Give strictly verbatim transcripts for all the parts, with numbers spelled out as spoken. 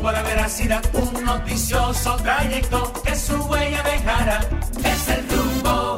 tuvo la veracidad, un noticioso trayecto que su huella dejara. Es el Rumbo.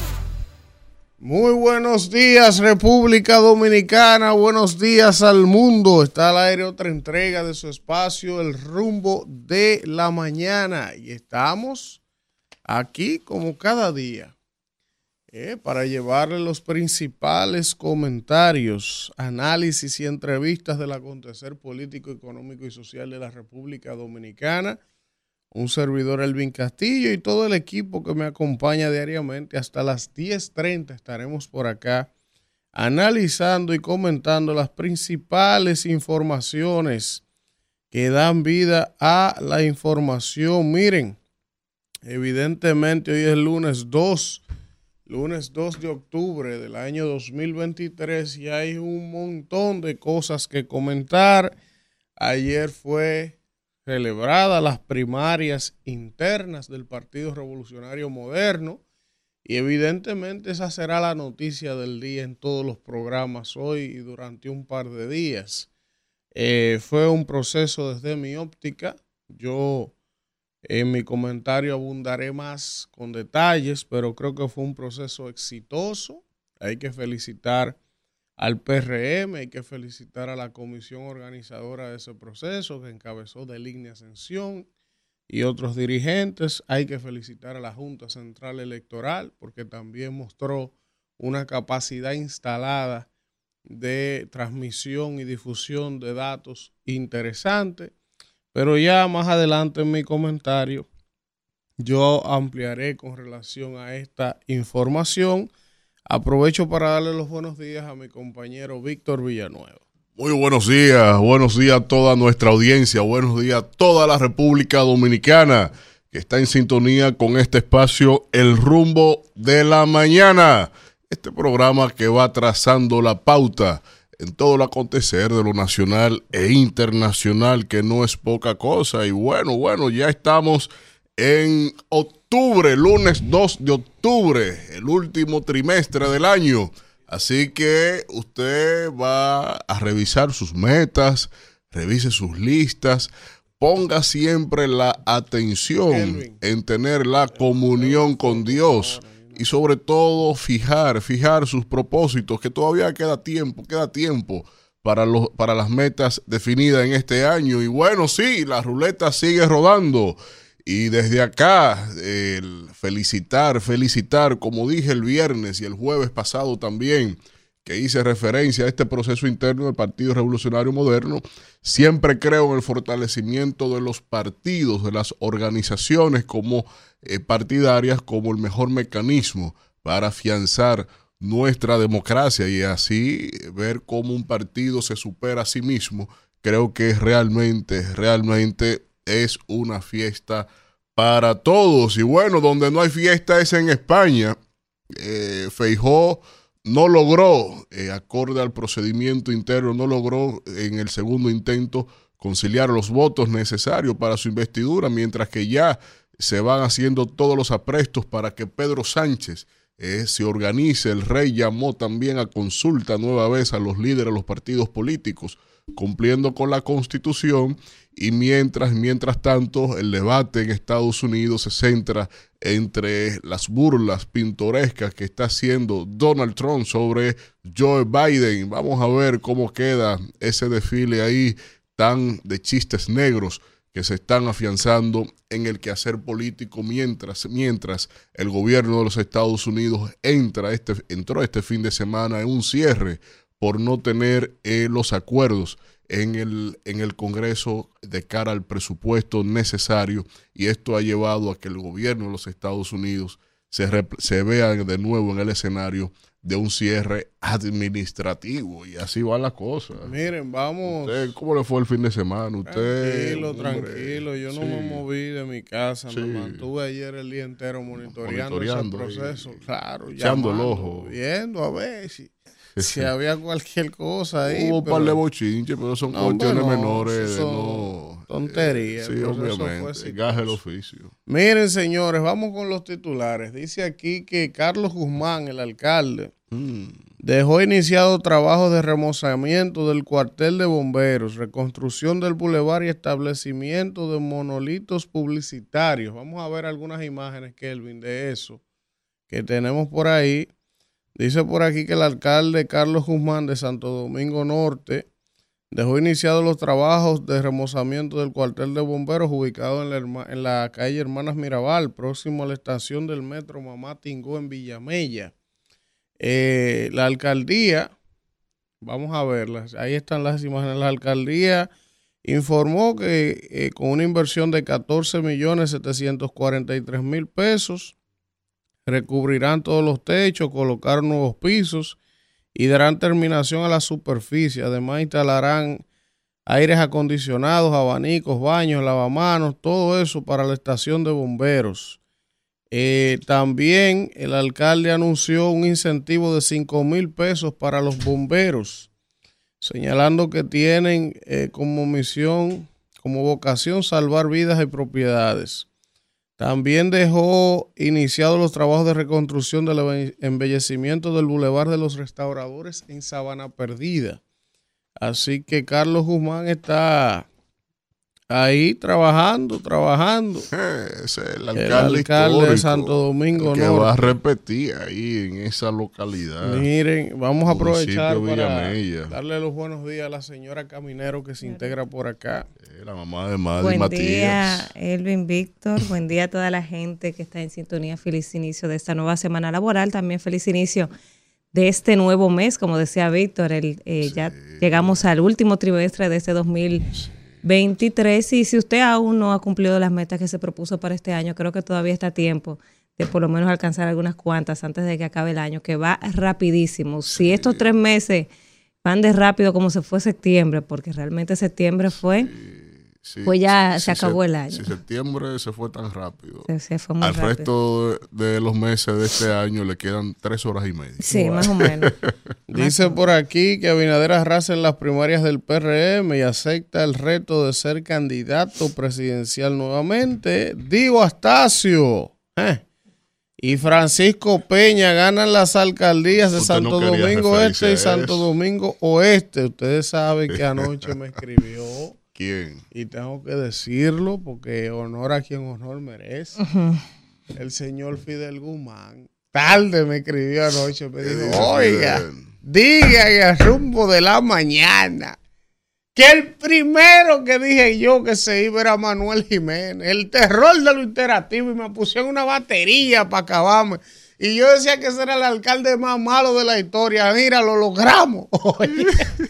Muy buenos días, República Dominicana. Buenos días al mundo. Está al aire otra entrega de su espacio, El Rumbo de la Mañana. Y estamos aquí como cada día eh, para llevarle los principales comentarios, análisis y entrevistas del acontecer político, económico y social de la República Dominicana. Un servidor, Elvin Castillo, y todo el equipo que me acompaña diariamente hasta las diez treinta estaremos por acá analizando y comentando las principales informaciones que dan vida a la información. Miren, evidentemente hoy es lunes dos, lunes dos de octubre del año dos mil veintitrés y hay un montón de cosas que comentar. Ayer fue celebradas las primarias internas del Partido Revolucionario Moderno y evidentemente esa será la noticia del día en todos los programas hoy y durante un par de días. Eh, fue un proceso desde mi óptica. Yo en mi comentario abundaré más con detalles, pero creo que fue un proceso exitoso. Hay que felicitar al P R M, hay que felicitar a la comisión organizadora de ese proceso que encabezó Deligne Ascensión y otros dirigentes. Hay que felicitar a la Junta Central Electoral porque también mostró una capacidad instalada de transmisión y difusión de datos interesante. Pero ya más adelante en mi comentario yo ampliaré con relación a esta información. Aprovecho para darle los buenos días a mi compañero Víctor Villanueva. Muy buenos días, buenos días a toda nuestra audiencia, buenos días a toda la República Dominicana que está en sintonía con este espacio El Rumbo de la Mañana. Este programa que va trazando la pauta en todo el acontecer de lo nacional e internacional, que no es poca cosa. Y bueno, bueno, ya estamos en octubre, lunes dos de octubre, el último trimestre del año. Así que usted va a revisar sus metas, revise sus listas, ponga siempre la atención en tener la comunión con Dios y sobre todo fijar, fijar sus propósitos, que todavía queda tiempo, queda tiempo para, los, para las metas definidas en este año. Y bueno, sí, la ruleta sigue rodando. Y desde acá, el felicitar, felicitar, como dije el viernes y el jueves pasado también, que hice referencia a este proceso interno del Partido Revolucionario Moderno, siempre creo en el fortalecimiento de los partidos, de las organizaciones como eh, partidarias, como el mejor mecanismo para afianzar nuestra democracia y así ver cómo un partido se supera a sí mismo. Creo que realmente, realmente es una fiesta para todos. Y bueno, donde no hay fiesta es en España. Eh, Feijóo no logró, eh, acorde al procedimiento interno, no logró en el segundo intento conciliar los votos necesarios para su investidura, mientras que ya se van haciendo todos los aprestos para que Pedro Sánchez eh, se organice. El rey llamó también a consulta nueva vez a los líderes de los partidos políticos, cumpliendo con la Constitución. Y mientras, mientras tanto, el debate en Estados Unidos se centra entre las burlas pintorescas que está haciendo Donald Trump sobre Joe Biden. Vamos a ver cómo queda ese desfile ahí tan de chistes negros que se están afianzando en el quehacer político mientras, mientras el gobierno de los Estados Unidos entra este, entró este fin de semana en un cierre por no tener eh, los acuerdos en el, en el Congreso de cara al presupuesto necesario, y esto ha llevado a que el gobierno de los Estados Unidos se, rep- se vea de nuevo en el escenario de un cierre administrativo, y así va la cosa. Miren, vamos. ¿Usted, ¿Cómo le fue el fin de semana? Usted, tranquilo, hombre, tranquilo. Yo no sí. me moví de mi casa. Sí. Me mantuve ayer el día entero monitoreando, Monitoreando ese proceso. y Claro, echando el llamando, ojo. viendo a ver si, si había cualquier cosa ahí. Hubo un pero, par de bochinches, pero son no, cuestiones no, menores. son De no, tonterías. eh, El sí, proceso fue obviamente. exitoso. Gaje el oficio. Miren, señores, vamos con los titulares. Dice aquí que Carlos Guzmán, el alcalde Mm. Dejó iniciado trabajos de remozamiento del cuartel de bomberos, reconstrucción del bulevar y establecimiento de monolitos publicitarios. Vamos a ver algunas imágenes, Kelvin, de eso que tenemos por ahí. Dice por aquí que el alcalde Carlos Guzmán de Santo Domingo Norte dejó iniciados los trabajos de remozamiento del cuartel de bomberos ubicado en la, en la calle Hermanas Mirabal, próximo a la estación del metro Mamá Tingó en Villamella. Eh, la alcaldía, vamos a verlas, ahí están las imágenes. La alcaldía informó que eh, con una inversión de catorce millones setecientos cuarenta y tres mil pesos recubrirán todos los techos, colocaron nuevos pisos y darán terminación a la superficie. Además instalarán aires acondicionados, abanicos, baños, lavamanos, todo eso para la estación de bomberos. Eh, también el alcalde anunció un incentivo de cinco mil pesos para los bomberos, señalando que tienen eh, como misión, como vocación, salvar vidas y propiedades. También dejó iniciados los trabajos de reconstrucción del embellecimiento del Boulevard de los Restauradores en Sabana Perdida. Así que Carlos Guzmán está ahí trabajando, trabajando. Eh, ese es el alcalde, el alcalde de Santo Domingo que Norte. va a repetir ahí en esa localidad. Miren, vamos a aprovechar para Villamella. darle los buenos días a la señora Caminero que se integra por acá. Eh, la mamá de Maddy Buen Matías. día, Elvin, Víctor. Buen día a toda la gente que está en sintonía. Feliz inicio de esta nueva semana laboral. También feliz inicio de este nuevo mes. Como decía Víctor, el, eh, sí. ya llegamos al último trimestre de este dos mil veintitrés, y si usted aún no ha cumplido las metas que se propuso para este año, creo que todavía está a tiempo de por lo menos alcanzar algunas cuantas antes de que acabe el año, que va rapidísimo. Sí. Si estos tres meses van de rápido como se fue septiembre, porque realmente septiembre fue, sí, sí, pues ya sí, se acabó se, el año. Si septiembre se fue tan rápido, se, se fue muy al rápido. Resto de, de los meses de este año le quedan tres horas y media. Sí, wow. Más o menos. Dice por aquí que Abinader arrasa en las primarias del P R M y acepta el reto de ser candidato presidencial nuevamente. Diego Astacio eh, y Francisco Peña ganan las alcaldías de Usted Santo no Domingo Este y Santo eso. Domingo Oeste. Ustedes saben que anoche me escribió. ¿Quién? Y tengo que decirlo porque honor a quien honor merece. Uh-huh. El señor Fidel Guzmán. Tarde me escribió anoche. Me dijo, oiga, diga en el rumbo de la mañana que el primero que dije yo que se iba era Manuel Jiménez. El terror de lo interactivo. Y me pusieron una batería para acabarme. Y yo decía que ese era el alcalde más malo de la historia. Mira, lo logramos. Oye.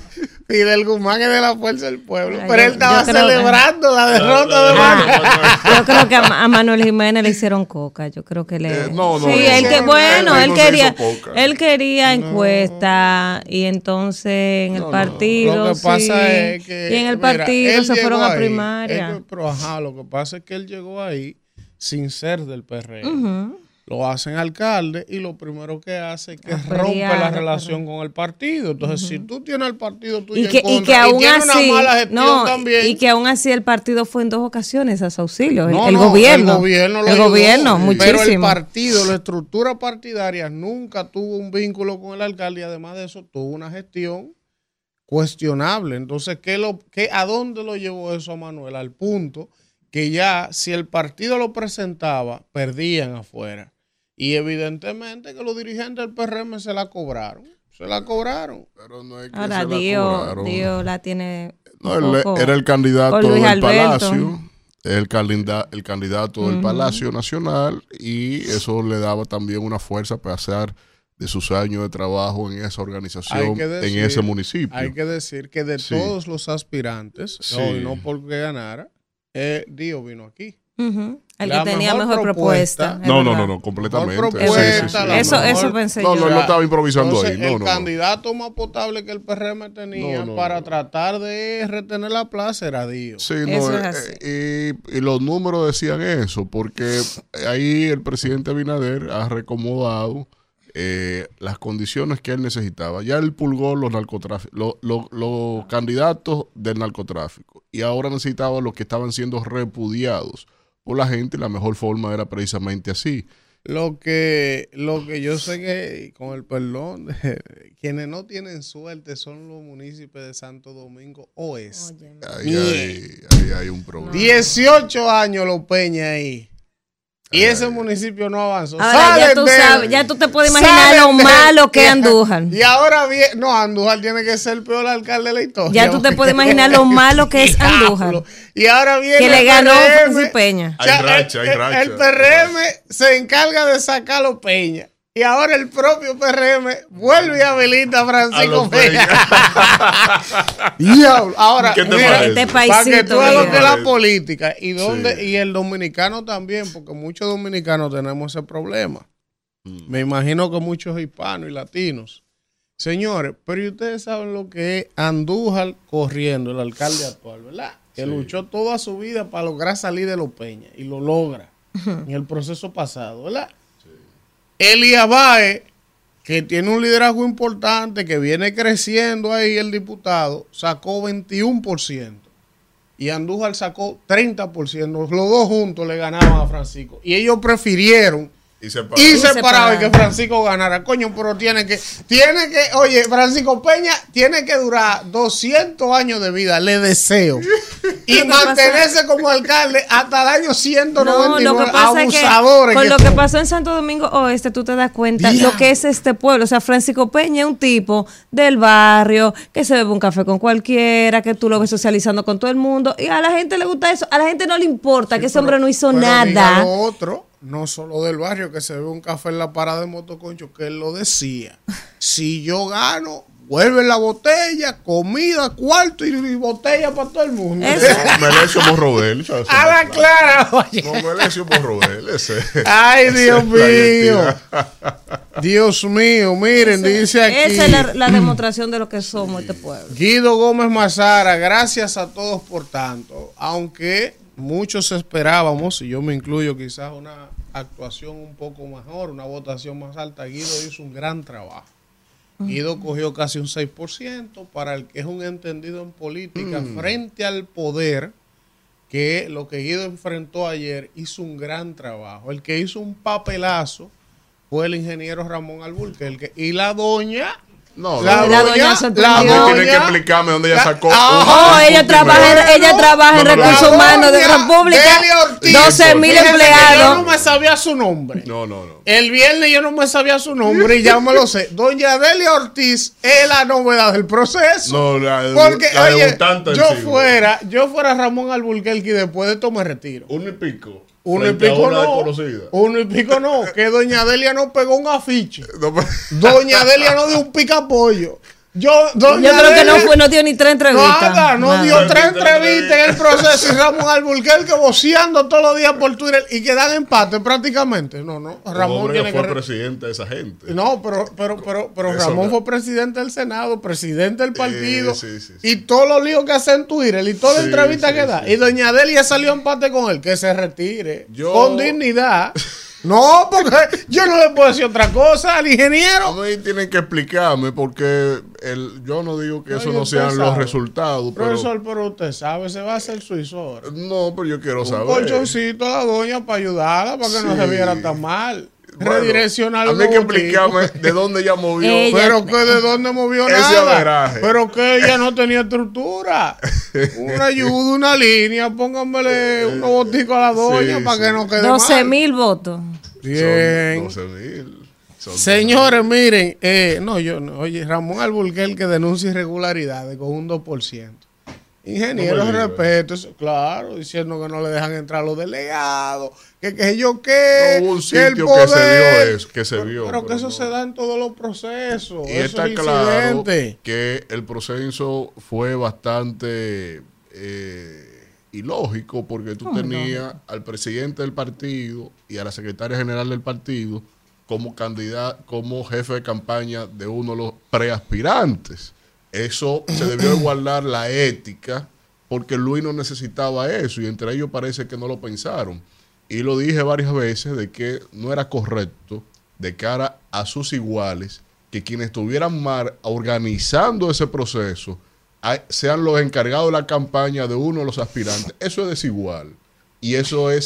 Fidel Guzmán es de la Fuerza del Pueblo. Pero, pero yo, él estaba celebrando que... la derrota no, no, de Manuel. Ah, yo creo que a, a Manuel Jiménez le hicieron coca. Yo creo que le. Eh, no, no. Sí, no, él no, que, no, bueno, no, él no quería. Él quería encuesta. No. Y entonces en el no, partido. No. Lo que sí, pasa es que. Y en el mira, partido se fueron ahí, a primaria. Él, pero ajá, lo que pasa es que él llegó ahí sin ser del P R M. Uh-huh. Lo hacen alcalde y lo primero que hace es que rompe la relación con el partido. Entonces, uh-huh. si tú tienes el partido tuyo y que, en contra, y que aún y tienes así, una mala gestión no, también. Y que aún así el partido fue en dos ocasiones a su auxilio. No, el, no, gobierno. El gobierno, lo el ayudó, gobierno muchísimo. Pero el partido, la estructura partidaria nunca tuvo un vínculo con el alcalde y además de eso tuvo una gestión cuestionable. Entonces, ¿qué lo, qué, ¿a dónde lo llevó eso a Manuel? Al punto que ya si el partido lo presentaba, perdían afuera. Y evidentemente que los dirigentes del P R M se la cobraron. Se la cobraron. Pero no es que Ahora, se la Dios, cobraron. Dios la tiene. No, él era el candidato del Palacio. El, calenda, el candidato uh-huh. del Palacio Nacional. Y eso le daba también una fuerza para hacer de sus años de trabajo en esa organización, decir, en ese municipio. Hay que decir que de sí. todos los aspirantes, sí. no, y no porque ganara, eh, Dios vino aquí. Uh-huh. El que tenía mejor, mejor propuesta. propuesta no, no, no, no, completamente. Propuesta, sí, sí, sí. Eso, mejor, eso pensé no, yo. No, no, no estaba improvisando Entonces, ahí. No, el no, candidato no. más potable que el P R M tenía no, no, para no. tratar de retener la plaza era Dios. Sí, no, eso es así. Eh, y, y los números decían eso, porque ahí el presidente Abinader ha recomodado eh, las condiciones que él necesitaba. Ya él pulgó los narcotráficos, los, los, los candidatos del narcotráfico, y ahora necesitaba los que estaban siendo repudiados por la gente. La mejor forma era precisamente así. Lo que, lo que yo sé que, con el perdón, de, quienes no tienen suerte son los municipios de Santo Domingo Oeste. Ahí hay, ahí hay un problema. dieciocho años los Peña ahí. Y ese ay, municipio no avanzó. Ahora ya tú sabes, ya tú te puedes imaginar lo malo que es Andújar. Y ahora bien, no, Andújar tiene que ser el peor alcalde de la historia. Ya tú te puedes imaginar lo malo que es Andújar. Y ahora viene que le ganó Francis Peña. Hay racha, hay racha. El, el P R M se encarga de sacar a los Peña. Y ahora el propio P R M vuelve y habilita a Francisco a Peña. Diablo. Ahora, ¿qué te mira, parece? Este para que tú veas lo que es la política y donde sí. Y el dominicano también, porque muchos dominicanos tenemos ese problema. Mm. Me imagino que muchos hispanos y latinos. Señores, pero ¿y ustedes saben lo que es Andújar corriendo, el alcalde actual, ¿verdad? Que sí. Luchó toda su vida para lograr salir de los Peña y lo logra en el proceso pasado, ¿verdad? Elías Báez, que tiene un liderazgo importante, que viene creciendo ahí el diputado, sacó veintiuno por ciento. Y Andújar sacó treinta por ciento. Los dos juntos le ganaban a Francisco. Y ellos prefirieron y separado. Y separado y que Francisco ganara. Coño, pero tiene que, tiene que, oye, Francisco Peña tiene que durar doscientos años de vida, le deseo. Y mantenerse como alcalde hasta el año ciento noventa y nueve. No, lo que pasa abusadores. Es que con que lo son. que pasó en Santo Domingo Oeste, tú te das cuenta Yeah. lo que es este pueblo. O sea, Francisco Peña es un tipo del barrio que se bebe un café con cualquiera, que tú lo ves socializando con todo el mundo. Y a la gente le gusta eso. A la gente no le importa sí, que ese pero, hombre no hizo pero nada. Diga lo otro. No solo del barrio, que se ve un café en la parada de Motoconcho, que él lo decía. Si yo gano, vuelve la botella, comida, cuarto y, y botella para todo el mundo. Melecio Morrobel. A la clara, oye. No, Melecio Morrobel, ese. Ay, Dios mío. Dios mío, miren, ese, dice aquí. Esa es la, la demostración de lo que somos este pueblo. Guido Gómez Mazara, gracias a todos por tanto. Aunque muchos esperábamos, y yo me incluyo, quizás una actuación un poco mejor, una votación más alta. Guido hizo un gran trabajo. Guido cogió casi un seis por ciento para el que es un entendido en política mm. frente al poder, que lo que Guido enfrentó ayer hizo un gran trabajo. El que hizo un papelazo fue el ingeniero Ramón Alburquerque y la doña... No, la, la doña, la doña tiene que explicarme dónde ella sacó. Oh, oh ella trabaja, ella trabaja en no, recursos humanos de República. doce mil empleados. Yo no me sabía su nombre. No, no, no. El viernes yo no me sabía su nombre y ya me lo sé. Doña Delia Ortiz es la novedad del proceso. No, la, porque la oye, yo fuera, yo fuera Ramón Alburquerque y después de esto me retiro. Uno y pico. Uno y pico no. Uno y pico no. Que Doña Delia no pegó un afiche. No, Doña Delia no dio un picapollo. Yo, Doña Yo creo Delia, que no fue, no dio ni tres entrevistas. Nada, no nada. dio tres entrevistas en el proceso. Y Ramón Alburquerque voceando todos los días por Twitter y quedan empate prácticamente. No, no. Ramón tiene fue que... presidente de esa gente. No, pero, pero, pero, pero Ramón no. fue presidente del Senado, presidente del partido. Eh, sí, sí, sí. Y todos los líos que hace en Twitter y toda la sí, entrevista sí, que da. Sí. Y Doña Delia salió empate con él. Que se retire. Yo... Con dignidad. No, porque yo no le puedo decir otra cosa al ingeniero. A mí tienen que explicarme porque el, yo no digo que no, eso no sean sabe. los resultados. Profesor, pero, pero usted sabe, se va a hacer suizo. No, pero yo quiero un saber. Un colchoncito a la doña para ayudarla, para que sí. no se viera tan mal. Bueno, redireccionar. A mí hay que explicarme de dónde ella movió. Ella, pero que de dónde movió ese nada. Averaje. Pero que ella no tenía estructura. Una ayuda, una línea. Pónganmele unos boticos a la doña sí, para sí. que no quede doce mil votos. Bien. doce mil. Señores, miren. Eh, no, yo no. Oye, Ramón Alburquerque que denuncia irregularidades con un dos por ciento. Ingeniero, no respeto, eso, claro, diciendo que no le dejan entrar los delegados, que, que yo qué, no, hubo un que el sitio poder, que se dio eso, que se pero, vio. Pero, pero que eso no. se da en todos los procesos. Y eso está es claro incidente. que el proceso fue bastante eh, ilógico porque tú tenías no? al presidente del partido y a la secretaria general del partido como candidato, como jefe de campaña de uno de los preaspirantes. Eso se debió de guardar la ética porque Luis no necesitaba eso y entre ellos parece que no lo pensaron. Y lo dije varias veces de que no era correcto de cara a sus iguales que quienes estuvieran mal organizando ese proceso sean los encargados de la campaña de uno de los aspirantes. Eso es desigual y eso es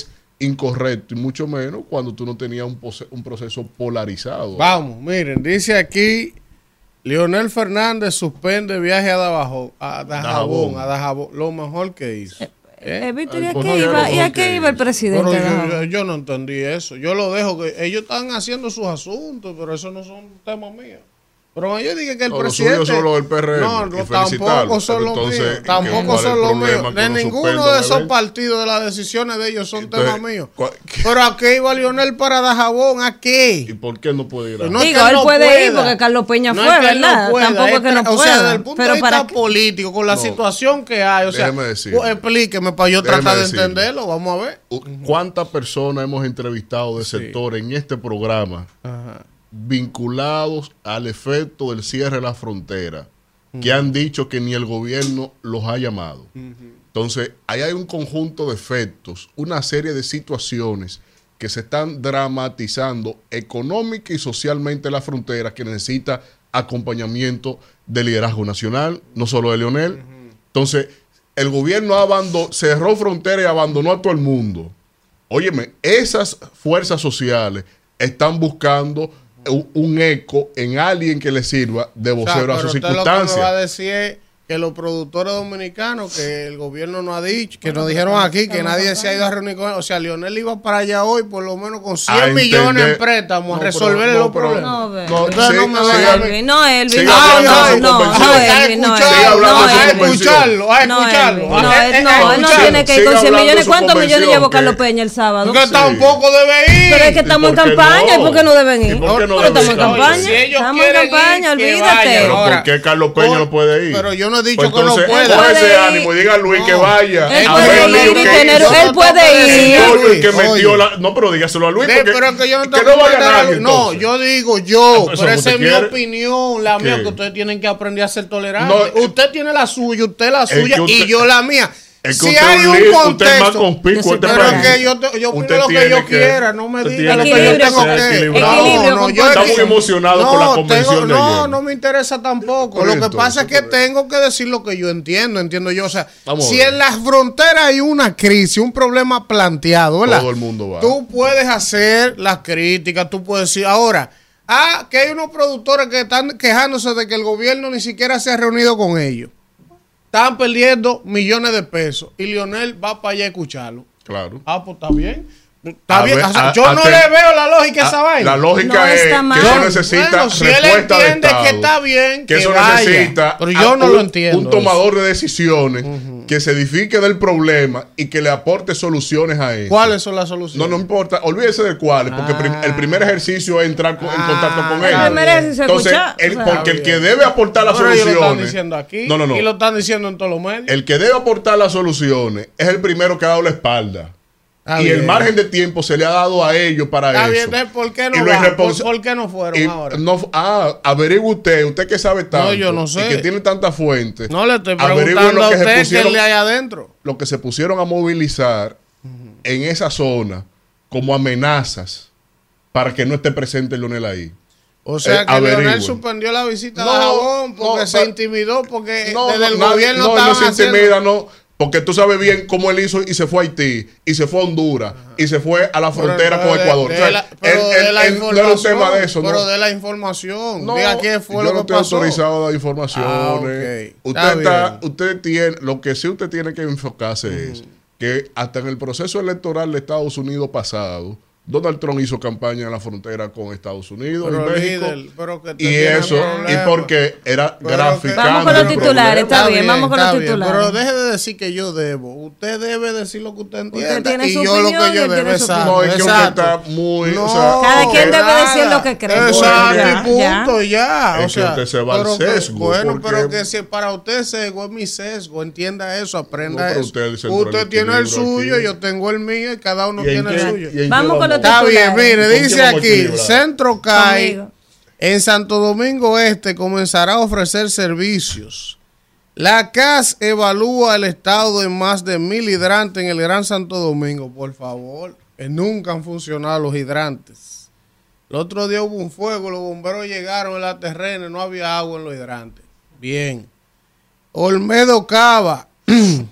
incorrecto, y mucho menos cuando tú no tenías un, un proceso polarizado. Vamos, miren, dice aquí, Leonel Fernández suspende viaje a Dajabón, a Dajabón, a Dajabón, lo mejor que hizo. ¿Eh? Eh, Víctor, ¿y a Pues qué no, iba, no, ¿y a no, qué que- iba el presidente? Pero de yo, Dajabón? yo- yo no entendí eso. Yo lo dejo que ellos están haciendo sus asuntos, pero eso no son temas míos. Pero yo dije que el No, lo presidente. suyo solo el P R M, No, y no, felicitarlo. tampoco son los Entonces, míos. ¿qué- Tampoco cuál es son el los problema míos. que De uno ninguno suspenda de un esos evento? partidos de las decisiones de ellos son Entonces, temas míos. ¿cuál- qué- Pero ¿a qué iba Leonel para Dajabón? ¿A ¿Y qué? por qué no puede ir a No es Digo, que él no puede ir pueda. porque Carlos Peña No fue, es que él no ¿verdad? pueda, Tampoco es que no tra- pueda. O sea, desde el punto pero de para vista qué- político, con la No. situación que hay, o sea, Déjeme decirle. pues, explíqueme para yo Déjeme tratar de decirle. entenderlo. Vamos a ver. ¿Cuántas personas hemos entrevistado de Sí. sector en este programa Ajá. vinculados al efecto del cierre de la frontera, que han dicho que ni el gobierno los ha llamado? Entonces, ahí hay un conjunto de efectos, una serie de situaciones que se están dramatizando económica y socialmente en la frontera, que necesita acompañamiento del liderazgo nacional, no solo de Leonel. Entonces, el gobierno abandonó, cerró frontera y abandonó a todo el mundo. Óyeme, esas fuerzas sociales están buscando un, un eco en alguien que les sirva de O sea, vocero a pero sus usted lo que me va a circunstancias. decir es que los productores dominicanos, que el gobierno no ha dicho, que nos dijeron aquí que nadie se ha ido a reunir con él. O sea, Leonel iba para allá hoy por lo menos con cien A millones entender- en préstamos No, a pero- resolverle no, los pero- problemas. No, ve. Entonces sí, no me sí, va a siga- decir. No, Elvin, siga no, hablando no, de su no, no, convención. a Elvin, no, escucharlo, Siga hablando no, de su a Elvin. convención. escucharlo, a No, escucharlo. Elvin, a- no, a- él, a- no, a él no escucharlo. tiene que ir Siga con cien hablando de millones. su ¿Cuántos millones convención, llevó que- Carlos Peña el sábado? Porque tampoco debe ir. Pero es que estamos en por qué campaña, no? ¿y por qué no deben ¿Y ir? por qué no Pero estamos deben en ir? campaña. Si ellos Estamos en quieren campaña, ir, que olvídate. vayan. Pero Ahora, ¿por qué Carlos Peña por- no puede ir? pero yo no he dicho Pues que no entonces, pueda. coge Él ese puede ánimo y diga a Luis No. que vaya. Él a puede ver ir lío y que tener- hizo. él puede ir. Oye, el que Oye. metió la... No, pero dígaselo a Luis. De- porque- pero que yo no que tengo no que vaya mandar a nadie, Luis. No, entonces. yo digo yo, Ah, pues pero eso esa es es lo mi que quiere. opinión, la mía, ¿Qué? que ustedes tienen que aprender a ser tolerantes. No, usted tiene la suya, usted la que suya usted- y yo la mía. Es que Si usted hay es un un líder, usted es más contexto, conspicuo Yo soy este pero país. es que yo, te- yo opino Usted lo que tiene yo que- quiera, no me usted diga lo tiene que yo que tengo ser que. equilibrado. Equilibrio, No, no, yo compadre. Está muy emocionado con la convención tengo- de No, ayer. no me interesa tampoco. Pero Lo que entonces, pasa es que pero- tengo que decir lo que yo entiendo, entiendo yo. O sea, Vamos a si ver. en las fronteras hay una crisis, un problema planteado, ¿verdad? Todo el mundo va. Tú puedes hacer las críticas, tú puedes decir, ahora, ah, que hay unos productores que están quejándose de que el gobierno ni siquiera se ha reunido con ellos. Están perdiendo millones de pesos y Lionel va para allá a escucharlo. Claro. Ah, pues está bien. Está A bien. ver, O sea, a- yo a no te- le veo la lógica a esa Ah, vaina. La lógica No es está que mal. eso Bueno, necesita si él respuesta de entiende Estado, que está bien, que que eso vaya. necesita Pero yo a no un, lo entiendo un eso. tomador de decisiones que se edifique del problema y que le aporte soluciones a eso. ¿Cuáles son las soluciones? No, no importa, olvídese de cuáles, porque prim- el primer ejercicio es entrar con- en Ah, contacto con el él. primer ejercicio es Entonces, escuchar, el- o sea. porque el Está que bien. debe aportar las Pero ellos lo están soluciones. diciendo aquí. No, no, no. Y lo están diciendo en todos los medios. El que debe aportar las soluciones es el primero que ha dado la espalda. Está y bien. el margen de tiempo se le ha dado a ellos para Está eso. bien, entonces, ¿por qué Y no lo van? ¿Por, irresponsa- por qué no fueron Y ahora? no, ah, averigüe usted, usted que sabe tanto. yo no sé. Y que tiene tantas fuentes. No le estoy averigüe preguntando lo a que se usted pusieron- que le hay adentro. Lo que se pusieron a movilizar en esa zona como amenazas para que no esté presente Leonel ahí. O sea Eh, que Leonel averigüen. suspendió la visita No, a Dajabón porque no, se pero- intimidó porque No, desde no, el nadie- gobierno no, estaban no se haciendo- intimida, no. Porque tú sabes bien cómo él hizo y se fue a Haití, y se fue a Honduras, y se fue a la Pero frontera de- con Ecuador. de O sea, la- él- pero de él- la él no era un información, tema de eso, pero ¿no? de la información. No, Diga qué fue yo lo no que estoy pasó. autorizado a dar informaciones. Ah, ok. Usted Está está, bien. usted tiene, lo que sí usted tiene que enfocarse es que hasta en el proceso electoral de Estados Unidos pasado, Donald Trump hizo campaña en la frontera con Estados Unidos Pero, y México. líder, pero que usted Y tiene eso, y problemas. porque era Pero que- graficando. Vamos con los el titulares, problema. está bien, vamos con los está bien, titulares. Pero deje de decir que yo debo. Usted debe decir lo que usted entienda. tiene y su yo lo opinión que y yo él tiene debo. su Exacto. No, es que usted exacto. está muy. No, o sea, Cada quien debe nada. decir lo que cree. Exacto, Ya, y punto, ya. Es O que sea, usted se va al pero que- sesgo, Bueno, porque- pero que si para usted sesgo es mi sesgo, entienda eso, aprenda No, pero eso. usted es el centro del tiene el equilibrio suyo, aquí. yo tengo el mío y cada uno ¿Y en tiene el qué- suyo. y en qué Vamos con los Está bien, titulares. mire, ¿Con dice qué vamos a aquí, equilibrar? Centro C A I Conmigo. en Santo Domingo Este comenzará a ofrecer servicios. La C A S evalúa el estado de más de mil hidrantes en el Gran Santo Domingo. Por favor, que nunca han funcionado los hidrantes. El otro día hubo un fuego, los bomberos llegaron en la terrena, no había agua en los hidrantes. Bien. Olmedo Cava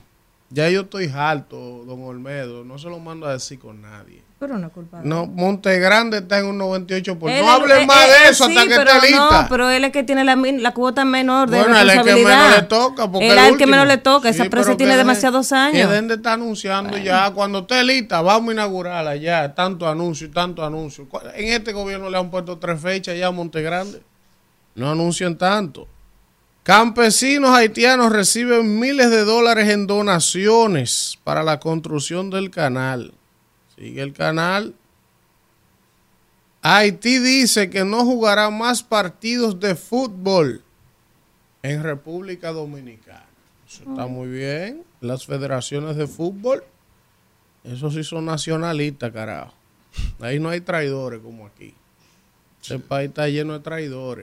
Ya yo estoy harto, don Olmedo. No se lo mando a decir con nadie. Pero no es culpa. No, Montegrande está en un noventa y ocho por ciento. Él No es- hables eh, más eh, de eso sí, hasta que pero esté lista. No, pero él es que tiene la, min- la cuota menor de Bueno, él es que responsabilidad. menos le toca. Porque Él el es el que último. menos le toca. Sí, Esa empresa pero tiene que dejen- demasiados años. Que den de estar anunciando ya. Cuando esté lista, vamos a inaugurarla ya. Tanto anuncio y tanto anuncio. ¿Cuál- En este gobierno le han puesto tres fechas ya a Montegrande. No anuncian tanto. Campesinos haitianos reciben miles de dólares en donaciones para la construcción del canal. Sigue el canal. Haití dice que no jugará más partidos de fútbol en República Dominicana. Eso está muy bien. Las federaciones de fútbol, eso sí son nacionalistas, carajo. Ahí no hay traidores como aquí. Este país está lleno de traidores.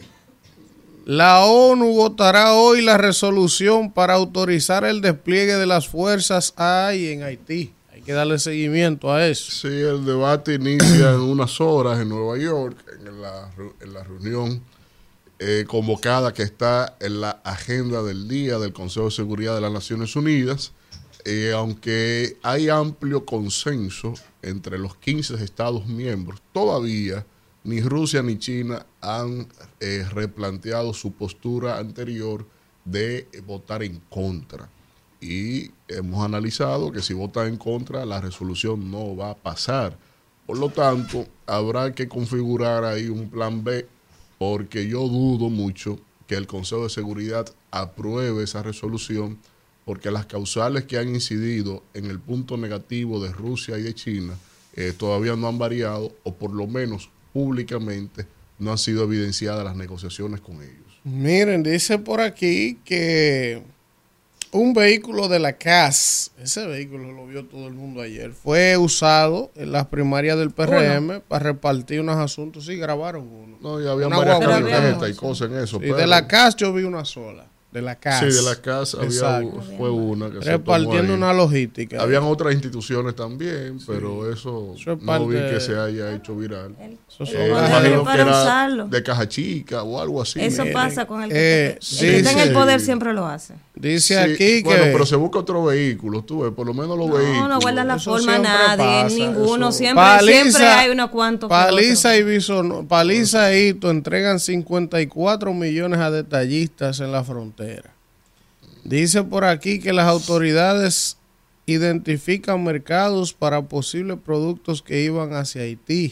La ONU votará hoy la resolución para autorizar el despliegue de las fuerzas ahí en Haití. Hay que darle seguimiento a eso. Sí, el debate inicia en unas horas en Nueva York, en la, en la reunión eh, convocada que está en la agenda del día del Consejo de Seguridad de las Naciones Unidas, eh, aunque hay amplio consenso entre los quince Estados miembros, todavía ni Rusia ni China han eh, replanteado su postura anterior de votar en contra. Y hemos analizado que si votan en contra, la resolución no va a pasar. Por lo tanto, habrá que configurar ahí un plan B, porque yo dudo mucho que el Consejo de Seguridad apruebe esa resolución, porque las causales que han incidido en el punto negativo de Rusia y de China eh, todavía no han variado, o por lo menos públicamente no han sido evidenciadas las negociaciones con ellos. Miren, dice por aquí que un vehículo de la C A S, ese vehículo lo vio todo el mundo ayer, fue usado en las primarias del P R M uno. Para repartir unos asuntos. Sí, grabaron uno. No, y había Una varias guagua. camionetas y cosas en eso. Y pero- de la C A S yo vi una sola. De la C A S. Sí, de la casa había, Exacto. fue una que se Repartiendo tomó ahí. una logística. Habían otras instituciones también, pero eso, Eso es no vi parte- que se haya hecho viral. Eso son Eh, las- imagino que para era usarlo. de caja chica o algo así. Eso Miren, pasa con el eh, que, el que sí, está en sí. el poder siempre lo hace. Dice Sí, aquí bueno, que... pero se busca otro vehículo, tú ves, por lo menos los vehículos. No, no guarda la Eso forma a siempre nadie, pasa, ninguno. eso. Siempre, Paliza- siempre hay unos cuantos. que Paliza otros. y, Bison, Paliza y Hito entregan cincuenta y cuatro millones a detallistas en la frontera. Dice por aquí que las autoridades identifican mercados para posibles productos que iban hacia Haití.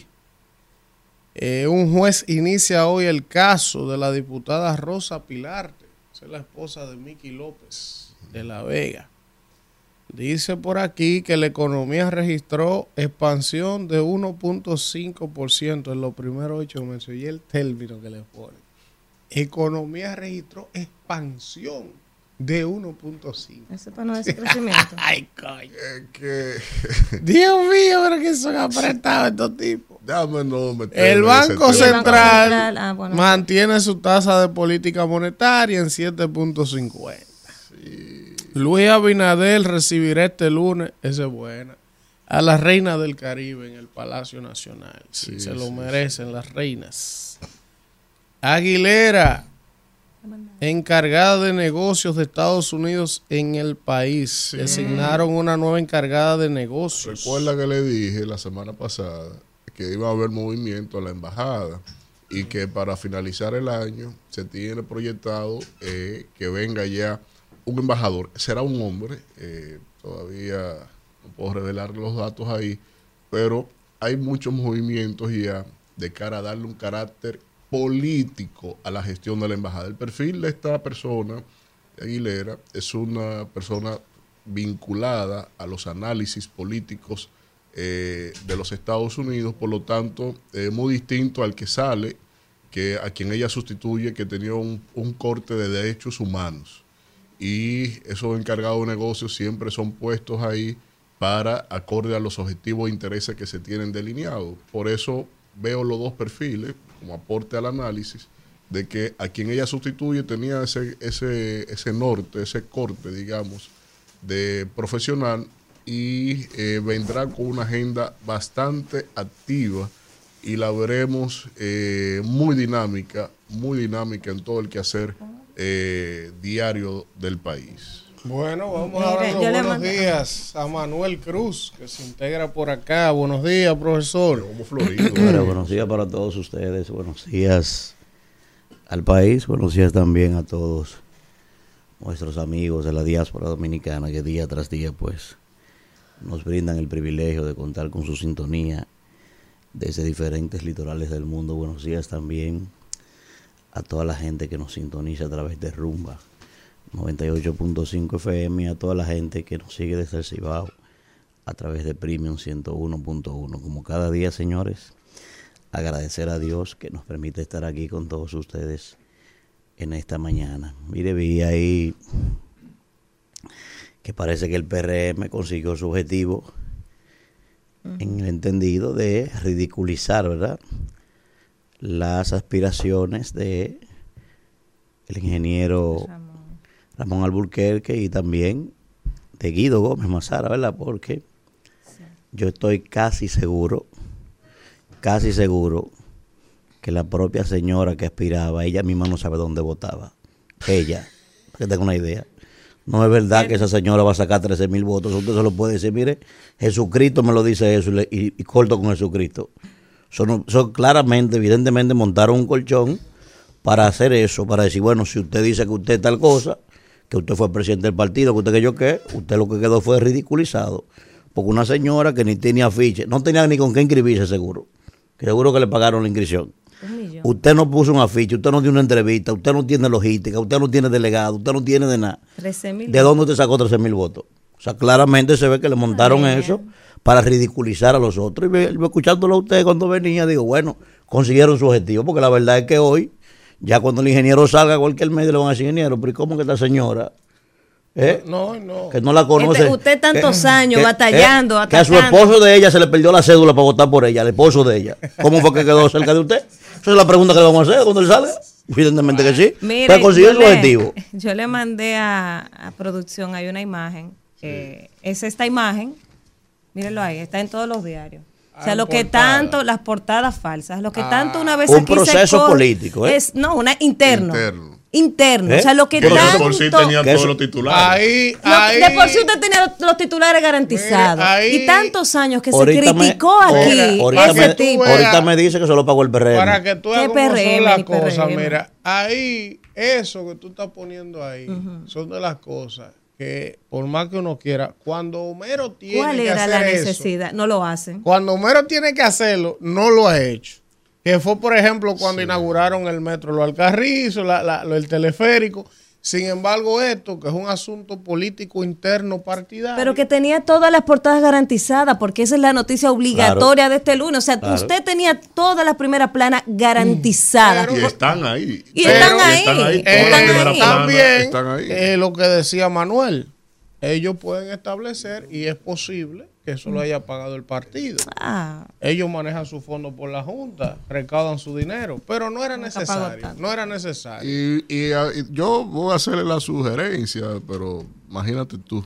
Eh, un juez inicia hoy el caso de la diputada Rosa Pilarte, esa es la esposa de Miki López de La Vega. Dice por aquí que la economía registró expansión de uno punto cinco por ciento en los primeros ocho meses. Y el término que le ponen. Economía registró expansión de uno punto cinco. Eso para no decir crecimiento. Ay, coño. Es que, Dios mío, pero que son apretados estos tipos. déjame no meterme El en Banco ese tema. Central, Central, ah, bueno. mantiene su tasa de política monetaria en siete punto cincuenta. Luis Abinader recibirá este lunes, esa es buena, a la reina del Caribe en el Palacio Nacional. Sí, Sí, se lo sí, merecen las reinas. Aguilera, encargada de negocios de Estados Unidos en el país. Designaron una nueva encargada de negocios. Recuerda que le dije la semana pasada que iba a haber movimiento a la embajada y que para finalizar el año se tiene proyectado eh, que venga ya un embajador. Será un hombre, eh, todavía no puedo revelar los datos ahí, pero hay muchos movimientos ya de cara a darle un carácter político a la gestión de la embajada. El perfil de esta persona, Aguilera, es una persona vinculada a los análisis políticos eh, de los Estados Unidos, por lo tanto, es eh, muy distinto al que sale, que a quien ella sustituye, que tenía un, un corte de derechos humanos. Y esos encargados de negocios siempre son puestos ahí para acorde a los objetivos e intereses que se tienen delineados. Por eso veo los dos perfiles como aporte al análisis de que a quien ella sustituye tenía ese, ese, ese norte, ese corte, digamos, de profesional y eh, vendrá con una agenda bastante activa y la veremos eh, muy dinámica, muy dinámica en todo el quehacer eh, diario del país. Bueno, vamos Mire, a dar los yo le buenos mando- días a Manuel Cruz, que se integra por acá. Buenos días, profesor. Como florido. Bueno, buenos días para todos ustedes, buenos días al país, buenos días también a todos nuestros amigos de la diáspora dominicana que día tras día pues nos brindan el privilegio de contar con su sintonía desde diferentes litorales del mundo. Buenos días también a toda la gente que nos sintoniza a través de Rumba noventa y ocho punto cinco F M y a toda la gente que nos sigue desde el Cibao a través de Premium ciento uno punto uno. Como cada día, señores, agradecer a Dios que nos permite estar aquí con todos ustedes en esta mañana. Mire, vi ahí que parece que el P R M consiguió su objetivo en el entendido de ridiculizar, ¿verdad?, las aspiraciones de el ingeniero Ramón Alburquerque y también de Guido Gómez Mazara, ¿verdad? Porque sí, yo estoy casi seguro, casi seguro que la propia señora que aspiraba, ella misma no sabe dónde votaba. Ella, para que tenga una idea. No es verdad que esa señora va a sacar trece mil votos. Usted se lo puede decir, mire, Jesucristo me lo dice eso y, le, y, y corto con Jesucristo. Son, son claramente, evidentemente montaron un colchón para hacer eso, para decir, bueno, si usted dice que usted es tal cosa, que usted fue presidente del partido, que usted que yo qué, usted lo que quedó fue ridiculizado. Porque una señora que ni tenía afiche, no tenía ni con qué inscribirse seguro, que seguro que le pagaron la inscripción. Usted no puso un afiche, usted no dio una entrevista, usted no tiene logística, usted no tiene delegado, usted no tiene de nada. ¿De dónde usted sacó trece mil votos? O sea, claramente se ve que le montaron Ay, eso para ridiculizar a los otros. Y escuchándolo a usted cuando venía, digo, bueno, consiguieron su objetivo, porque la verdad es que hoy, ya cuando el ingeniero salga a cualquier medio le van a decir, ingeniero, pero ¿y cómo que esta señora? ¿Eh? No, no. Que no la conoce. Este, usted tantos que, años que, batallando, eh, que a su esposo de ella se le perdió la cédula para votar por ella, el esposo de ella. ¿Cómo fue que quedó cerca de usted? Esa es la pregunta que le vamos a hacer cuando él sale. Evidentemente que sí. Mire, para conseguir su le, objetivo. Yo le mandé a, a producción, hay una imagen. Sí. Eh, es esta imagen. Mírenlo ahí, está en todos los diarios. O sea, ah, lo que portada. tanto, las portadas falsas, lo que ah, tanto una vez un aquí proceso se corre, político, ¿eh? Es, no, una interno. Interno. Interno, ¿Eh? O sea, lo que pero tanto... de por sí tenían todos los titulares. Ahí, lo, ahí, de por sí usted tenía los, los titulares garantizados. Mire, ahí, y tantos años que se criticó me, aquí ahorita ese me, tipo. Ahorita me dice que se lo pagó el P R M. Para que tú veas cómo P R M, son las P R M. cosas, mira, ahí, eso que tú estás poniendo ahí, uh-huh. son de las cosas que por más que uno quiera, cuando Homero tiene ¿Cuál que era hacer la necesidad? Eso, no lo hacen. Cuando Homero tiene que hacerlo, no lo ha hecho. Que fue, por ejemplo, cuando sí. inauguraron el metro, lo Alcarrizo, la, la, lo, el teleférico. Sin embargo, esto, que es un asunto político interno partidario. Pero que tenía todas las portadas garantizadas, porque esa es la noticia obligatoria claro. de este lunes. O sea, claro. usted tenía todas las primeras planas garantizadas. Pero, y están ahí. Y pero, están ahí. Están ahí. Eh, están ahí. También, están ahí. Eh, lo que decía Manuel, ellos pueden establecer, y es posible, que eso lo haya pagado el partido. Ah. Ellos manejan su fondo por la Junta, recaudan su dinero, pero no era necesario, no era necesario. Y, y, y yo voy a hacerle la sugerencia, pero imagínate tú,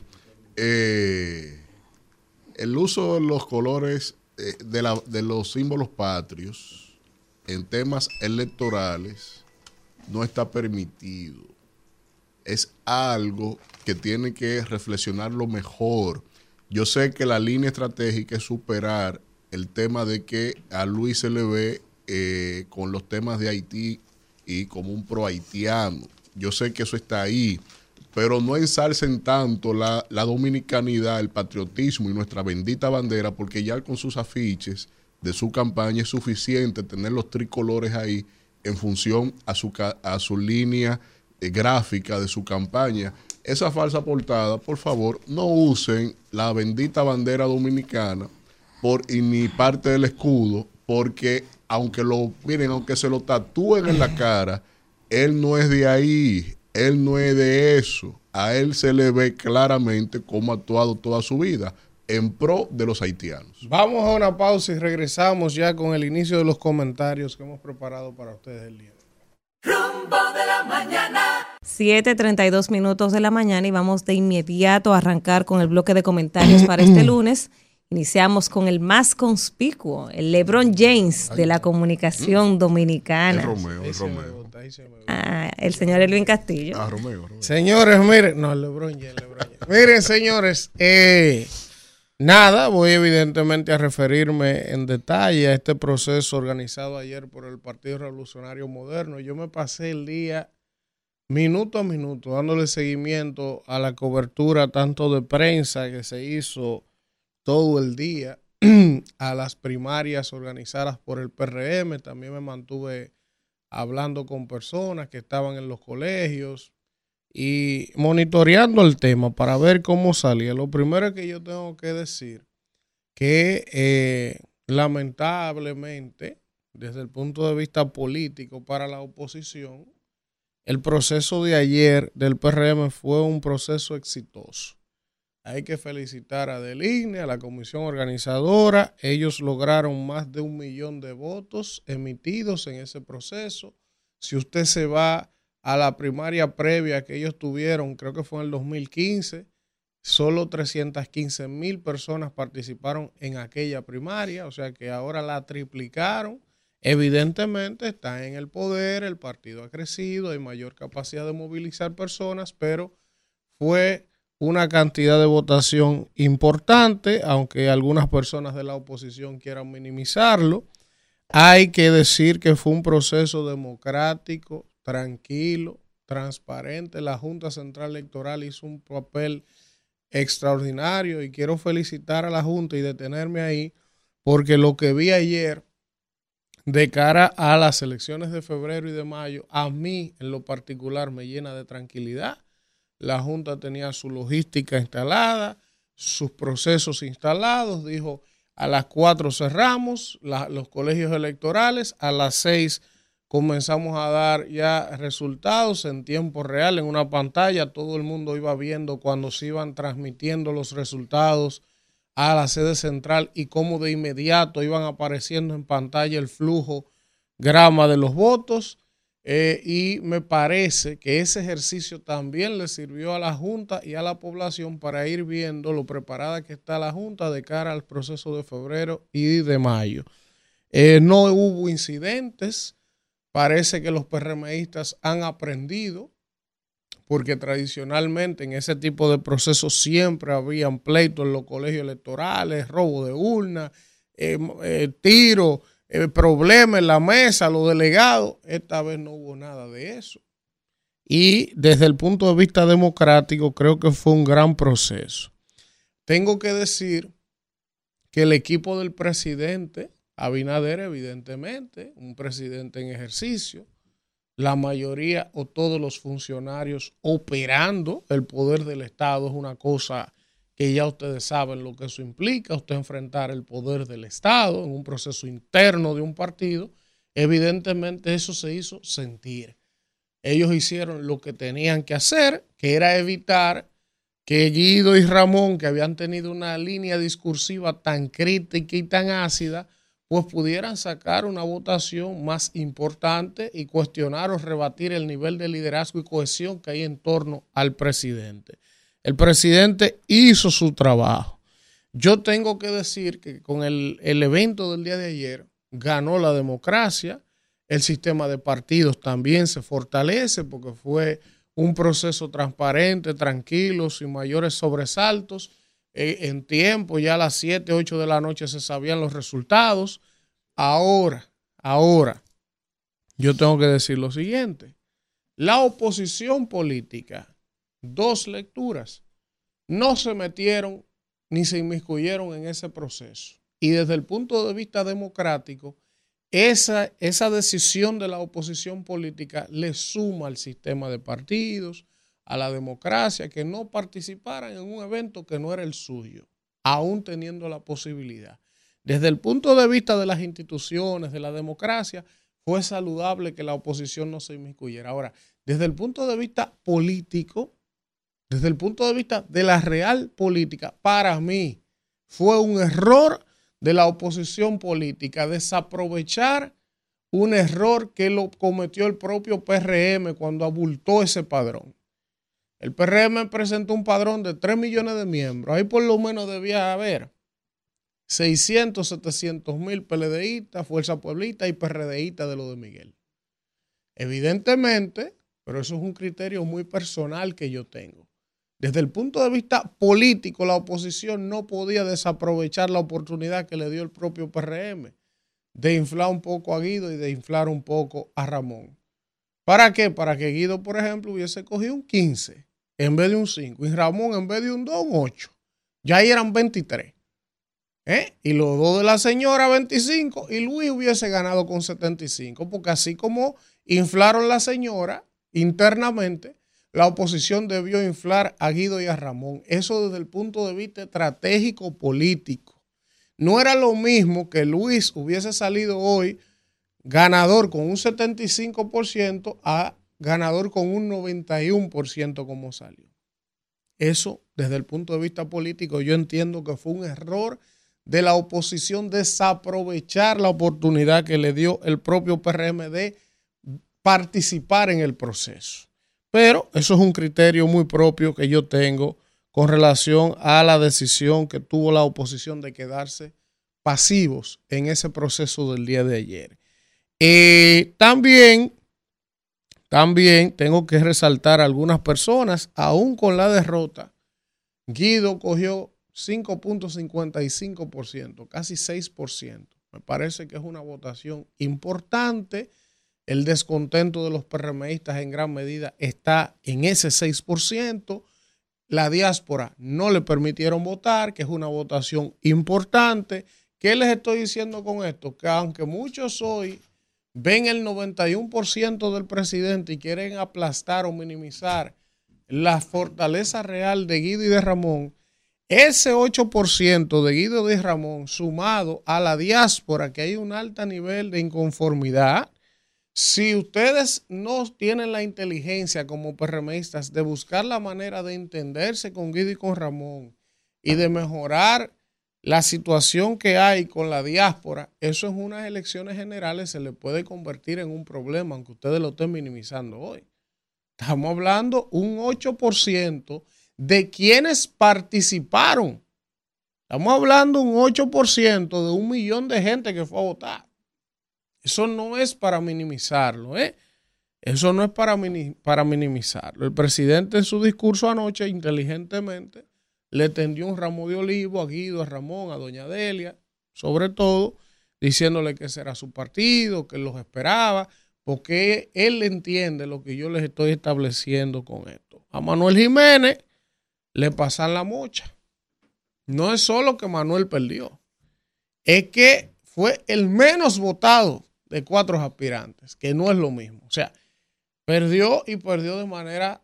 eh, el uso de los colores, eh, de, la, de los símbolos patrios en temas electorales no está permitido. Es algo que tiene que reflexionarlo mejor. Yo sé que la línea estratégica es superar el tema de que a Luis se le ve eh, con los temas de Haití y como un pro haitiano. Yo sé que eso está ahí, pero no ensalcen tanto la, la dominicanidad, el patriotismo y nuestra bendita bandera, porque ya con sus afiches de su campaña es suficiente tener los tricolores ahí en función a su, a su línea eh, gráfica de su campaña. Esa falsa portada, por favor, no usen la bendita bandera dominicana por, y ni parte del escudo, porque aunque lo miren, aunque se lo tatúen en la cara, él no es de ahí, él no es de eso. A él se le ve claramente cómo ha actuado toda su vida en pro de los haitianos. Vamos a una pausa y regresamos ya con el inicio de los comentarios que hemos preparado para ustedes el día de hoy. Rumbo de la mañana. siete treinta y dos minutos de la mañana y vamos de inmediato a arrancar con el bloque de comentarios para este lunes. Iniciamos con el más conspicuo, el LeBron James de la comunicación dominicana. El Romeo, el Romeo. ahí se me ve. Ah, el señor Elvin Castillo. Ah, Romeo, Romeo. Señores, miren, no, LeBron James, LeBron James. Miren, señores, eh, nada, voy evidentemente a referirme en detalle a este proceso organizado ayer por el Partido Revolucionario Moderno. Yo me pasé el día minuto a minuto dándole seguimiento a la cobertura tanto de prensa que se hizo todo el día, a las primarias organizadas por el P R M. También me mantuve hablando con personas que estaban en los colegios y monitoreando el tema para ver cómo salía. Lo primero que yo tengo que decir que eh, lamentablemente, desde el punto de vista político para la oposición, el proceso de ayer del P R M fue un proceso exitoso. Hay que felicitar a Deligne, a la comisión organizadora. Ellos lograron más de un millón de votos emitidos en ese proceso. Si usted se va a la primaria previa que ellos tuvieron, creo que fue en el dos mil quince, solo trescientas quince mil personas participaron en aquella primaria, o sea que ahora la triplicaron. Evidentemente está en el poder, el partido ha crecido, hay mayor capacidad de movilizar personas, pero fue una cantidad de votación importante, aunque algunas personas de la oposición quieran minimizarlo. Hay que decir que fue un proceso democrático, tranquilo, transparente. La Junta Central Electoral hizo un papel extraordinario y quiero felicitar a la Junta y detenerme ahí, porque lo que vi ayer de cara a las elecciones de febrero y de mayo, a mí en lo particular me llena de tranquilidad. La Junta tenía su logística instalada, sus procesos instalados. Dijo, a las cuatro cerramos la, los colegios electorales, a las seis comenzamos a dar ya resultados en tiempo real en una pantalla. Todo el mundo iba viendo cuando se iban transmitiendo los resultados a la sede central y cómo de inmediato iban apareciendo en pantalla el flujo grama de los votos. Eh, y me parece que ese ejercicio también le sirvió a la Junta y a la población para ir viendo lo preparada que está la Junta de cara al proceso de febrero y de mayo. Eh, no hubo incidentes, parece que los PRMistas han aprendido, porque tradicionalmente en ese tipo de procesos siempre habían pleitos en los colegios electorales, robo de urna, eh, eh, tiro, eh, problemas en la mesa, los delegados. Esta vez no hubo nada de eso. Y desde el punto de vista democrático creo que fue un gran proceso. Tengo que decir que el equipo del presidente Abinader, evidentemente, un presidente en ejercicio, la mayoría o todos los funcionarios operando el poder del Estado, es una cosa que ya ustedes saben lo que eso implica, usted enfrentar el poder del Estado en un proceso interno de un partido. Evidentemente eso se hizo sentir. Ellos hicieron lo que tenían que hacer, que era evitar que Guido y Ramón, que habían tenido una línea discursiva tan crítica y tan ácida, pues pudieran sacar una votación más importante y cuestionar o rebatir el nivel de liderazgo y cohesión que hay en torno al presidente. El presidente hizo su trabajo. Yo tengo que decir que con el, el evento del día de ayer ganó la democracia, el sistema de partidos también se fortalece porque fue un proceso transparente, tranquilo, sin mayores sobresaltos. Eh, en tiempo, ya a las siete, ocho de la noche se sabían los resultados. Ahora, ahora, yo tengo que decir lo siguiente. La oposición política, dos lecturas, no se metieron ni se inmiscuyeron en ese proceso. Y desde el punto de vista democrático, esa, esa decisión de la oposición política le suma al sistema de partidos, a la democracia, que no participaran en un evento que no era el suyo, aún teniendo la posibilidad. Desde el punto de vista de las instituciones, de la democracia, fue saludable que la oposición no se inmiscuyera. Ahora, desde el punto de vista político, desde el punto de vista de la real política, para mí fue un error de la oposición política desaprovechar un error que lo cometió el propio P R M cuando abultó ese padrón. El P R M presentó un padrón de tres millones de miembros. Ahí por lo menos debía haber seiscientos, setecientos mil PLDistas, Fuerza Pueblista y PRDistas de lo de Miguel. Evidentemente, pero eso es un criterio muy personal que yo tengo. Desde el punto de vista político, la oposición no podía desaprovechar la oportunidad que le dio el propio P R M de inflar un poco a Guido y de inflar un poco a Ramón. ¿Para qué? Para que Guido, por ejemplo, hubiese cogido un quince en vez de un cinco y Ramón en vez de un dos, un ocho. Ya ahí eran veintitrés. ¿Eh? Y los dos de la señora veinticinco y Luis hubiese ganado con setenta y cinco, porque así como inflaron la señora internamente, la oposición debió inflar a Guido y a Ramón. Eso desde el punto de vista estratégico político. No era lo mismo que Luis hubiese salido hoy ganador con un setenta y cinco por ciento a ganador con un noventa y uno por ciento como salió. Eso, desde el punto de vista político, yo entiendo que fue un error de la oposición desaprovechar la oportunidad que le dio el propio P R M de participar en el proceso. Pero eso es un criterio muy propio que yo tengo con relación a la decisión que tuvo la oposición de quedarse pasivos en ese proceso del día de ayer. Eh, también, también tengo que resaltar a algunas personas, aún con la derrota, Guido cogió cinco punto cincuenta y cinco por ciento, casi seis por ciento. Me parece que es una votación importante. El descontento de los PRMistas en gran medida está en ese seis por ciento. La diáspora no le permitieron votar, que es una votación importante. ¿Qué les estoy diciendo con esto? Que aunque muchos hoy ven el noventa y uno por ciento del presidente y quieren aplastar o minimizar la fortaleza real de Guido y de Ramón, ese ocho por ciento de Guido y de Ramón, sumado a la diáspora, que hay un alto nivel de inconformidad, si ustedes no tienen la inteligencia como PRMistas de buscar la manera de entenderse con Guido y con Ramón y de mejorar la situación que hay con la diáspora, eso en unas elecciones generales se le puede convertir en un problema, aunque ustedes lo estén minimizando hoy. Estamos hablando un ocho por ciento de quienes participaron. Estamos hablando un ocho por ciento de un millón de gente que fue a votar. Eso no es para minimizarlo, ¿eh? Eso no es para, para minimizarlo. El presidente en su discurso anoche, inteligentemente, le tendió un ramo de olivo a Guido, a Ramón, a doña Delia, sobre todo, diciéndole que ese era su partido, que él los esperaba, porque él entiende lo que yo les estoy estableciendo con esto. A Manuel Jiménez le pasan la mocha. No es solo que Manuel perdió, es que fue el menos votado de cuatro aspirantes, que no es lo mismo. O sea, perdió y perdió de manera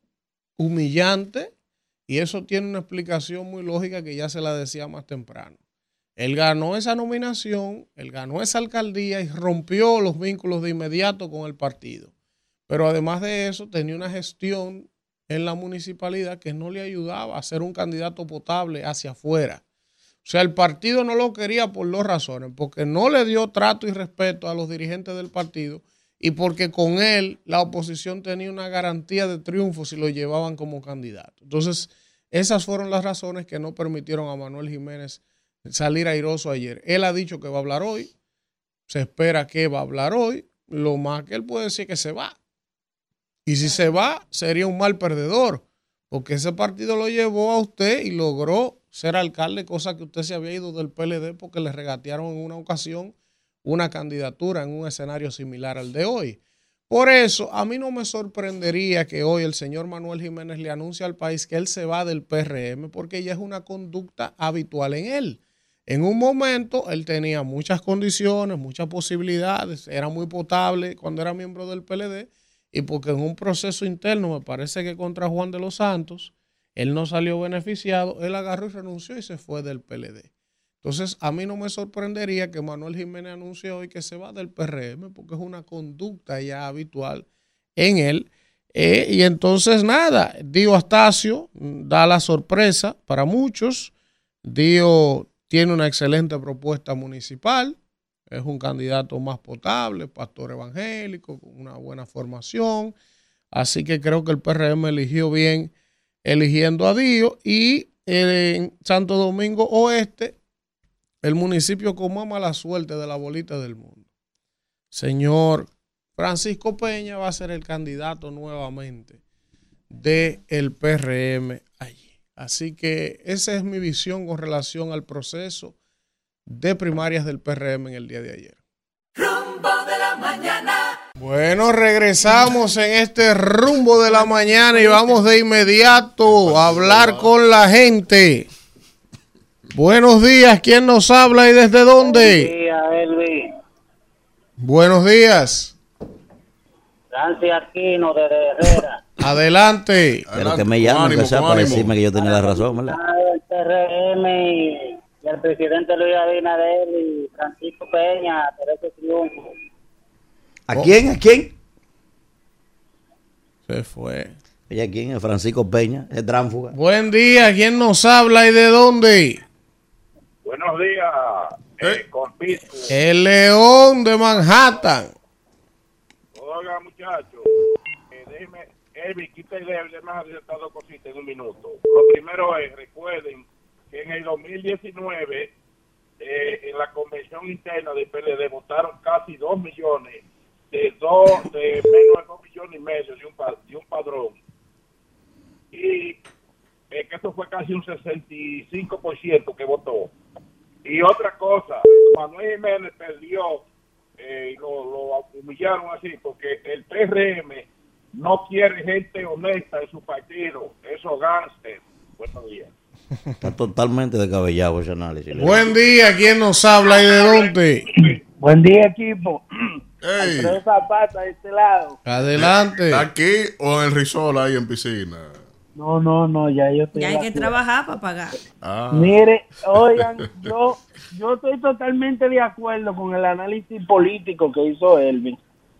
humillante. Y eso tiene una explicación muy lógica que ya se la decía más temprano. Él ganó esa nominación, él ganó esa alcaldía y rompió los vínculos de inmediato con el partido. Pero además de eso, tenía una gestión en la municipalidad que no le ayudaba a ser un candidato potable hacia afuera. O sea, el partido no lo quería por dos razones, porque no le dio trato y respeto a los dirigentes del partido y porque con él la oposición tenía una garantía de triunfo si lo llevaban como candidato. Entonces, esas fueron las razones que no permitieron a Manuel Jiménez salir airoso ayer. Él ha dicho que va a hablar hoy, se espera que va a hablar hoy, lo más que él puede decir es que se va. Y si se va, sería un mal perdedor, porque ese partido lo llevó a usted y logró ser alcalde, cosa que usted se había ido del P L D porque le regatearon en una ocasión una candidatura en un escenario similar al de hoy. Por eso, a mí no me sorprendería que hoy el señor Manuel Jiménez le anuncie al país que él se va del P R M porque ya es una conducta habitual en él. En un momento, él tenía muchas condiciones, muchas posibilidades, era muy potable cuando era miembro del P L D y porque en un proceso interno, me parece que contra Juan de los Santos, él no salió beneficiado, él agarró y renunció y se fue del P L D. Entonces, a mí no me sorprendería que Manuel Jiménez anuncie hoy que se va del P R M porque es una conducta ya habitual en él. Eh, y entonces, nada, Dio Astacio da la sorpresa para muchos. Dio tiene una excelente propuesta municipal. Es un candidato más potable, pastor evangélico, con una buena formación. Así que creo que el P R M eligió bien eligiendo a Dio. Y en Santo Domingo Oeste, el municipio con más mala suerte de la bolita del mundo. Señor Francisco Peña va a ser el candidato nuevamente del P R M allí. Así que esa es mi visión con relación al proceso de primarias del P R M en el día de ayer. Rumbo de la mañana. Bueno, regresamos en este rumbo de la mañana y vamos de inmediato a hablar con la gente. Buenos días, ¿quién nos habla y desde dónde? Buenos días, Elvis. Buenos días. Francis Aquino desde Herrera. Adelante. Pero que me llamen, que sea para decirme que yo tenía la razón, ¿verdad? El P R M y, y el presidente Luis Abinader y Francisco Peña por ese triunfo. ¿A quién? ¿A quién? Se fue. ¿Y a quién? A Francisco Peña, es tránfuga. Buen día, ¿quién nos habla y de dónde? Buenos días, eh, Corpito. El León de Manhattan. Oiga, muchachos, eh, déjeme, Elvis, quítale, déjeme adelantar dos cositas en un minuto. Lo primero es, recuerden que en el dos mil diecinueve, eh, en la convención interna del P L D, votaron casi dos millones, de dos, de menos de dos millones y medio de un, de un padrón. Y eh, que esto fue casi un sesenta y cinco por ciento que votó. Y otra cosa, Manuel Jiménez perdió, eh, lo, lo humillaron así, porque el P R M no quiere gente honesta en su partido, esos gánster. Buenos días. Está totalmente descabellado ese análisis. Buen día, ¿quién nos habla y de dónde? Buen día, equipo. Ey, Alfredo Zapata de este lado. Adelante. ¿aquí o en el Risol ahí en piscina? No, no, no, ya yo estoy Ya hay que aquí. trabajar para pagar. Ah, Mire, oigan, yo yo estoy totalmente de acuerdo con el análisis político que hizo Elvin.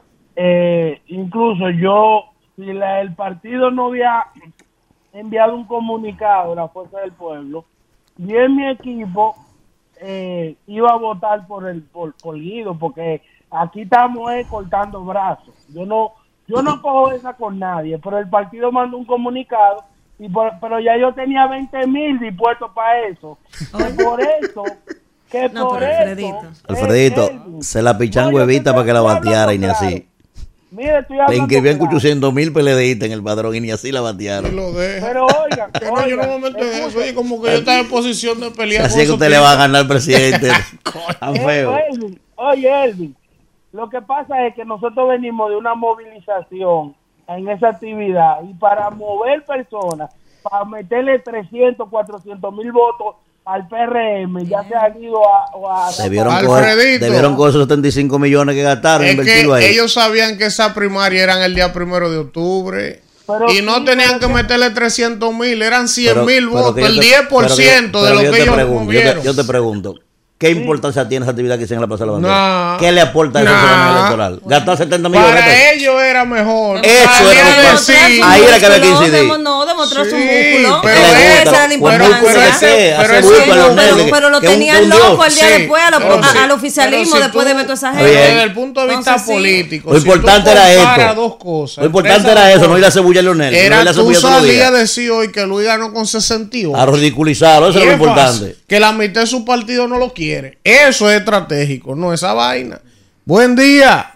Eh, incluso yo, si la, el partido no había enviado un comunicado, la Fuerza del Pueblo, y en mi equipo eh, iba a votar por el por, por Guido, porque aquí estamos eh, cortando brazos. Yo no yo no cojo esa con nadie, pero el partido mandó un comunicado, y por, pero ya yo tenía veinte mil dispuestos para eso. Que por eso, que No, por pero eso... Alfredito. Alfredito, Elvin, se la pichan no, yo huevita estoy- para que la estoy bateara y ni hablando así. claro. Mire, estoy Le hablando inscribían claro. ochocientos mil PLDistas en el padrón y ni así la Y batearon. lo deja. Pero oigan, Que no, yo no me oigan, meto en eso. escuchen. Oye, como que yo estaba en posición de pelear. Así con es que esos usted le tipos. va a ganar al presidente. Tan Eh, feo. Elvin, oye, Elvin, lo que pasa es que nosotros venimos de una movilización en esa actividad, y para mover personas, para meterle trescientos, cuatrocientos mil votos al P R M, ya se han ido a... a Debieron Alfredito. coger, debieron coger esos setenta y cinco millones que gastaron y Es invertirlo que ahí. ellos sabían que esa primaria eran el día primero de octubre. Pero y no sí, tenían pero que que- meterle trescientos mil, eran cien Pero- mil pero votos, que yo el te- diez por pero que- ciento de pero lo yo que te ellos pregunto, yo movieron. te, yo te pregunto, ¿qué importancia tiene esa actividad que hicieron en la Plaza de la Bandera? Nah. ¿Qué le aporta eso Nah. al programa electoral? ¿Gastar setenta millones de Para pesos? ellos era mejor. Eso Salían era lo a que- decir- Ahí era que había que incidir. Demo- no, demostró su Sí, músculo. pero Esa eso- era la pues importancia. músculo de ese- qué, pero hacer ese- bulto a los pero- nerds, Pero, que- pero lo que un- tenían un loco dios. el día Sí, después a la- pero a- si- al oficialismo, pero si después tú- de meter esa pero gente. desde el punto de vista Entonces, sí. político, Lo si importante tú era comparas esto. dos cosas, Lo entre importante esas era dos eso, no ir a cosas, cebullar a Leonel. Era no ir a tú cebullar todos los salías a días. decir hoy que Luis ganó con sesenta y ocho. A ridiculizarlo, eso Y es lo es fácil, importante. que la mitad de su partido no lo quiere. Eso es estratégico, no esa vaina. Buen día.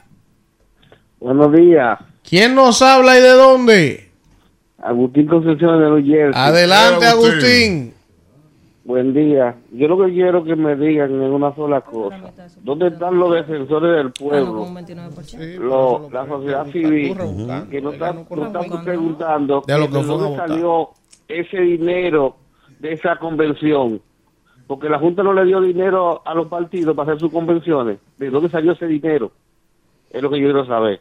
Buenos días, ¿Quién nos habla y de dónde? Agustín Concepción de New Jersey. Adelante, Hola, Agustín. Agustín. Buen día. Yo lo que quiero que me digan es una sola cosa. ¿Dónde están los defensores del Ganó con pueblo? un veintinueve por ciento. Sí, Lo- pero la eso lo sociedad está civil, tú rebuscando, que no él está, ganó con no está rebuscando. preguntando De lo que que de fueron a dónde votar. salió ese dinero de esa convención. Porque la Junta no le dio dinero a los partidos para hacer sus convenciones. ¿De dónde salió ese dinero? Es lo que yo quiero saber.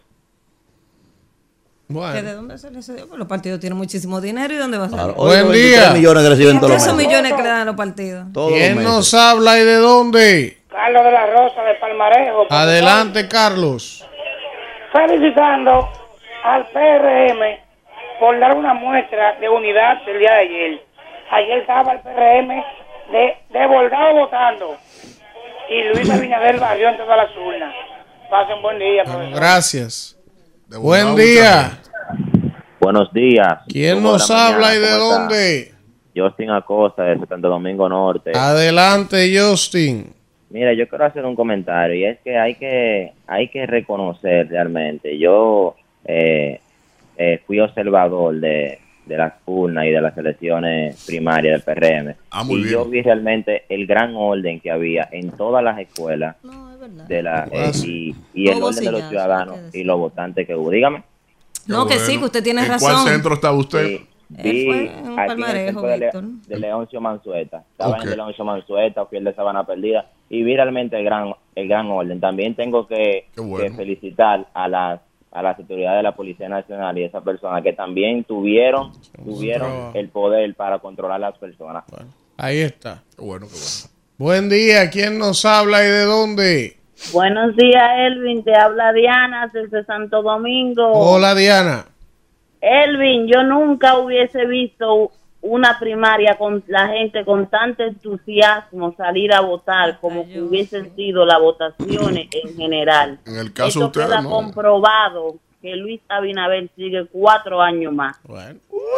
¿Que ¿De Bueno, dónde se les dio? Pues los partidos tienen muchísimo dinero, ¿y dónde va a salir? Claro, Buen hoy día. veintitrés millones que reciben todos los Esos meses. millones que le dan a los partidos. Todos los ¿quién meses. nos habla y de dónde? Carlos de la Rosa de Palmarejo. Adelante, Carlos. Felicitando al P R M por dar una muestra de unidad el día de ayer. Ayer estaba el P R M de, de Volgado votando y Luis Abinader barrió en todas las urnas. Pasen buen día, profesor. Gracias. De Buen Bonao, día. Buenos días. ¿Quién Rumbo de nos la habla mañana, y de ¿cómo está? dónde? Justin Acosta de Santo Domingo Norte. Adelante, Justin. Mira, yo quiero hacer un comentario y es que hay que hay que reconocer realmente. Yo eh, eh, fui observador de, de las urnas y de las elecciones primarias del P R M Ah, muy y bien. yo vi realmente el gran orden que había en todas las escuelas No, es verdad. de la eh, Ah, y, y el Hubo orden de los sillazo, ciudadanos hay que decir. y los votantes que hubo. Dígame. No, Qué que sí, bueno. que usted tiene ¿En razón. cuál centro estaba usted? Sí, Él vi fue en un aquí en el palmarejo, centro de, Le- Víctor. de Leoncio Mansueta. Estaba Ok. en el de Leoncio Mansueta, fui el de Sabana Perdida y vi realmente el gran el gran orden. También tengo que, Qué bueno. que felicitar a las a las autoridades de la Policía Nacional y esas personas que también tuvieron tuvieron trabajo. el poder para controlar a las personas. Bueno, ahí está. Qué bueno, qué bueno. Buen día, ¿quién nos habla y de dónde? Buenos días, Elvin. Te habla Diana desde Santo Domingo. Hola, Diana. Elvin, yo nunca hubiese visto una primaria con la gente con tanto entusiasmo salir a votar como que hubiesen sido las votaciones en general. En el caso de Esto ustedes, queda no. comprobado que Luis Abinader sigue cuatro años más. Bueno.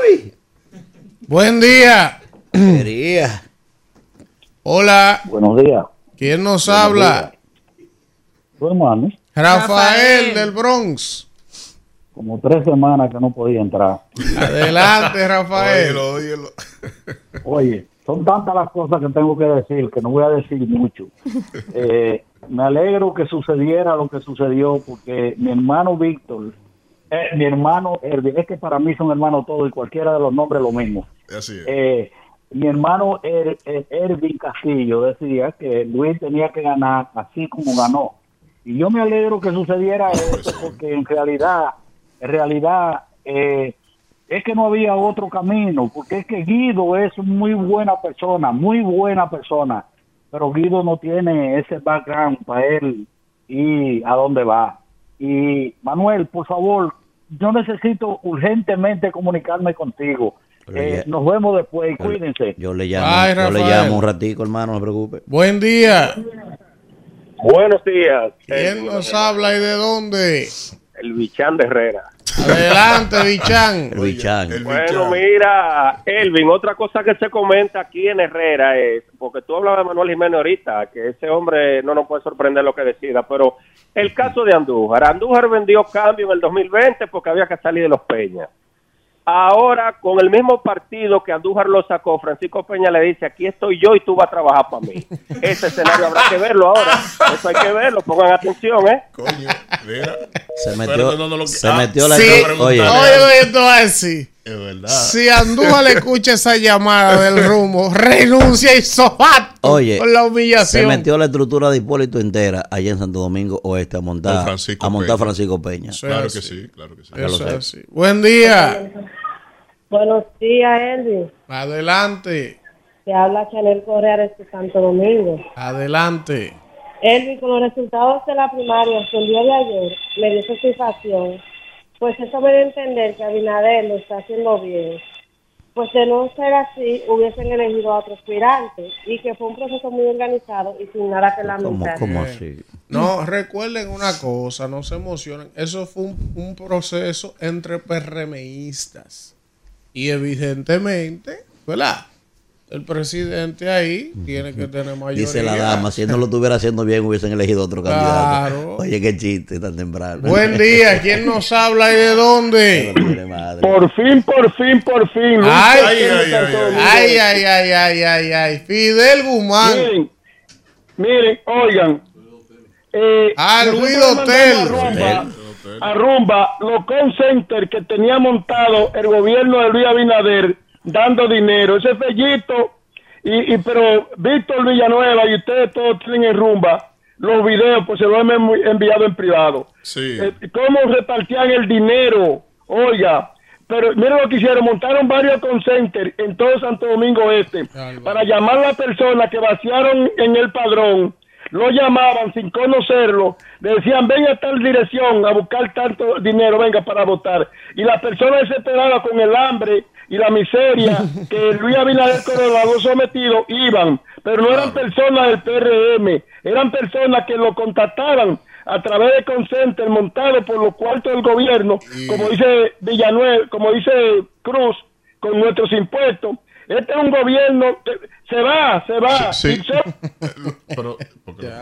Buen día. Quería. Hola, Buenos días. ¿quién nos habla? Tu hermano, Rafael, Rafael. del Bronx. como tres semanas que no podía entrar. Adelante, Rafael. Óyelo, óyelo. Oye, son tantas las cosas que tengo que decir que no voy a decir mucho. Eh, me alegro que sucediera lo que sucedió porque mi hermano Víctor, eh, mi hermano Erwin, es que para mí son hermanos todos y cualquiera de los nombres lo mismo. Así es. Eh, mi hermano er, er, Erwin Castillo decía que Luis tenía que ganar así como ganó. Y yo me alegro que sucediera eso porque en realidad, en realidad, eh, es que no había otro camino, porque es que Guido es muy buena persona, muy buena persona, pero Guido no tiene ese background para él y a dónde va. Y Manuel, por favor, yo necesito urgentemente comunicarme contigo. Eh, nos vemos después, cuídense. Yo le llamo, Ay, yo le Rafael. llamo un ratico, hermano, no se preocupe. Buen día. Buenos días. ¿Quién nos habla y de dónde? El Bichán de Herrera. Adelante, Bichán. El bichán. El Bueno, bichán. mira, Elvin, otra cosa que se comenta aquí en Herrera es, porque tú hablabas de Manuel Jiménez ahorita, que ese hombre no nos puede sorprender lo que decida, pero el caso de Andújar. Andújar vendió cambio en el dos mil veinte porque había que salir de los Peñas. Ahora, con el mismo partido que Andújar lo sacó, Francisco Peña le dice, aquí estoy yo y tú vas a trabajar para mí. Ese escenario habrá que verlo ahora. Eso hay que verlo, pongan atención, ¿eh? Coño, mira. Se metió, Espérate, no, no lo- se Ah, metió la... Sí, Oye, oye, oye, esto va a decir. Es verdad. Si Andújar le escucha esa llamada del rumbo, renuncia y sobato Oye, con la se humillación. metió la estructura de Hipólito entera allá en Santo Domingo Oeste a montar, Con Francisco a montar Peña. Francisco Peña. Eso Claro es que así. sí, claro que sí. Hágalo Eso es ser. así. Buen día. Buenos días, Elvin. Adelante. Te habla Chanel Correa de Santo Domingo. Adelante. Elvin, con los resultados de la primaria el día de ayer, me dio satisfacción. Pues eso me dio a entender que Abinader lo está haciendo bien. Pues de no ser así, hubiesen elegido a otro aspirante y que fue un proceso muy organizado y sin nada que ¿Cómo, lamentar. cómo así? No, recuerden una cosa, no se emocionen. Eso fue un, un proceso entre PRMistas. Y evidentemente, ¿verdad? El presidente ahí tiene que tener mayoría. Dice la dama, si él no lo estuviera haciendo bien, hubiesen elegido otro Claro. candidato. Oye, qué chiste tan temprano. Buen día, ¿quién nos habla y de dónde? Madre. Por fin, por fin, por fin. Luis Ay, Castillo ay, de Santo ay, Domingo. Ay, ay, ay, ay, ay, ay. Fidel Guzmán. Miren, miren, oigan. Eh, Ah, nosotros Luis le mandamos Dotel. A Rumba, a Rumba, los call centers que tenía montado el gobierno de Luis Abinader dando dinero. Ese fellito, y, y pero Víctor Villanueva y ustedes todos tienen en Rumba los videos, pues se los hemos enviado en privado. Sí. Eh, cómo repartían el dinero, oiga. Pero miren lo que hicieron, montaron varios call centers en todo Santo Domingo Este para llamar a las personas que vaciaron en el padrón. Lo llamaban sin conocerlo, le decían, ven a tal dirección a buscar tanto dinero, venga para votar. Y las personas desesperadas con el hambre y la miseria que Luis Abinader Coronado sometido iban, pero no eran personas del P R M, eran personas que lo contactaban a través de Concenter montado por los cuartos del gobierno, Y- como dice Villanueva, como dice Cruz, con nuestros impuestos. Este es un gobierno que se va, se va. Sí, sí. Y so- Pero, porque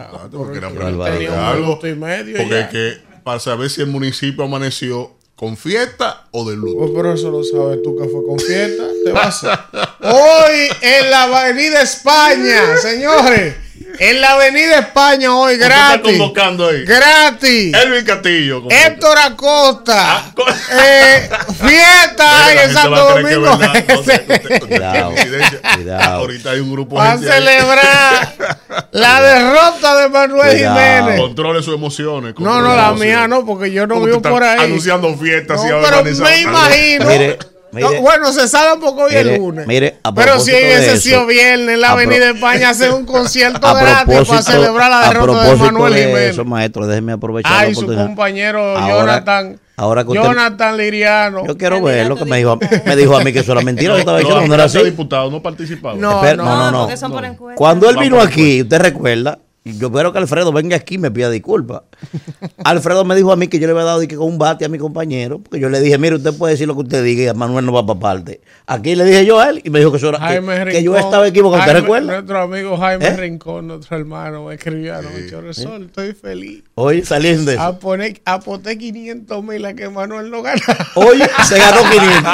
era Qué preguntarle barbaridad. algo. Minuto y medio Porque ya. es que para saber si el municipio amaneció con fiesta o de luto. Pues, pero eso lo sabes tú que fue con fiesta. Te vas a... Hoy en la Avenida España, señores. En la Avenida España hoy, ¿Usted gratis. está convocando ahí? Gratis. Elvin Castillo. convoca. Héctor Acosta. Ah, co- eh, fiesta Mira, la en gente Santo va a creer que es Domingo. verdad. No sé, usted- usted- Cuidado, coincidencia. cuidado. Ahorita hay un grupo de Va a gente ahí. celebrar la derrota de Manuel Cuidado. Jiménez. Controle sus emociones. No, no, controle la sus mía emociones. no, porque yo no ¿Cómo vivo tú por estás ahí. anunciando fiestas No, y pero organizando? me imagino. Mire, No, mire. bueno, se sabe porque hoy es Mire, lunes. mire, a pero si propósito en de ese eso, sido viernes en la a pro- Avenida España hacen un concierto A gratis para propósito, celebrar la a derrota de propósito Manuel de Jiménez. eso, maestro, déjeme aprovechar Ay, la su oportunidad. compañero Ahora- Jonathan. ahora que usted- Jonathan Liriano. Yo quiero ver lo que me dijo, me dijo a mí que eso era mentira. Yo estaba diciendo que no era así. diputado no participaba. No, Espera, no, no, no, no. porque son por encuesta. Cuando él Va vino por aquí, usted recuerda, y yo espero que Alfredo venga aquí y me pida disculpas. Alfredo me dijo a mí que yo le había dado y que con un bate a mi compañero, porque yo le dije, mire, usted puede decir lo que usted diga y Manuel no va para parte. Aquí le dije yo a él y me dijo que, eso era, que, Jaime que yo Rincón, estaba equivocado. ¿Usted Jaime- recuerda? Nuestro amigo Jaime ¿Eh? Rincón, nuestro hermano, me escribió anoche, Resol, estoy feliz. Hoy saliendo de eso. A poner, aposté quinientos mil a que Manuel no gana. Hoy se ganó quinientos.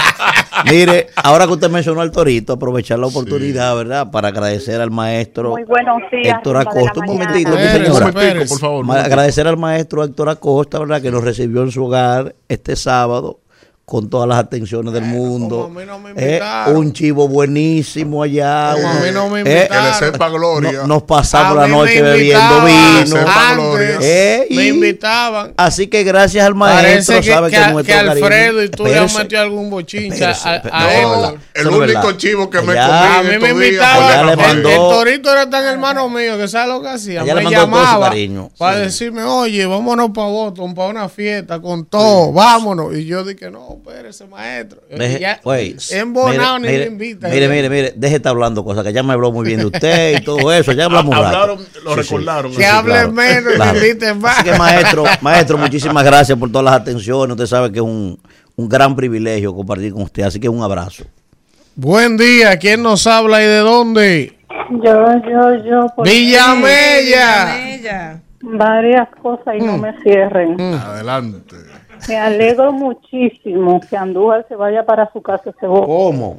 Mire, ahora que usted mencionó al Torito, aprovechar la oportunidad, ¿verdad? Para agradecer al maestro Muy buenos días. Héctor Rumba de la Acosta. Un mañana. momentito, mi Espérese, señora. espérese. por favor. Ma- Agradecer al maestro Héctor Acosta, ¿verdad? Que nos recibió en su hogar este sábado con todas las atenciones del mundo. como a mí no me Eh, invitaron. un chivo buenísimo allá. Como a uno- mí no me eh, Que le invitaron. sepa gloria. no- nos pasamos A la mí noche me bebiendo invitaban vino. Sepa gloria. Antes, Eh, me y- invitaban. Así que gracias al maestro, Parece que, sabe que, que, a- nuestro que Alfredo cariño- y tú le has Espérese. metido algún bochincha Espérese, a, a espérese. No, Héctor. ¿verdad? El Eso no es único verdad. chivo que me Allá- comí A en mí me estos días invitaban. fue Allá le El, Rafael. mandó- el Torito era tan hermano mío que sabe lo que hacía. Allá Me le mandó todo su llamaba cariño. para Sí. decirme, oye, vámonos para Boston, para una fiesta con todo, vámonos. Y yo dije, no, espérese, maestro. Y Deje- ya, güey, embonado ni mire, me invita. Mire, mire, mire, deje de estar hablando cosas, que ya me habló muy bien de usted y todo eso, ya hablamos un rato. Hablaron, lo recordaron. Que hable menos y me invite más. Así que maestro, maestro, muchísimas gracias por todas las atenciones. Usted sabe que es un, un gran privilegio compartir con usted, así que un abrazo. Buen día, ¿quién nos habla y de dónde? Yo, yo, yo. por Villamella. Ella. varias cosas y no me cierren. Adelante. Me alegro muchísimo que Andújar se vaya para su casa ese voto. ¿Cómo?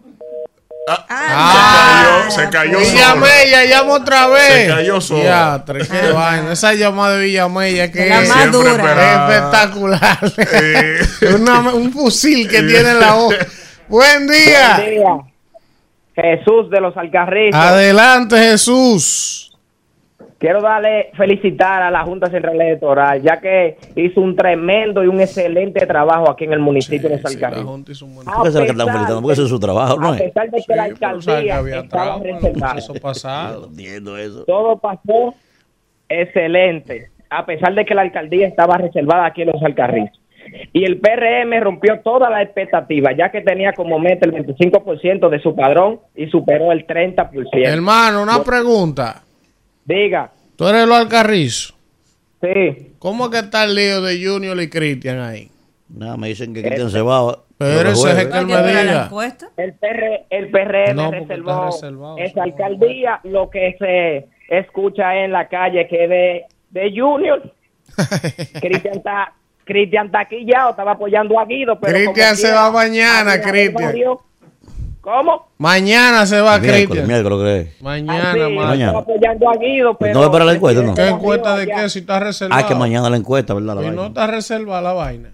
Ah, se cayó, se cayó solo. Villamella, llama otra vez. Se cayó solo. Ya, tres, qué vaina. Esa llamada de Villamella que La es más Siempre dura. esperada. espectacular. Eh. Una- un fusil que tiene en la hoja. Buen día. Buen día. Jesús de los Alcarrizos. Adelante, Jesús. Quiero darle, felicitar a la Junta Central Electoral, ya que hizo un tremendo y un excelente trabajo aquí en el municipio de los Alcarrizos. ¿Por qué se le están felicitando? Porque eso es su trabajo, ¿no A es? pesar de que la pero sabe que alcaldía había estaba trauma en el reservada. proceso pasado. No entiendo eso. Todo pasó excelente, a pesar de que la alcaldía estaba reservada aquí en los Alcarrizos. Y el P R M rompió todas las expectativas, ya que tenía como meta el veinticinco por ciento de su padrón y superó el treinta por ciento. Hermano, una pregunta. Diga. ¿Tú eres los Alcarrizos? Sí. ¿Cómo es que está el lío de Junior y Cristian ahí? Nada, me dicen que Cristian se va. Pero ese es el que él me diga. El, P R, el P R M No, porque reservó está reservado, esa alcaldía, lo que se escucha en la calle que de, de Junior. Cristian está Cristian está quillado, estaba apoyando a Guido, pero Cristian como se quiera, va mañana, había Cristian. varios- ¿Cómo? Mañana se va Miércoles, Cristian. miércoles, ¿cree? Mañana, Así, mano. Mañana. estaba apoyando a Guido, pero No es para la encuesta, ¿no? ¿Qué encuesta de qué? Si está reservado. Ah, que mañana la encuesta, ¿verdad? La Y no vaina. está reservada la vaina.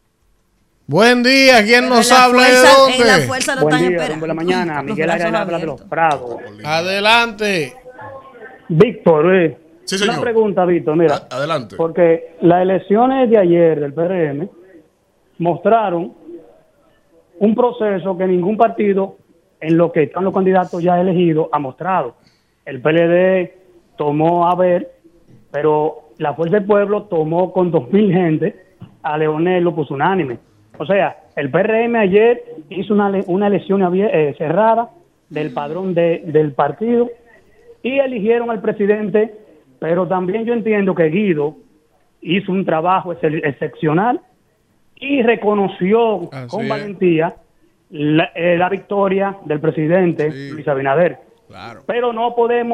Buen día, ¿quién nos En la habla y de fuerza- dónde? En la fuerza lo Buen están día, esperando. rumbo de la mañana. Los Miguel brazos Arias habla de los abiertos. Prados. Adelante. Víctor, eh, Sí, señor. una pregunta, Víctor, mira. A- adelante. Porque las elecciones de ayer del P R M mostraron un proceso que ningún partido, en lo que están los candidatos ya elegidos, ha mostrado. El P L D tomó a ver, pero la Fuerza del Pueblo tomó con dos mil gente, a Leonel lo puso unánime. O sea, el P R M ayer hizo una, le- una elección abier- eh, cerrada del padrón de- del partido y eligieron al presidente, pero también yo entiendo que Guido hizo un trabajo ex- excepcional y reconoció Así con es. valentía la, eh, la victoria del presidente Luis Abinader. Claro. Pero no podemos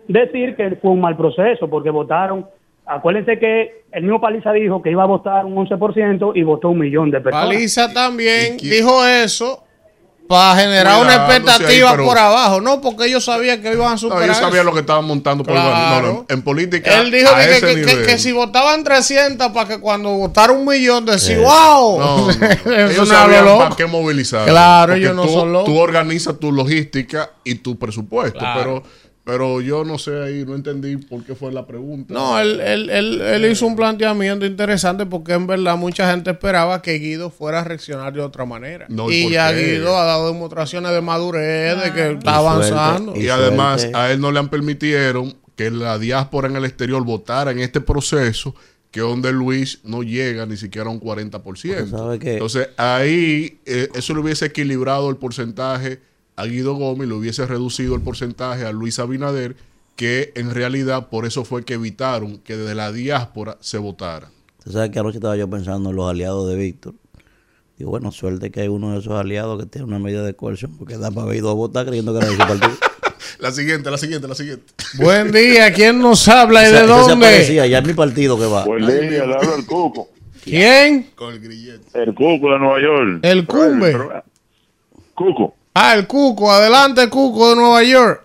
decir que fue un mal proceso, porque votaron. Acuérdense que el mismo Paliza dijo que iba a votar un once por ciento y votó un millón de personas. Paliza también dijo eso para generar Cuidado, una expectativa sí, pero- por abajo, no, porque ellos sabían que iban a No, superar. yo sabía eso. lo que estaban montando por Claro. no, no, en política. Él dijo a que, ese que, que, nivel. que si votaban trescientas para que cuando votara un millón decir, Eh. wow. No, no, no. Eso Ellos no hablo sabían loco. para qué movilizar. Claro, Porque ellos no tú, son locos. Tú organizas tu logística y tu presupuesto, Claro. pero pero yo no sé ahí, no entendí por qué fue la pregunta. No, él, él, él, él hizo un planteamiento interesante porque en verdad mucha gente esperaba que Guido fuera a reaccionar de otra manera. No, ¿y y por ya qué? Guido ha dado demostraciones de madurez, de que está Y avanzando. suerte, Y, además a él no le han permitieron que la diáspora en el exterior votara en este proceso, que donde Luis no llega ni siquiera a un cuarenta por ciento. ¿Sabe qué? Entonces ahí eh, eso le hubiese equilibrado el porcentaje a Guido Gómez, le hubiese reducido el porcentaje a Luis Abinader, que en realidad por eso fue que evitaron que desde la diáspora se votara. Usted sabe que anoche estaba yo pensando en los aliados de Víctor. Digo, bueno, suerte que hay uno de esos aliados que tiene una medida de coerción, porque da para haber ido a votar creyendo que era de su partido. La siguiente, la siguiente, la siguiente. Buen día, ¿quién nos habla y Ese- de ese se dónde? aparecía, ya es mi partido que va. Buen día, le habla el Cuco. ¿Quién? Con el grillete. El Cuco de Nueva York. El Cumbe. Cuco. Ah, el Cuco, adelante Cuco de Nueva York.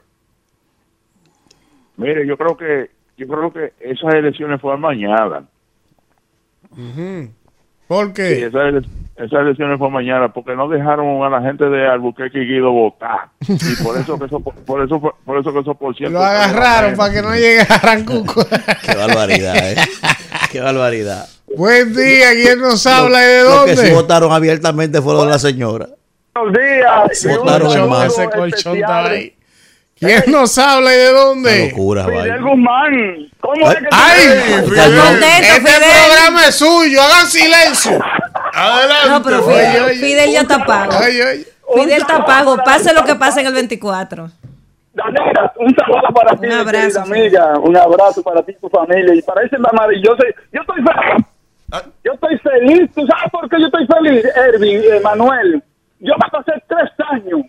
Mire, yo creo que yo creo que esas elecciones fueron mañana. Ujú. ¿Por Sí, qué? esas, ele- esas elecciones fueron mañana porque no dejaron a la gente de Albuquerque y Guido votar. Y por eso que eso por eso fue- por eso que eso por ciento Lo agarraron para que no llegaran Cuco. Qué barbaridad, ¿eh? Qué barbaridad. Buen día, ¿quién nos habla y de Los dónde? que sí votaron abiertamente fueron la señora. Buenos días. Ese Votaron colchón, en ese mano. colchón Especial. está ahí. ¿Quién nos habla y de dónde? Locura, Fidel vaya. Guzmán. ¿Cómo es que ¡Ay! te- Fidel, contento, este Fidel. programa es suyo, hagan silencio. Adelante. No, pero Oye, Fidel, oye. Fidel ya está pago. Oye, oye. Fidel está pago, pase lo que pase en el veinticuatro. Daniela, un saludo para ti, Un mi abrazo, querida amiga. Un abrazo para ti y tu familia. Y para ese maravilloso. Yo estoy feliz. Yo estoy feliz. ¿Tú sabes por qué yo estoy feliz, Ervin, eh, Manuel? Yo me pasé tres años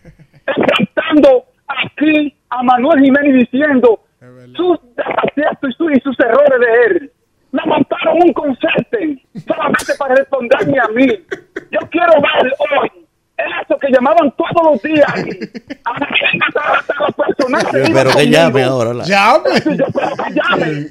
enfrentando aquí a Manuel Jiménez diciendo sus desaciertos y sus, y sus errores de él. Me montaron un concepto solamente para responderme a mí. Yo quiero ver hoy eso que llamaban todos los días a hasta, hasta los personajes. Yo espero que llame ahora. la- Llame. Yo espero que llame.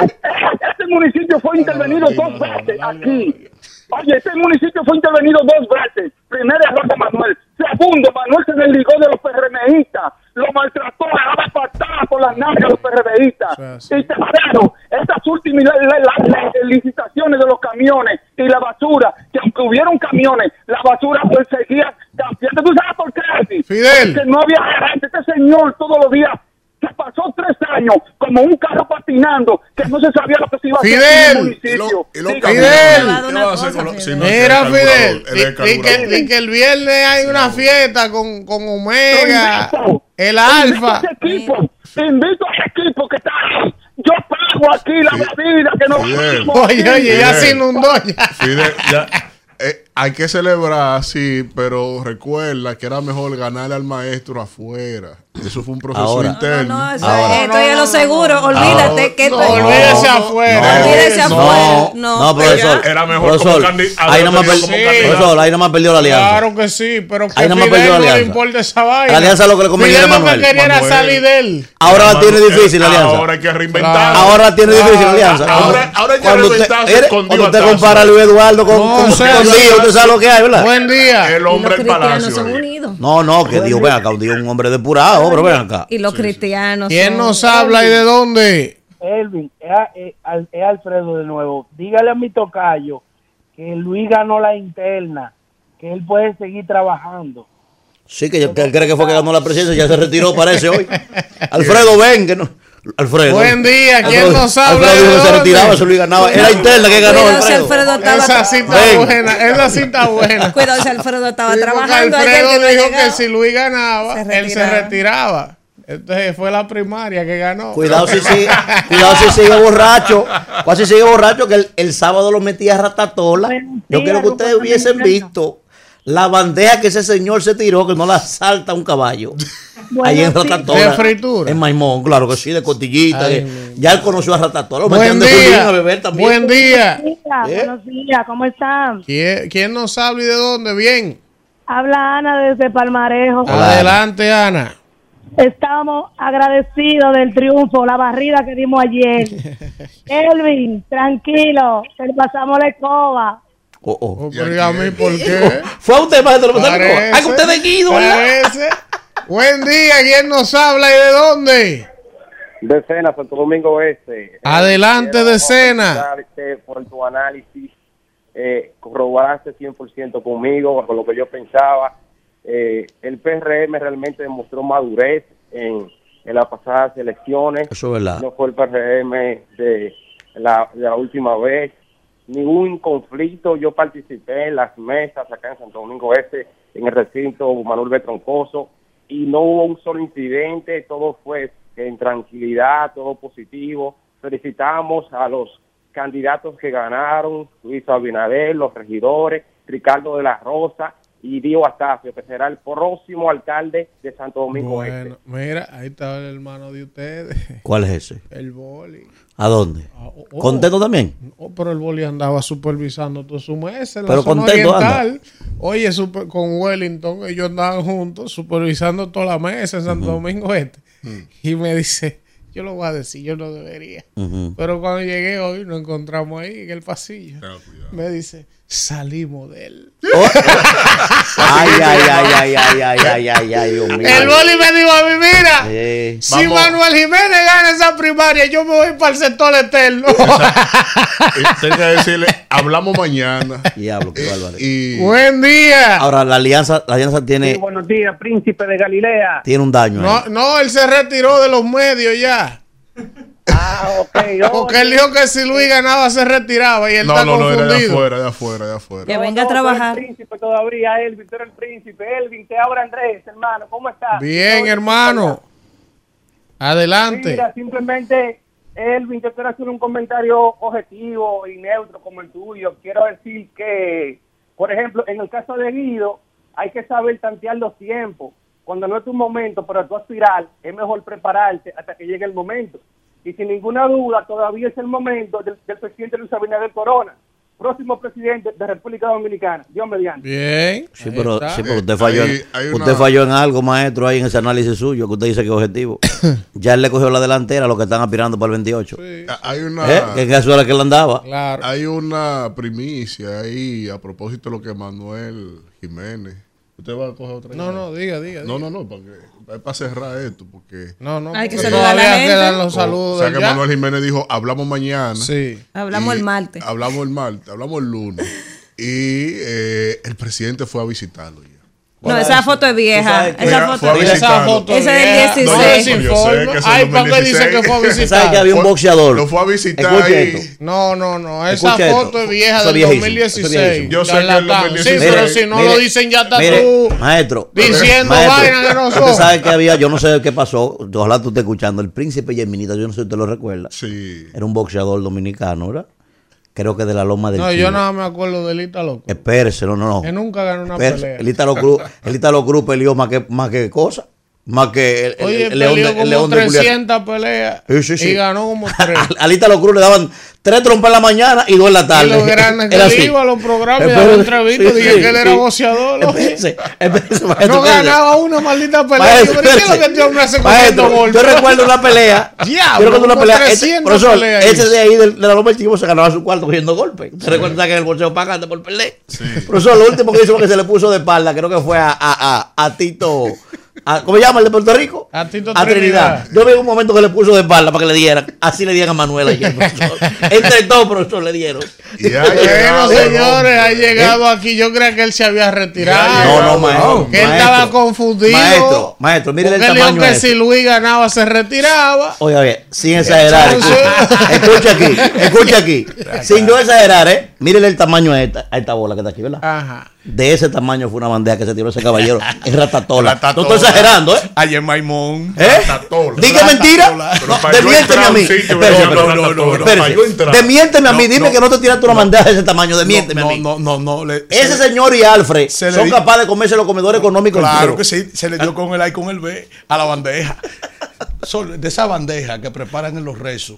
Este municipio fue intervenido dos veces aquí. Oye, este municipio fue intervenido dos veces. Primer error de Manuel. Segundo, Manuel se desligó de los PRMistas. Lo maltrató, le daba patadas por las nalgas a los PRMistas. Y tercero, estas últimas la- la- la- la- licitaciones de los camiones y la basura, que aunque hubieron camiones, la basura pues seguía cambiando. ¿Tú sabes por qué, Aldi? Fidel. Porque no había gente. Este señor todos los días se pasó tres años como un carro patinando, que no se sabía lo que se iba a hacer en el Fidel. municipio. Y lo- y lo Dígame. Fidel. ¿Qué va a hacer con los- si no es Mira, el carburador, Fidel, él es di, el di que, carburador. di que el viernes hay una fiesta con, con Omega, Invito. el Invito a Alfa. ese equipo, invito a ese equipo que está ahí. Yo pago aquí la bebida que nos Fidel. fuimos aquí. Oye, oye, ya Fidel. se inundó ya. Fidel, ya, eh, hay que celebrar, sí, pero recuerda que era mejor ganarle al maestro afuera. Eso fue un proceso Ahora. interno. No, eso Ahora. es- esto ya lo seguro. Olvídate que No, esto- olvídese no, afuera. no, olvídese no, afuera. No, no, profesor. Era mejor profesor, como candi- ahí nada más como perdió- candidato. profesor, ahí nada más perdió la alianza. Claro que sí, pero que Ahí nada más Fidel perdió la no le alianza. importa esa vaina. La alianza lo que le convenía Fidel a lo que Manuel. quería era Manuel. salir de él. Ahora la tiene difícil la alianza. Ahora hay que reinventar. Claro. Ahora la tiene difícil la alianza. Ahora- ahora hay que Cuando usted, reinventarse mire, con cuando usted Dios compara a atrás. Luis Eduardo con, No, con, o sea, con sí. Dios, usted sabe lo que hay, ¿verdad? Buen día. El Y los hombre del cristianos palacio. son ahí. unidos. No, no, que Dios, ven acá, un Dios, un hombre depurado, pero ven acá. Y los cristianos ¿Quién son- nos habla y de dónde? Elvin, es, a- es al- es Alfredo de nuevo. Dígale a mi tocayo que Luis ganó la interna, que él puede seguir trabajando. Sí, que, que él cree que fue que ganó la presidencia, ya se retiró, parece hoy. Alfredo, ven, que no. Alfredo. Buen día, ¿quién Alfredo- nos habla Alfredo y dijo de que se dónde? retiraba, eso Luis ganaba. Era interna que ganó, Cuidado si Alfredo. Alfredo estaba, Esa sí está Ven. buena, esa sí está buena. cuidado si Alfredo estaba Sí, porque trabajando ayer Alfredo que no ha dijo llegado. que si Luis ganaba, Se él se retiraba. retiraba. Entonces fue la primaria que ganó. Cuidado si sigue, cuidado si sigue borracho. Cuidado si sigue borracho, que el, el sábado lo metía a ratatola. Yo quiero que ustedes hubiesen visto La bandeja que ese señor se tiró, que no la salta un caballo. Bueno, ahí en sí. Ratatora. ¿De fritura? En Maimón, claro que sí, de cotillita. Ay, que- mi- ya él conoció a Ratatora. Lo Buen metían de Julín día. a beber también. Buen día. Buenos días, ¿Eh? buenos días, ¿cómo están? ¿Quién, quién nos habla y de dónde? Bien. Habla Ana desde Palmarejo. Hola. Adelante, Ana. Estamos agradecidos del triunfo, la barrida que dimos ayer. Elvin, tranquilo, te pasamos la escoba. Oh, oh. Oh, pero ¿y a mí por qué? Fue a usted, maestro. lo Parece, pasaron. Ay, que usted de Guido, ¿verdad? parece. Buen día, ¿quién nos habla y de dónde? De Sena, Santo Domingo Oeste. Adelante, Quiero de Sena. felicitarte por tu análisis. Eh, corroboraste cien por ciento conmigo, con lo que yo pensaba. Eh, el P R M realmente demostró madurez en, en las pasadas elecciones. Eso es verdad. No fue el P R M de la, de la última vez. Ningún conflicto. Yo participé en las mesas acá en Santo Domingo Este, en el recinto Manuel B. Troncoso, y no hubo un solo incidente. Todo fue en tranquilidad, todo positivo. Felicitamos a los candidatos que ganaron, Luis Abinader, los regidores, Ricardo de la Rosa y Dio Astacio, que será el próximo alcalde de Santo Domingo Este. Bueno, mira, ahí está el hermano de ustedes, ¿Cuál es ese? el boli. ¿A dónde? Ah, oh, oh. ¿Contento también? Oh, pero el boli andaba supervisando todo su mes en la Pero zona contento oriental. Oye, super- con Wellington, ellos andaban juntos supervisando toda la mesa en Santo Domingo Este. Y me dice, yo lo voy a decir, yo no debería. Ujú. Pero cuando llegué hoy, nos encontramos ahí en el pasillo. Tenga cuidado. Me dice, salimos de él. Ay, ay, ay, ay, ay, ay, ay, ay, ay, Dios mío. El boli me dijo a mí, mira, Eh, si Vamos. Manuel Jiménez gana esa primaria, yo me voy para el sector eterno. Eh, Tengo que decirle, hablamos mañana. diablo, qué bárbaro. Y Buen día. Ahora, la alianza, la alianza tiene, Sí, buenos días, príncipe de Galilea. tiene un daño No, ahí. no, él se retiró de los medios ya. Ah, ok. Porque él dijo que si Luis ganaba se retiraba y él no, está no, no, era de confundido. afuera, de afuera, de afuera. Que venga a No, tú eres trabajar. el príncipe todavía, Elvin, tú eres el príncipe. Elvin, te habla Andrés, hermano, ¿cómo estás? Bien, Oye, hermano. Adelante. Mira, simplemente, Elvin, yo quiero hacer un comentario objetivo y neutro como el tuyo. Quiero decir que, por ejemplo, en el caso de Guido, hay que saber tantear los tiempos. Cuando no es tu momento, pero tú aspirar, es mejor prepararte hasta que llegue el momento. Y sin ninguna duda, todavía es el momento del, del presidente Luis Abinader Corona, próximo presidente de República Dominicana. Dios mediante. Bien. Sí, ahí pero, está. sí, pero usted falló, Hay- en, hay usted una- falló en algo, maestro, ahí en ese análisis suyo, que usted dice que es objetivo. Ya él le cogió la delantera a los que están aspirando para el veintiocho. Sí, Hay una, ¿Eh? Que eso era que él andaba. claro. hay una primicia ahí a propósito de lo que Manuel Jiménez. ¿Usted va a coger otra? No, no, diga, diga. No, diga. no, no, para, que, es para cerrar esto, porque No, no. Hay que porque saludar a la todavía gente. quedan los o saludos. sea que ya. Manuel Jiménez dijo, hablamos mañana. Sí. Hablamos Y el martes. Hablamos el martes, hablamos el lunes. Y eh, el presidente fue a visitarlo ya. No, esa foto es vieja. sabes que- Esa Mira, foto fue a es vieja. Esa visitarlo. foto Esa es del vieja. dieciséis. No Yo sé desinforme. que es el Ay, ¿para qué dice que fue a dos mil dieciséis? ¿Sabe que había un Fue- boxeador? Lo fue a visitar Escuche y- esto. No, no, no. Esa Escucha esto. foto es vieja Eso del viejísimo, dos mil eso dieciséis. viejísimo. Yo sé que el Charlatán. dos mil Sí, dieciséis. pero si no Mire, lo dicen ya está mire, tú maestro, diciendo maestro, vainas que no usted son. sabe que había, yo no sé qué pasó, ojalá tú estés escuchando, el príncipe Yerminita, yo no sé si usted lo recuerda. Sí. Era un boxeador dominicano, ¿verdad? Creo que de la Loma del No, Chivo. yo nada me acuerdo del Ítalo. Espérese, no, no, no. Que nunca ganó una Espérese, pelea. El Ítalo Cruz, el Ítalo Cruz peleó más que, más que cosas. Más que el, el- Oye, el león peleó de, el como león de Culiacán. trescientas peleas Sí, sí, sí. y ganó como tres. Al, al Ítalo Cruz le daban tres trompas en la mañana y dos en la tarde. Y lo grande que Era él así. iba a los programas y Espérese, daba entrevistas, sí, dije sí, que él era sí. boxeador. oye. Espérese, espérese, maestro, No espérese. ganaba una maldita pelea. Maestro, Yo, pero ¿qué es lo que espérese. este hombre hace Maestro, cogiendo golpes? yo recuerdo una pelea. Diablo, yo recuerdo una como pelea. Ese, trescientas profesor, peleas ese hizo. de ahí del- de la Loma del Chivo se ganaba su cuarto cogiendo golpes. ¿Usted recuerda que en el bolseo pagando por perder? Profesor, lo último que hizo fue que se le puso de espalda, creo que fue a, a, a, a Tito. A, ¿Cómo se llama el de Puerto Rico? A Tito A Trinidad. Trinidad. Yo vi un momento que le puso de espalda para que le dieran. Así le dieran a Manuel ayer, profesor. Entre todos, profesor, le dieron. Y ha Bueno, llegado, señores, ha hombre. llegado aquí. Yo creía que él se había retirado. No, no, maestro. Que él maestro, estaba confundido. Maestro, maestro, mire Porque el él dijo tamaño que ese. si Luis ganaba se retiraba. Oiga, bien, sin exagerar. Entonces- Escucha aquí, escucha aquí. Sin yo exagerar, ¿eh? Mírele el tamaño a esta, a esta bola que está aquí, ¿verdad? Ajá. De ese tamaño fue una bandeja que se tiró ese caballero en Ratatola. Ratatola. No estoy exagerando, ¿eh? Ayer Maimón. ¿Eh? Diga mentira. Pero No, para yo demiénteme entrar a a un mí. sitio, Espérese, no, espérese. no, no, no, Espérese. para yo entrar. Demiénteme a mí. No, Dime no. que no te tiraste una bandeja de ese tamaño. No, Demiénteme no, a mí. no, no, no. Le, Ese se- señor y Alfred se le son di- capaces de comerse los comedores económicos Claro enteros. que sí, se le dio con el A y con el B a la bandeja. Son de esa bandeja que preparan en los rezos,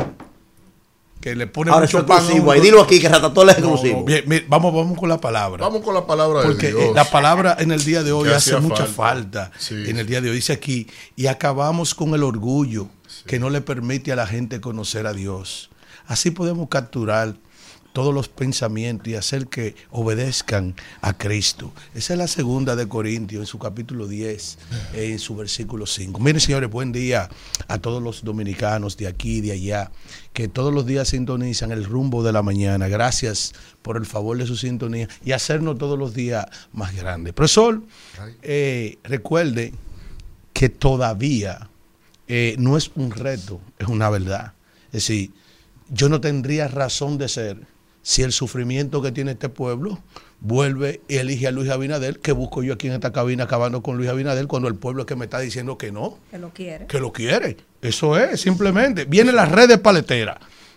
que le ponen Ahora mucho es pan. exclusivo. Ahí dilo aquí que Ratatola es No, exclusivo. no, bien, bien, vamos, vamos con la palabra. Vamos con la palabra de Porque eh, Dios. la palabra en el día de hoy Que hace hacía mucha falta. falta. Sí. En el día de hoy dice aquí, y acabamos con el orgullo que no le permite a la gente conocer a Dios. Así podemos capturar todos los pensamientos y hacer que obedezcan a Cristo. Esa es la segunda de Corintios, en su capítulo diez, en su versículo cinco. Miren, señores, buen día a todos los dominicanos de aquí y de allá, que todos los días sintonizan el rumbo de la mañana. Gracias por el favor de su sintonía y hacernos todos los días más grandes. Profesor, eh, recuerde que todavía eh, no es un reto, es una verdad. Es decir, yo no tendría razón de ser si el sufrimiento que tiene este pueblo vuelve y elige a Luis Abinader, que busco yo aquí en esta cabina acabando con Luis Abinader, cuando el pueblo es que me está diciendo que no, Que lo quiere. que lo quiere. Eso es, simplemente. Vienen las redes paleteras.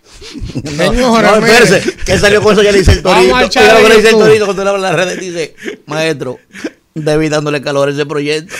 No, no, espérese, que salió con eso ya le dice el torito. Vamos al chat Mira lo que de le dice el YouTube. torito cuando le habla en las redes. Dice, maestro, debí dándole calor a ese proyecto.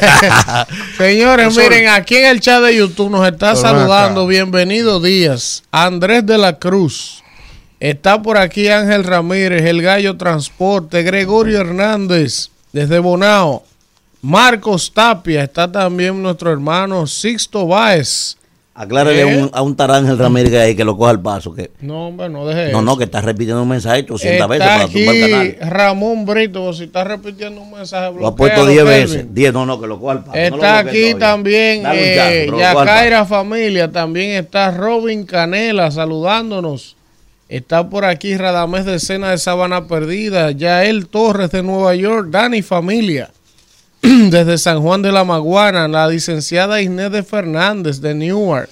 Señores, Profesor. miren, aquí en el chat de YouTube nos está Pero saludando. acá. Bienvenido Díaz. Andrés de la Cruz. Está por aquí Ángel Ramírez, El Gallo Transporte, Gregorio Hernández, desde Bonao. Marcos Tapia, está también nuestro hermano Sixto Báez. Aclárale ¿Eh? a un, a un Tarángel Ramírez ahí que lo coja al paso. Que, No, hombre, no deje no, eso. no, que está repitiendo un mensaje ochocientas veces Está para tumbar el aquí canal. Ramón Brito, si está repitiendo un mensaje, Lo ha puesto bloquéalo, diez Kelvin. veces. diez, no, no, que lo coja al paso. no lo Está bloquee aquí todavía. también Dale un eh, chance, pero lo coja al paso. Yacaira Familia, también está Robin Canela saludándonos. Está por aquí Radamés de Escena de Sabana Perdida, Yael Torres de Nueva York, Dani Familia, desde San Juan de la Maguana, la licenciada Inés de Fernández de Newark.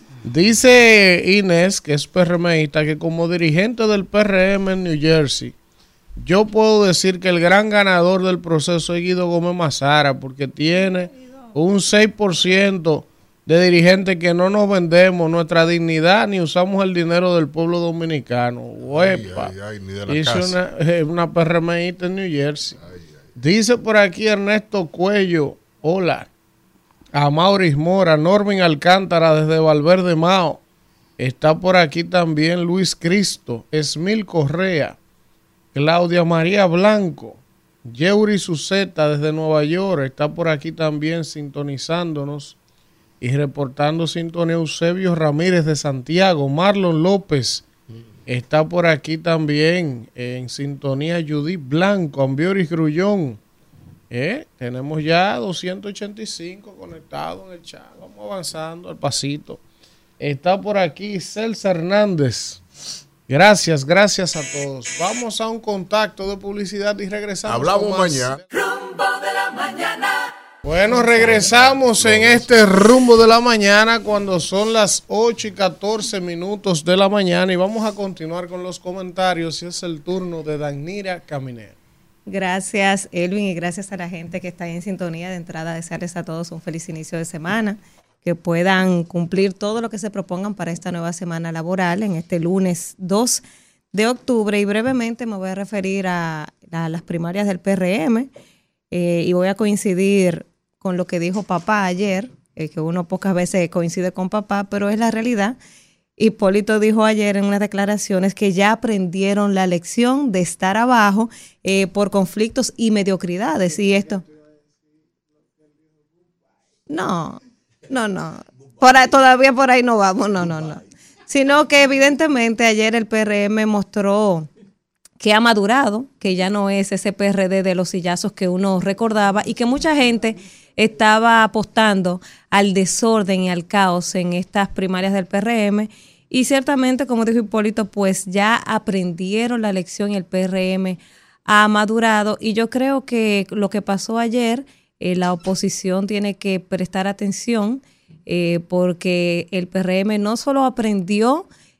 Dice Inés, que es PRMista, que como dirigente del P R M en New Jersey, yo puedo decir que el gran ganador del proceso es Guido Gómez Mazara, porque tiene un seis por ciento de dirigentes que no nos vendemos nuestra dignidad ni usamos el dinero del pueblo dominicano. Uepa. Ay, ay, ay, ni de la Hizo casa. una, eh, una PRMista en New Jersey. Dice por aquí Ernesto Cuello, hola. A Maurice Mora, Norman Alcántara desde Valverde Mao. Está por aquí también Luis Cristo, Esmil Correa, Claudia María Blanco, Yeuri Suceta desde Nueva York. Está por aquí también sintonizándonos y reportando sintonía Eusebio Ramírez de Santiago. Marlon López está por aquí también en sintonía. Judith Blanco, Ambioris Grullón. Eh, tenemos ya doscientos ochenta y cinco conectados en el chat. Vamos avanzando al pasito. Está por aquí Celsa Hernández. Gracias, gracias a todos. Vamos a un contacto de publicidad y regresamos. Hablamos con más. mañana. Rumbo de la mañana. Bueno, regresamos en este rumbo de la mañana cuando son las ocho y catorce minutos de la mañana y vamos a continuar con los comentarios y es el turno de Danira Caminero. Gracias, Elvin, y gracias a la gente que está en sintonía. De entrada, desearles a todos un feliz inicio de semana, que puedan cumplir todo lo que se propongan para esta nueva semana laboral en este lunes dos de octubre. Y brevemente me voy a referir a, a las primarias del P R M eh, y voy a coincidir con lo que dijo papá ayer, eh, que uno pocas veces coincide con papá, pero es la realidad. Hipólito dijo ayer en unas declaraciones que ya aprendieron la lección de estar abajo eh, por conflictos y mediocridades. Y esto... No, no, no. Por ahí, todavía por ahí no vamos, no, no, no. Sino que evidentemente ayer el P R M mostró que ha madurado, que ya no es ese P R D de los sillazos que uno recordaba y que mucha gente estaba apostando al desorden y al caos en estas primarias del P R M. Y ciertamente, como dijo Hipólito, pues ya aprendieron la lección y el P R M ha madurado. Y yo creo que lo que pasó ayer, eh, la oposición tiene que prestar atención eh, porque el P R M no solo aprendió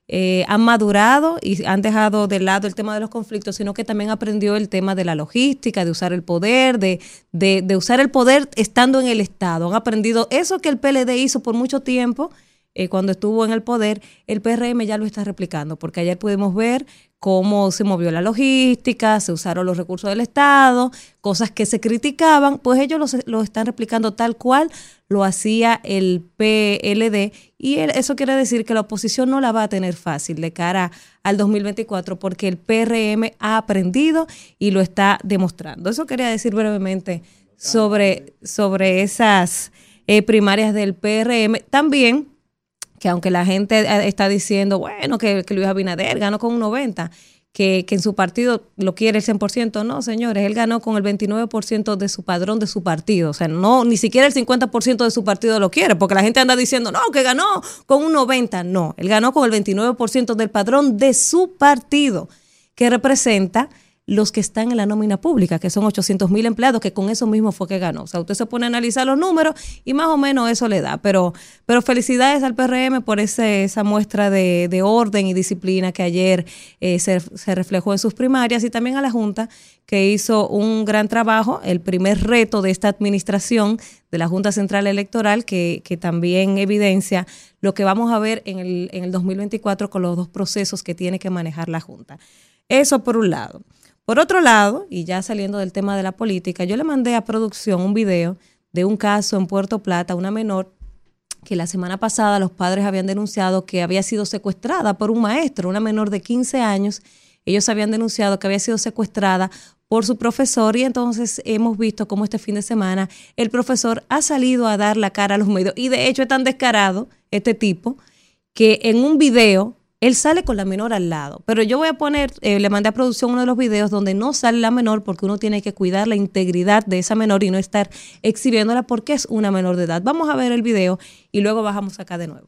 eh, han madurado y han dejado de lado el tema de los conflictos, sino que también aprendió el tema de la logística, de usar el poder, de, de, de usar el poder estando en el Estado. Han aprendido eso que el P L D hizo por mucho tiempo. Eh, cuando estuvo en el poder, el P R M ya lo está replicando, porque ayer pudimos ver cómo se movió la logística, se usaron los recursos del Estado, cosas que se criticaban, pues ellos lo, lo están replicando tal cual lo hacía el P L D, y el, eso quiere decir que la oposición no la va a tener fácil de cara al dos mil veinticuatro, porque el P R M ha aprendido y lo está demostrando. Eso quería decir brevemente sobre, sobre esas eh, primarias del P R M. También que aunque la gente está diciendo, bueno, que, que Luis Abinader ganó con un noventa, que, que en su partido lo quiere el cien por ciento, no, señores, él ganó con el veintinueve por ciento de su padrón de su partido, o sea, no, ni siquiera el cincuenta por ciento de su partido lo quiere, porque la gente anda diciendo, no, que ganó con un noventa, no, él ganó con el veintinueve por ciento del padrón de su partido, que representa los que están en la nómina pública, que son ochocientos mil empleados, que con eso mismo fue que ganó. O sea, usted se pone a analizar los números y más o menos eso le da. Pero, pero felicidades al P R M por ese, esa muestra de, de orden y disciplina que ayer eh, se, se reflejó en sus primarias, y también a la Junta, que hizo un gran trabajo, el primer reto de esta administración de la Junta Central Electoral, que, que también evidencia lo que vamos a ver en el, en el dos mil veinticuatro con los dos procesos que tiene que manejar la Junta. Eso por un lado. Por otro lado, y ya saliendo del tema de la política, yo le mandé a producción un video de un caso en Puerto Plata, una menor que la semana pasada los padres habían denunciado que había sido secuestrada por un maestro, una menor de quince años. Ellos habían denunciado que había sido secuestrada por su profesor, y entonces hemos visto cómo este fin de semana el profesor ha salido a dar la cara a los medios. Y de hecho es tan descarado este tipo que en un video él sale con la menor al lado, pero yo voy a poner, eh, le mandé a producción uno de los videos donde no sale la menor, porque uno tiene que cuidar la integridad de esa menor y no estar exhibiéndola porque es una menor de edad. Vamos a ver el video y luego bajamos acá de nuevo.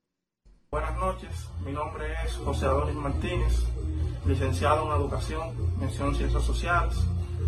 Buenas noches, mi nombre es José Adonis Martínez, licenciado en Educación, mención en Ciencias Sociales.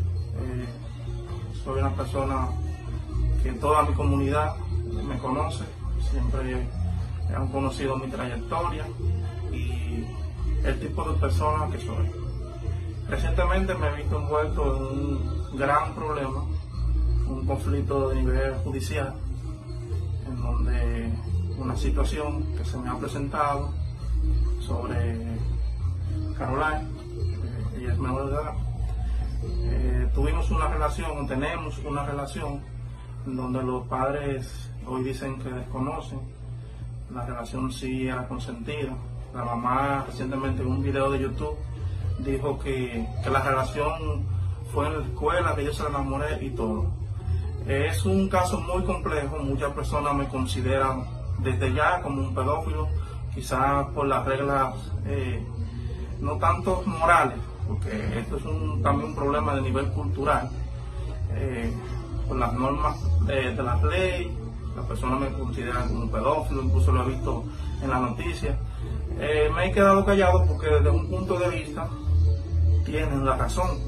Eh, soy una persona que toda mi comunidad me conoce, siempre han conocido mi trayectoria y el tipo de persona que soy. Recientemente me he visto envuelto en un gran problema, un conflicto de nivel judicial, en donde una situación que se me ha presentado sobre Caroline, eh, ella es menor de edad. Eh, tuvimos una relación, tenemos una relación, en donde los padres hoy dicen que desconocen. La relación sí era consentida. La mamá recientemente en un video de YouTube dijo que, que la relación fue en la escuela, que yo se la enamoré y todo. Es un caso muy complejo, muchas personas me consideran desde ya como un pedófilo, quizás por las reglas eh, no tanto morales, porque esto es un, también un problema de nivel cultural, eh, por las normas de, de las leyes. Las personas me consideran como un pedófilo, incluso lo he visto en las noticias. Eh, me he quedado callado porque desde un punto de vista tienen la razón.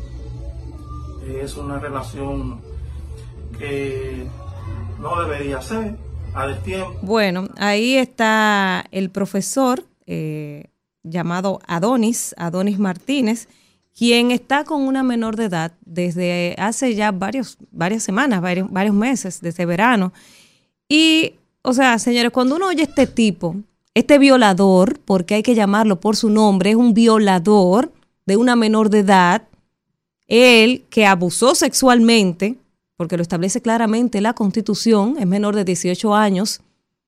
Es una relación que no debería ser a destiempo. Bueno, ahí está el profesor eh, llamado Adonis, Adonis Martínez, quien está con una menor de edad desde hace ya varios, varias semanas, varios, varios meses, desde verano. Y, o sea, señores, cuando uno oye este tipo, este violador, porque hay que llamarlo por su nombre, es un violador de una menor de edad, él que abusó sexualmente, porque lo establece claramente la Constitución, es menor de dieciocho años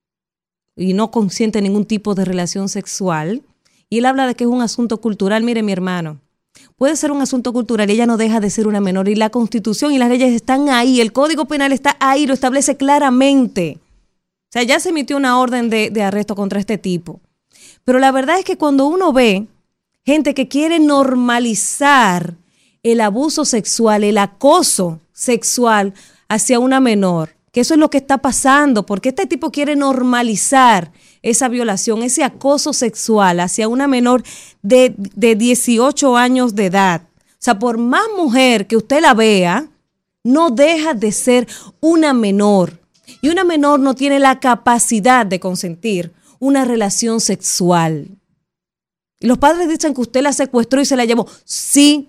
y no consiente ningún tipo de relación sexual, y él habla de que es un asunto cultural. Mire, mi hermano, puede ser un asunto cultural y ella no deja de ser una menor, y la Constitución y las leyes están ahí, el Código Penal está ahí, lo establece claramente. O sea, ya se emitió una orden de, de arresto contra este tipo. Pero la verdad es que cuando uno ve gente que quiere normalizar el abuso sexual, el acoso sexual hacia una menor, que eso es lo que está pasando, porque este tipo quiere normalizar esa violación, ese acoso sexual hacia una menor de, de dieciocho años de edad. O sea, por más mujer que usted la vea, no deja de ser una menor. Y una menor no tiene la capacidad de consentir una relación sexual. Y los padres dicen que usted la secuestró y se la llevó. Sí.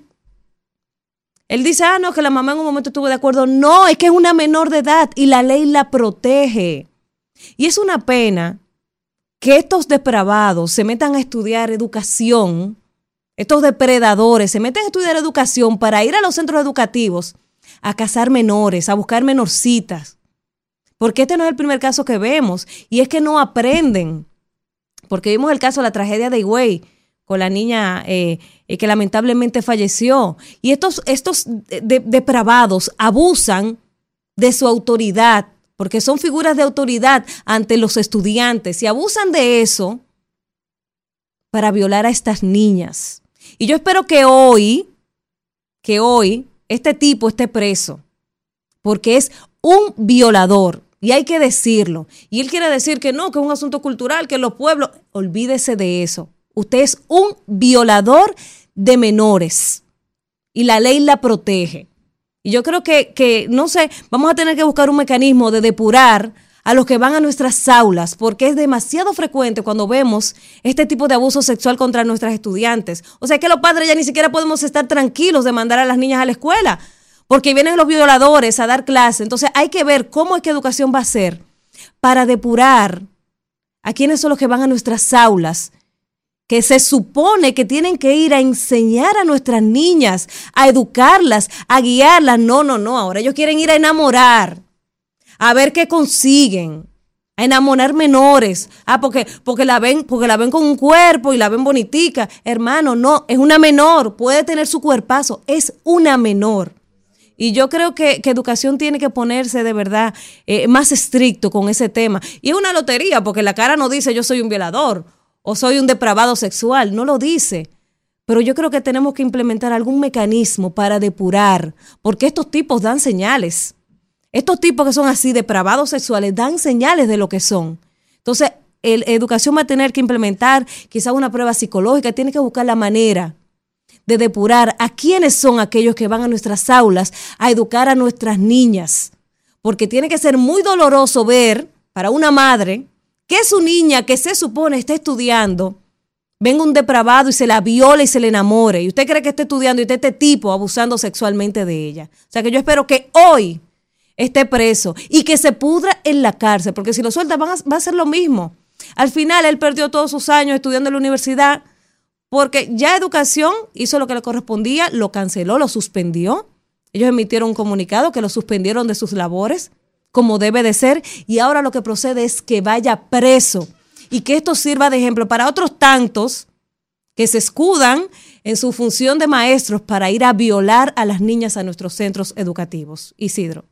Él dice, ah, no, que la mamá en un momento estuvo de acuerdo. No, es que es una menor de edad y la ley la protege. Y es una pena que estos depravados se metan a estudiar educación, estos depredadores se meten a estudiar educación para ir a los centros educativos a cazar menores, a buscar menorcitas. Porque este no es el primer caso que vemos y es que no aprenden. Porque vimos el caso de la tragedia de Higüey con la niña eh, eh, que lamentablemente falleció. Y estos, estos de, de, depravados abusan de su autoridad, porque son figuras de autoridad ante los estudiantes y abusan de eso para violar a estas niñas. Y yo espero que hoy, que hoy este tipo esté preso, porque es un violador. Y hay que decirlo. Y él quiere decir que no, que es un asunto cultural, que los pueblos... Olvídese de eso. Usted es un violador de menores. Y la ley la protege. Y yo creo que, que, no sé, vamos a tener que buscar un mecanismo de depurar a los que van a nuestras aulas, porque es demasiado frecuente cuando vemos este tipo de abuso sexual contra nuestras estudiantes. O sea que los padres ya ni siquiera podemos estar tranquilos de mandar a las niñas a la escuela, porque vienen los violadores a dar clase. Entonces hay que ver cómo es que educación va a ser para depurar a quienes son los que van a nuestras aulas, que se supone que tienen que ir a enseñar a nuestras niñas, a educarlas, a guiarlas. No, no, no, ahora ellos quieren ir a enamorar, a ver qué consiguen, a enamorar menores. Ah, porque, porque, la ven, porque la ven con un cuerpo y la ven bonitica. Hermano, no, es una menor, puede tener su cuerpazo, es una menor. Y yo creo que, que educación tiene que ponerse de verdad eh, más estricto con ese tema. Y es una lotería, porque la cara no dice yo soy un violador o soy un depravado sexual, no lo dice. Pero yo creo que tenemos que implementar algún mecanismo para depurar, porque estos tipos dan señales. Estos tipos que son así, depravados sexuales, dan señales de lo que son. Entonces, la educación va a tener que implementar quizás una prueba psicológica, tiene que buscar la manera de depurar a quiénes son aquellos que van a nuestras aulas a educar a nuestras niñas. Porque tiene que ser muy doloroso ver para una madre que su niña que se supone está estudiando, venga un depravado y se la viole y se le enamore. Y usted cree que está estudiando y está este tipo abusando sexualmente de ella. O sea que yo espero que hoy esté preso y que se pudra en la cárcel, porque si lo suelta van a, va a ser lo mismo. Al final él perdió todos sus años estudiando en la universidad porque ya educación hizo lo que le correspondía, lo canceló, lo suspendió. Ellos emitieron un comunicado que lo suspendieron de sus labores, como debe de ser, y ahora lo que procede es que vaya preso y que esto sirva de ejemplo para otros tantos que se escudan en su función de maestros para ir a violar a las niñas a nuestros centros educativos. Isidro.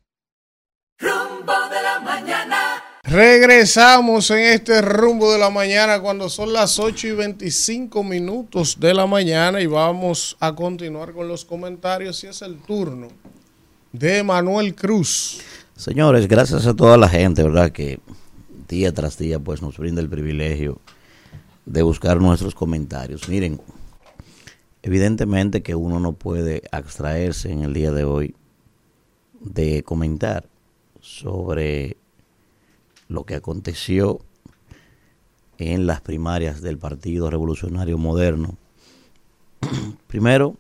Rumbo de la mañana. Regresamos en este rumbo de la mañana cuando son las ocho y veinticinco minutos de la mañana y vamos a continuar con los comentarios y es el turno de Manuel Cruz. Señores, gracias a toda la gente, ¿verdad? Que día tras día pues nos brinda el privilegio de buscar nuestros comentarios. Miren, evidentemente que uno no puede abstraerse en el día de hoy de comentar sobre lo que aconteció en las primarias del Partido Revolucionario Moderno. Primero,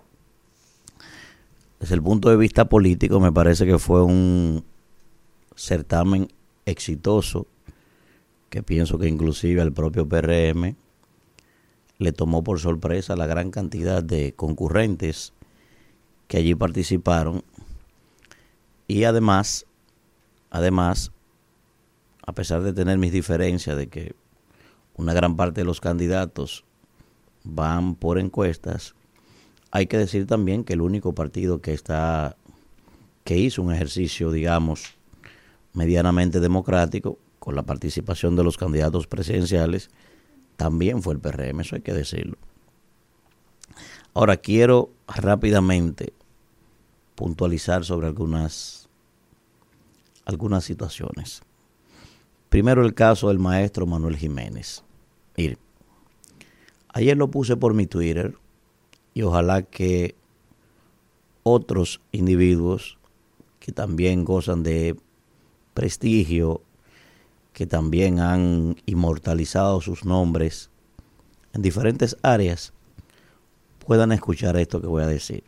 desde el punto de vista político, me parece que fue un certamen exitoso, que pienso que inclusive al propio P R M le tomó por sorpresa la gran cantidad de concurrentes que allí participaron. Y además, además, a pesar de tener mis diferencias de que una gran parte de los candidatos van por encuestas, hay que decir también que el único partido que está que hizo un ejercicio, digamos, medianamente democrático con la participación de los candidatos presidenciales también fue el P R M, eso hay que decirlo. Ahora quiero rápidamente puntualizar sobre algunas algunas situaciones. Primero el caso del maestro Manuel Jiménez. Mire, ayer lo puse por mi Twitter y ojalá que otros individuos que también gozan de prestigio, que también han inmortalizado sus nombres en diferentes áreas puedan escuchar esto que voy a decir.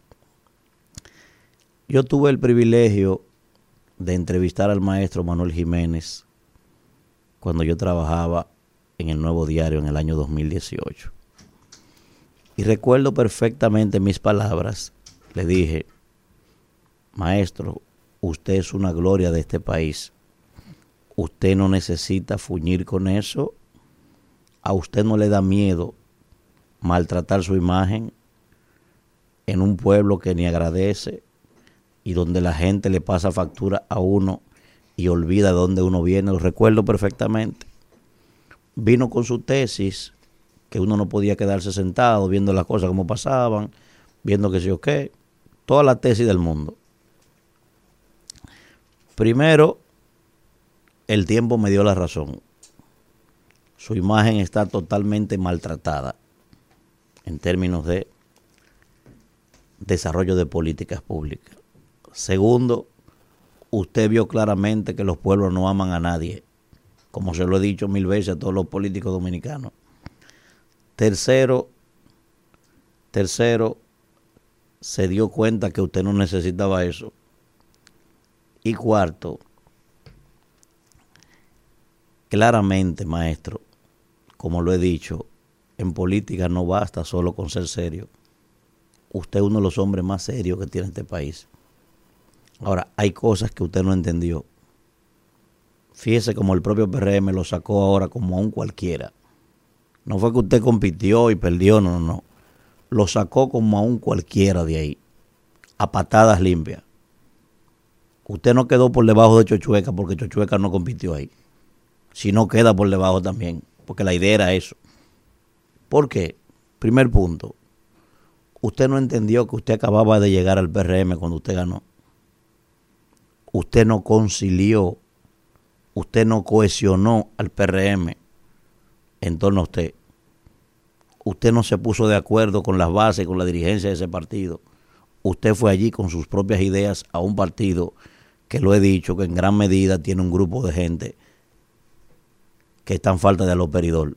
Yo tuve el privilegio de entrevistar al maestro Manuel Jiménez cuando yo trabajaba en el Nuevo Diario en el año dos mil dieciocho. Y recuerdo perfectamente mis palabras. Le dije: maestro, usted es una gloria de este país. Usted no necesita fuñir con eso. A usted no le da miedo maltratar su imagen en un pueblo que ni agradece y donde la gente le pasa factura a uno y olvida de dónde uno viene. Lo recuerdo perfectamente. Vino con su tesis, que uno no podía quedarse sentado viendo las cosas como pasaban, viendo que sí o qué, toda la tesis del mundo. Primero, el tiempo me dio la razón. Su imagen está totalmente maltratada en términos de desarrollo de políticas públicas. Segundo, usted vio claramente que los pueblos no aman a nadie, como se lo he dicho mil veces a todos los políticos dominicanos. Tercero, tercero, se dio cuenta que usted no necesitaba eso. Y cuarto, claramente, maestro, como lo he dicho, en política no basta solo con ser serio. Usted es uno de los hombres más serios que tiene este país. Ahora, hay cosas que usted no entendió. Fíjese como el propio P R M lo sacó ahora como a un cualquiera. No fue que usted compitió y perdió, no, no, no. Lo sacó como a un cualquiera de ahí, a patadas limpias. Usted no quedó por debajo de Chochueca porque Chochueca no compitió ahí. Si no queda por debajo también, porque la idea era eso. ¿Por qué? Primer punto. Usted no entendió que usted acababa de llegar al P R M cuando usted ganó. Usted no concilió, usted no cohesionó al P R M en torno a usted. Usted no se puso de acuerdo con las bases, con la dirigencia de ese partido. Usted fue allí con sus propias ideas a un partido que, lo he dicho, que en gran medida tiene un grupo de gente que está en falta de aloperidol.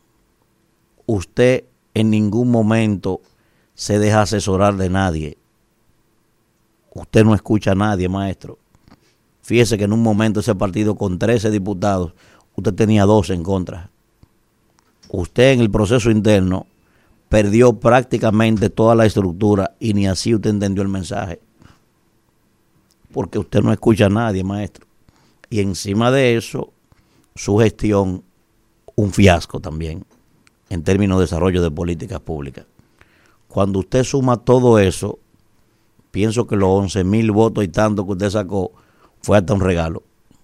Usted en ningún momento se deja asesorar de nadie. Usted no escucha a nadie, maestro. Fíjese que en un momento ese partido con trece diputados, usted tenía doce en contra. Usted en el proceso interno perdió prácticamente toda la estructura y ni así usted entendió el mensaje. Porque usted no escucha a nadie, maestro. Y encima de eso, su gestión, un fiasco también, en términos de desarrollo de políticas públicas. Cuando usted suma todo eso, pienso que los once mil votos y tanto que usted sacó fue hasta un regalo.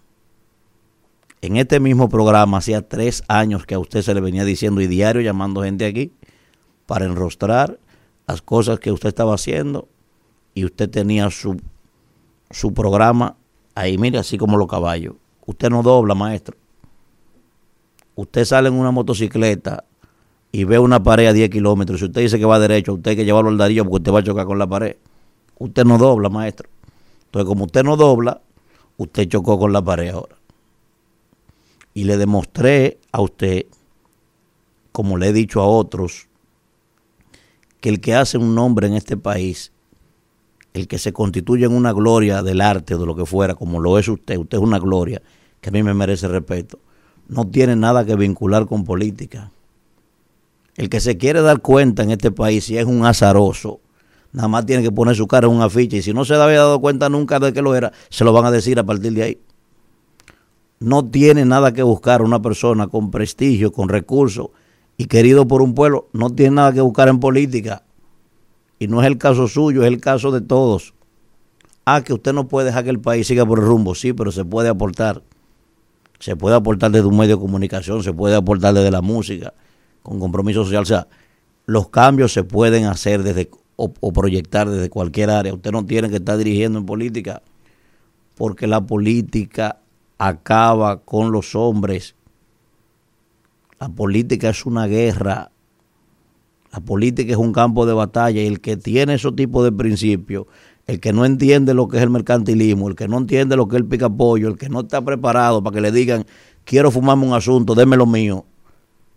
En este mismo programa hacía tres años que a usted se le venía diciendo y diario llamando gente aquí para enrostrar las cosas que usted estaba haciendo y usted tenía su, su programa ahí, mire, así como los caballos. Usted no dobla, maestro. Usted sale en una motocicleta y ve una pared a diez kilómetros. Si usted dice que va derecho, usted hay que llevarlo al Darío porque usted va a chocar con la pared. Usted no dobla, maestro. Entonces, como usted no dobla, usted chocó con la pared ahora. Y le demostré a usted, como le he dicho a otros, que el que hace un nombre en este país, el que se constituye en una gloria del arte o de lo que fuera, como lo es usted, usted es una gloria que a mí me merece respeto, no tiene nada que vincular con política. El que se quiere dar cuenta en este país si es un azaroso, nada más tiene que poner su cara en un afiche y si no se había dado cuenta nunca de que lo era, se lo van a decir a partir de ahí. No tiene nada que buscar una persona con prestigio, con recursos y querido por un pueblo, no tiene nada que buscar en política. Y no es el caso suyo, es el caso de todos. Ah, que usted no puede dejar que el país siga por el rumbo, sí, pero se puede aportar. Se puede aportar desde un medio de comunicación, se puede aportar desde la música, con compromiso social. O sea, los cambios se pueden hacer desde o, o proyectar desde cualquier área. Usted no tiene que estar dirigiendo en política, porque la política acaba con los hombres. La política es una guerra. La política es un campo de batalla y el que tiene esos tipos de principios, el que no entiende lo que es el mercantilismo, el que no entiende lo que es el picapollo, el que no está preparado para que le digan, quiero fumarme un asunto, déme lo mío,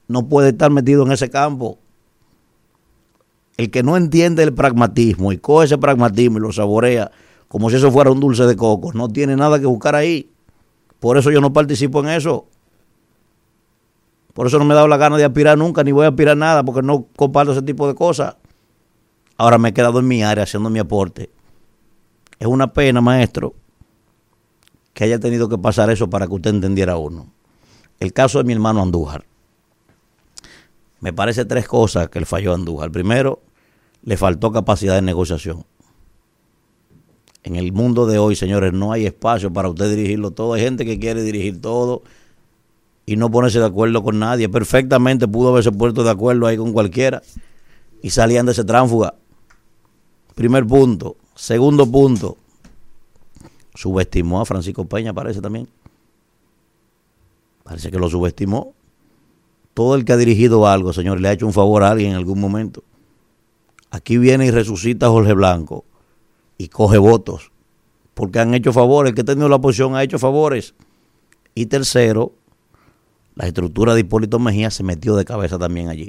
no puede estar metido en ese campo. El que no entiende el pragmatismo y coge ese pragmatismo y lo saborea como si eso fuera un dulce de coco, no tiene nada que buscar ahí. Por eso yo no participo en eso. Por eso no me he dado la gana de aspirar nunca, ni voy a aspirar nada, porque no comparto ese tipo de cosas. Ahora me he quedado en mi área haciendo mi aporte. Es una pena, maestro, que haya tenido que pasar eso para que usted entendiera uno. El caso de mi hermano Andújar. Me parece tres cosas que le falló a Andújar. Primero, le faltó capacidad de negociación. En el mundo de hoy, señores, no hay espacio para usted dirigirlo todo. Hay gente que quiere dirigir todo y no ponerse de acuerdo con nadie. Perfectamente pudo haberse puesto de acuerdo ahí con cualquiera y salían de ese tránfuga. Primer punto. Segundo punto, subestimó a Francisco Peña, parece también. Parece que lo subestimó. Todo el que ha dirigido algo, señor, le ha hecho un favor a alguien en algún momento. Aquí viene y resucita a Jorge Blanco y coge votos, porque han hecho favores. El que ha tenido la oposición ha hecho favores. Y tercero, la estructura de Hipólito Mejía se metió de cabeza también allí.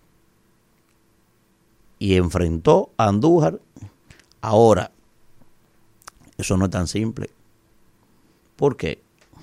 Y enfrentó a Andújar. Ahora, eso no es tan simple. ¿Por qué?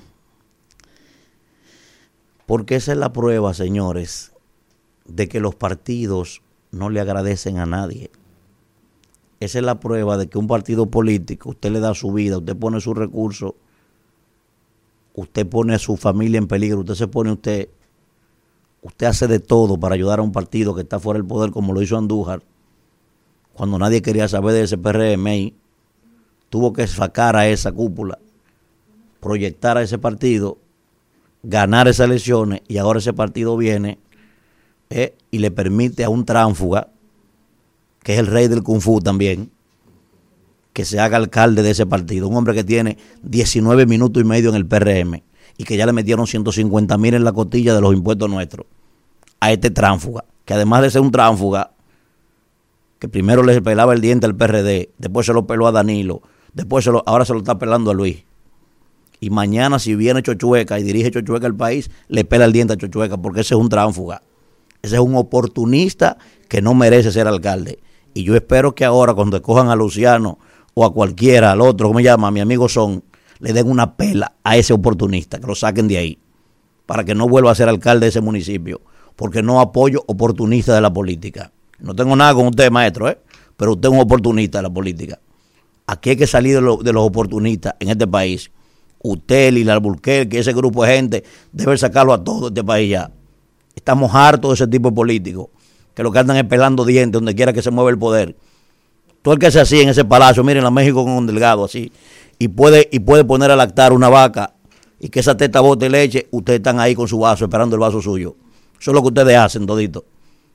Porque esa es la prueba, señores, de que los partidos no le agradecen a nadie. Esa es la prueba de que un partido político, usted le da su vida, usted pone sus recursos, usted pone a su familia en peligro, usted se pone usted, usted hace de todo para ayudar a un partido que está fuera del poder, como lo hizo Andújar, cuando nadie quería saber de ese P R M I, tuvo que sacar a esa cúpula, proyectar a ese partido, ganar esas elecciones, y ahora ese partido viene eh, y le permite a un tránfuga, que es el rey del Kung Fu también, que se haga alcalde de ese partido. Un hombre que tiene diecinueve minutos y medio en el P R M y que ya le metieron ciento cincuenta mil en la costilla de los impuestos nuestros a este tránfuga, que además de ser un tránfuga, que primero le pelaba el diente al P R D, después se lo peló a Danilo, después se lo, ahora se lo está pelando a Luis. Y mañana, si viene Chochueca y dirige Chochueca el país, le pela el diente a Chochueca, porque ese es un tránfuga. Ese es un oportunista que no merece ser alcalde. Y yo espero que ahora, cuando escojan a Luciano o a cualquiera, al otro, ¿cómo se llama? A mi amigo Son, le den una pela a ese oportunista, que lo saquen de ahí, para que no vuelva a ser alcalde de ese municipio, porque no apoyo oportunista de la política. No tengo nada con usted, maestro, ¿eh? Pero usted es un oportunista de la política. Aquí hay que salir de, lo, de los oportunistas en este país. Usted, Lila Alburquerque, ese grupo de gente, debe sacarlo a todo este país ya. Estamos hartos de ese tipo de políticos, que lo que andan es pelando dientes donde quiera que se mueva el poder. Todo el que sea así en ese palacio, miren, a México con un delgado así, y puede, y puede poner a lactar una vaca y que esa teta bote leche, ustedes están ahí con su vaso, esperando el vaso suyo. Eso es lo que ustedes hacen, todito.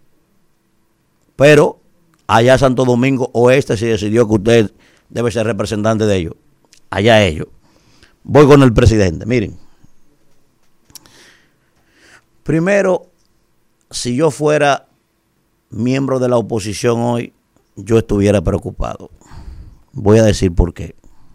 Pero allá en Santo Domingo Oeste se decidió que usted debe ser representante de ellos. Allá ellos. Voy con el presidente, miren. Primero, si yo fuera miembro de la oposición hoy, yo estuviera preocupado. Voy a decir por qué.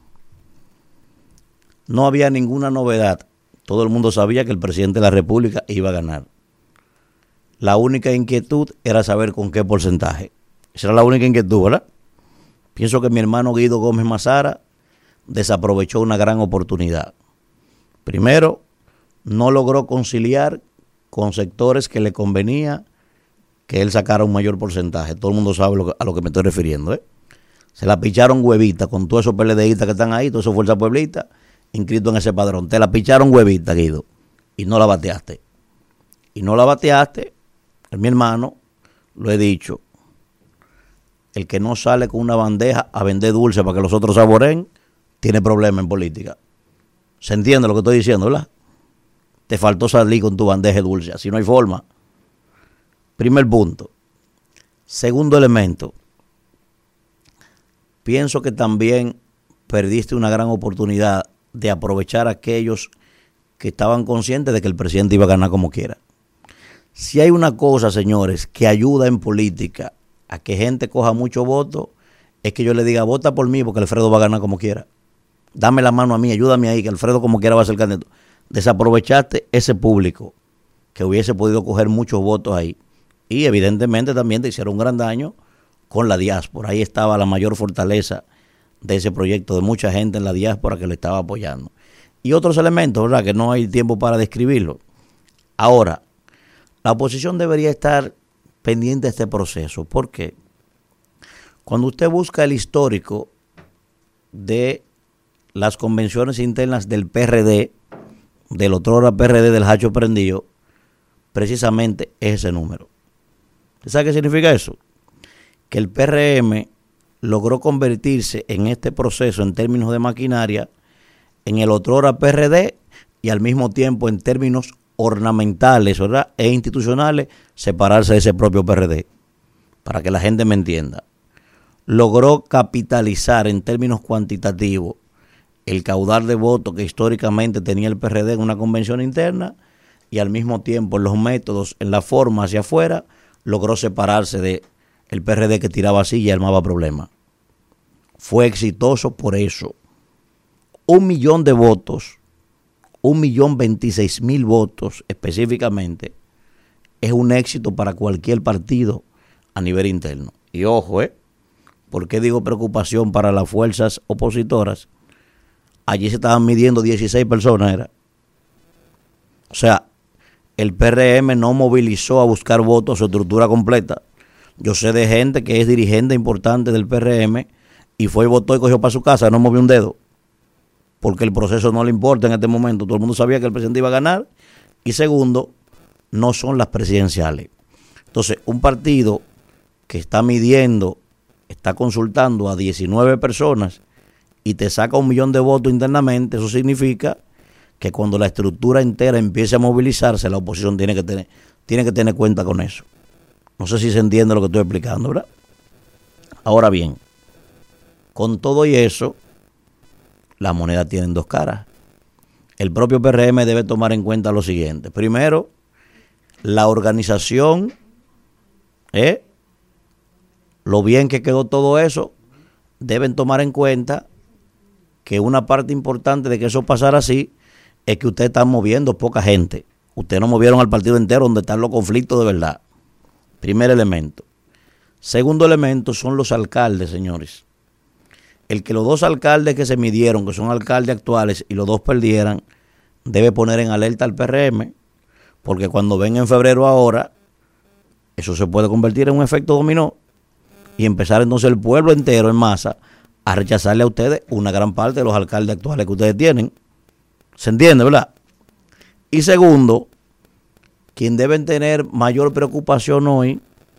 No había ninguna novedad. Todo el mundo sabía que el presidente de la República iba a ganar. La única inquietud era saber con qué porcentaje. Esa era la única inquietud, ¿verdad? Pienso que mi hermano Guido Gómez Mazara desaprovechó una gran oportunidad. Primero, no logró conciliar con sectores que le convenía que él sacara un mayor porcentaje. Todo el mundo sabe lo que, a lo que me estoy refiriendo, ¿eh? Se la picharon huevita con todos esos PLDistas que están ahí, todas esas fuerzas pueblistas inscritos en ese padrón. Te la picharon huevita, Guido, y no la bateaste. Y no la bateaste, mi hermano, lo he dicho. El que no sale con una bandeja a vender dulce para que los otros saboreen, tiene problemas en política. ¿Se entiende lo que estoy diciendo, verdad? Te faltó salir con tu bandeja de dulce, así no hay forma. Primer punto. Segundo elemento. Pienso que también perdiste una gran oportunidad de aprovechar a aquellos que estaban conscientes de que el presidente iba a ganar como quiera. Si hay una cosa, señores, que ayuda en política a que gente coja mucho voto, es que yo le diga, vota por mí porque Alfredo va a ganar como quiera. Dame la mano a mí, ayúdame ahí, que Alfredo como quiera va a ser candidato. Desaprovechaste ese público que hubiese podido coger muchos votos ahí. Y evidentemente también te hicieron un gran daño con la diáspora. Ahí estaba la mayor fortaleza de ese proyecto, de mucha gente en la diáspora que lo estaba apoyando. Y otros elementos, ¿verdad?, que no hay tiempo para describirlo. Ahora, la oposición debería estar pendiente de este proceso. ¿Por qué? Cuando usted busca el histórico de las convenciones internas del P R D, del otrora P R D del Hacho Prendido, precisamente es ese número. ¿Usted sabe qué significa eso? Que el P R M logró convertirse en este proceso en términos de maquinaria en el otrora P R D y al mismo tiempo en términos ornamentales, ¿verdad?, e institucionales, separarse de ese propio P R D. Para que la gente me entienda. Logró capitalizar en términos cuantitativos el caudal de votos que históricamente tenía el P R D en una convención interna y al mismo tiempo en los métodos, en la forma hacia afuera, logró separarse de el P R D que tiraba así y armaba problemas. Fue exitoso por eso. Un millón de votos, un millón veintiséis mil votos específicamente, es un éxito para cualquier partido a nivel interno. Y ojo, ¿eh? ¿Por qué digo preocupación para las fuerzas opositoras? Allí se estaban midiendo dieciséis personas, era. O sea, el P R M no movilizó a buscar votos a su estructura completa. Yo sé de gente que es dirigente importante del P R M y fue y votó y cogió para su casa, no movió un dedo, porque el proceso no le importa en este momento. Todo el mundo sabía que el presidente iba a ganar. Y segundo, no son las presidenciales. Entonces, un partido que está midiendo, está consultando a diecinueve personas y te saca un millón de votos internamente, eso significa que cuando la estructura entera empiece a movilizarse, la oposición tiene que tener, tiene que tener cuenta con eso. No sé si se entiende lo que estoy explicando, ¿verdad? Ahora bien, con todo y eso, las monedas tienen dos caras. El propio P R M debe tomar en cuenta lo siguiente. Primero, la organización, ¿eh? lo bien que quedó todo eso, deben tomar en cuenta que una parte importante de que eso pasara así es que ustedes están moviendo poca gente. Ustedes no movieron al partido entero donde están los conflictos de verdad. Primer elemento. Segundo elemento son los alcaldes, señores. El que los dos alcaldes que se midieron, que son alcaldes actuales, y los dos perdieran, debe poner en alerta al P R M, porque cuando venga en febrero ahora, eso se puede convertir en un efecto dominó y empezar entonces el pueblo entero en masa a rechazarle a ustedes una gran parte de los alcaldes actuales que ustedes tienen. ¿Se entiende, verdad? Y segundo, quien deben tener mayor preocupación hoy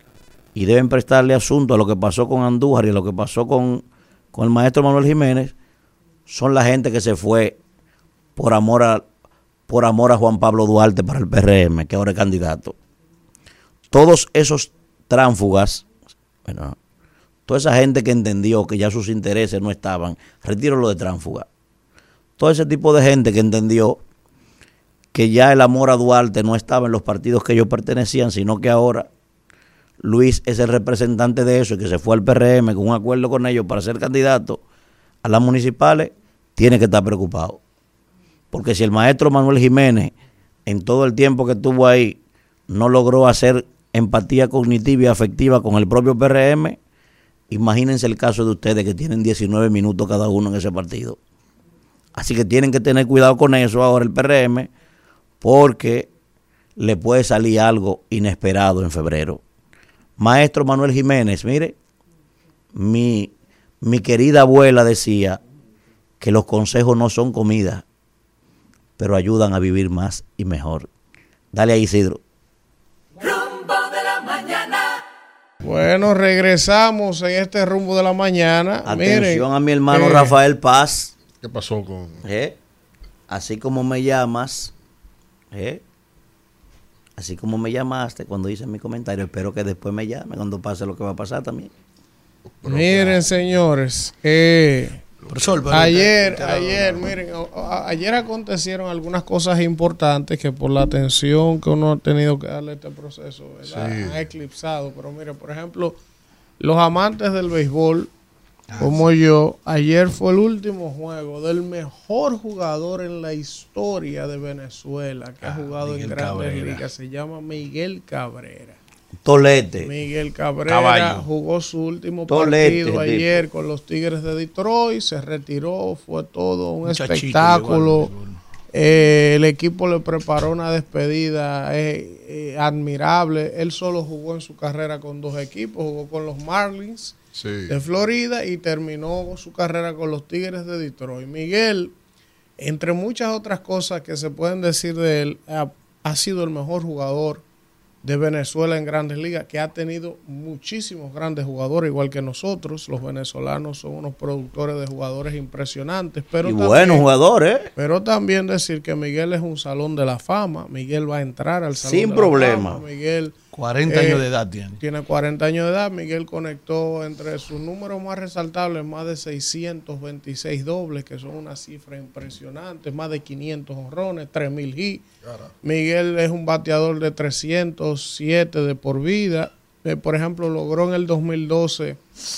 y deben prestarle asunto a lo que pasó con Andújar y a lo que pasó con, con el maestro Manuel Jiménez, son la gente que se fue por amor a, por amor a Juan Pablo Duarte para el P R M, que ahora es candidato. Todos esos tránsfugas, bueno, toda esa gente que entendió que ya sus intereses no estaban, retiro lo de tránsfuga. Todo ese tipo de gente que entendió que ya el amor a Duarte no estaba en los partidos que ellos pertenecían, sino que ahora Luis es el representante de eso y que se fue al P R M con un acuerdo con ellos para ser candidato a las municipales, tiene que estar preocupado. Porque si el maestro Manuel Jiménez, en todo el tiempo que estuvo ahí, no logró hacer empatía cognitiva y afectiva con el propio P R M, imagínense el caso de ustedes que tienen diecinueve minutos cada uno en ese partido. Así que tienen que tener cuidado con eso ahora el P R M, porque le puede salir algo inesperado en febrero. Maestro Manuel Jiménez, mire, mi, mi querida abuela decía que los consejos no son comida, pero ayudan a vivir más y mejor. Dale ahí, Isidro. Rumbo de la mañana. Bueno, regresamos en este rumbo de la mañana. Atención Miren, a mi hermano eh, Rafael Paz. ¿Qué pasó con...? ¿Eh? Así como me llamas, ¿eh? Así como me llamaste cuando hice mi comentario, espero que después me llame cuando pase lo que va a pasar también. Miren, señores, eh, Profesor, pero ayer, usted- ayer, miren, a- a- ayer acontecieron algunas cosas importantes que por la atención que uno ha tenido que darle a este proceso, ¿verdad? Sí. Han eclipsado. Pero mire, por ejemplo, los amantes del béisbol como yo, ayer fue el último juego del mejor jugador en la historia de Venezuela que ah, ha jugado Miguel en Grandes Cabrera. Ligas. Se llama Miguel Cabrera. Tolete. Miguel Cabrera Caballo. Jugó su último Tolete, partido ayer con los Tigres de Detroit, se retiró, fue todo un, un espectáculo. Eh, el equipo le preparó una despedida eh, eh, admirable. Él solo jugó en su carrera con dos equipos, jugó con los Marlins sí. de Florida y terminó su carrera con los Tigres de Detroit. Miguel, entre muchas otras cosas que se pueden decir de él, ha, ha sido el mejor jugador de Venezuela en Grandes Ligas, que ha tenido muchísimos grandes jugadores, igual que nosotros. Los venezolanos son unos productores de jugadores impresionantes. Pero y también, buenos jugadores. Pero también decir que Miguel es un salón de la fama. Miguel va a entrar al salón sin de problema. la fama. Miguel cuarenta eh, años de edad tiene. Tiene cuarenta años de edad. Miguel conectó entre sus números más resaltables más de seiscientos veintiséis dobles, que son una cifra impresionante, más de quinientos honrones, tres mil hits. Miguel es un bateador de trescientos siete de por vida. Eh, por ejemplo, logró en el dos mil doce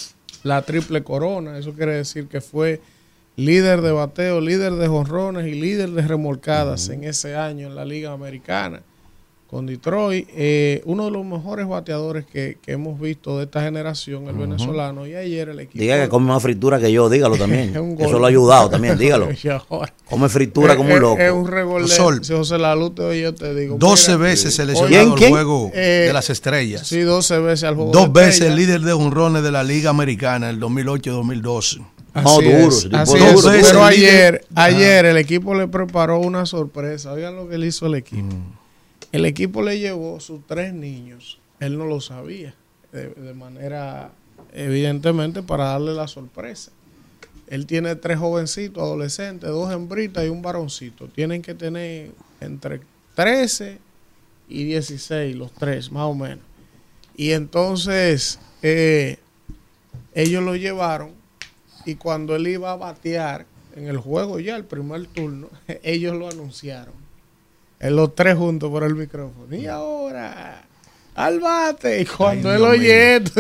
la triple corona. Eso quiere decir que fue líder de bateo, líder de jonrones y líder de remolcadas uh-huh. en ese año en la Liga Americana con Detroit. Eh, uno de los mejores bateadores que, que hemos visto de esta generación, el uh-huh. venezolano. Y ayer el equipo... Diga que come más fritura que yo, dígalo también. Eso lo ha ayudado también, dígalo. Come fritura es, como un loco. Es un regol Sol. Si José Lalute, yo te digo. doce veces seleccionado al juego eh, de las estrellas. Sí, doce veces al juego Dos veces el líder de jonrones de la Liga Americana, el dos mil ocho y dos mil doce. No, así duro, es, así duro, es. Pero ayer, ah. ayer el equipo le preparó una sorpresa. Oigan lo que le hizo el equipo. Mm. El equipo le llevó sus tres niños. Él no lo sabía. De, de manera, evidentemente, para darle la sorpresa. Él tiene tres jovencitos, adolescentes, dos hembritas y un varoncito. Tienen que tener entre trece y dieciséis, los tres, más o menos. Y entonces, eh, ellos lo llevaron. Y cuando él iba a batear en el juego ya, el primer turno, ellos lo anunciaron. En los tres juntos por el micrófono. Y ahora, al bate. Y cuando Ay, él oye esto,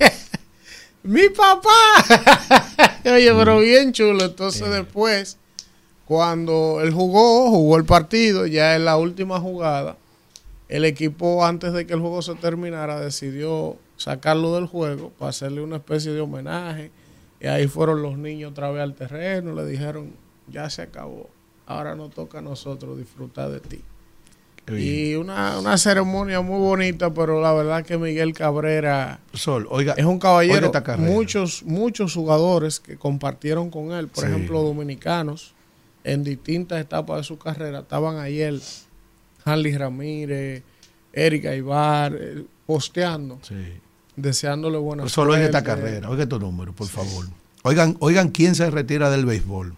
¡mi papá! Oye, pero bien chulo. Entonces, sí. después, cuando él jugó, jugó el partido, ya en la última jugada, el equipo, antes de que el juego se terminara, decidió sacarlo del juego para hacerle una especie de homenaje. Y ahí fueron los niños otra vez al terreno, le dijeron, ya se acabó, ahora nos toca a nosotros disfrutar de ti. Y una, una ceremonia muy bonita, pero la verdad que Miguel Cabrera Sol, oiga, es un caballero. Muchos, muchos jugadores que compartieron con él, por sí. ejemplo, dominicanos, en distintas etapas de su carrera, estaban ayer Hanley Ramírez, Erika Ibar, eh, posteando. Sí. Deseándole buena suerte. Solo en esta carrera, oiga estos números, por favor. Oigan, oigan quién se retira del béisbol.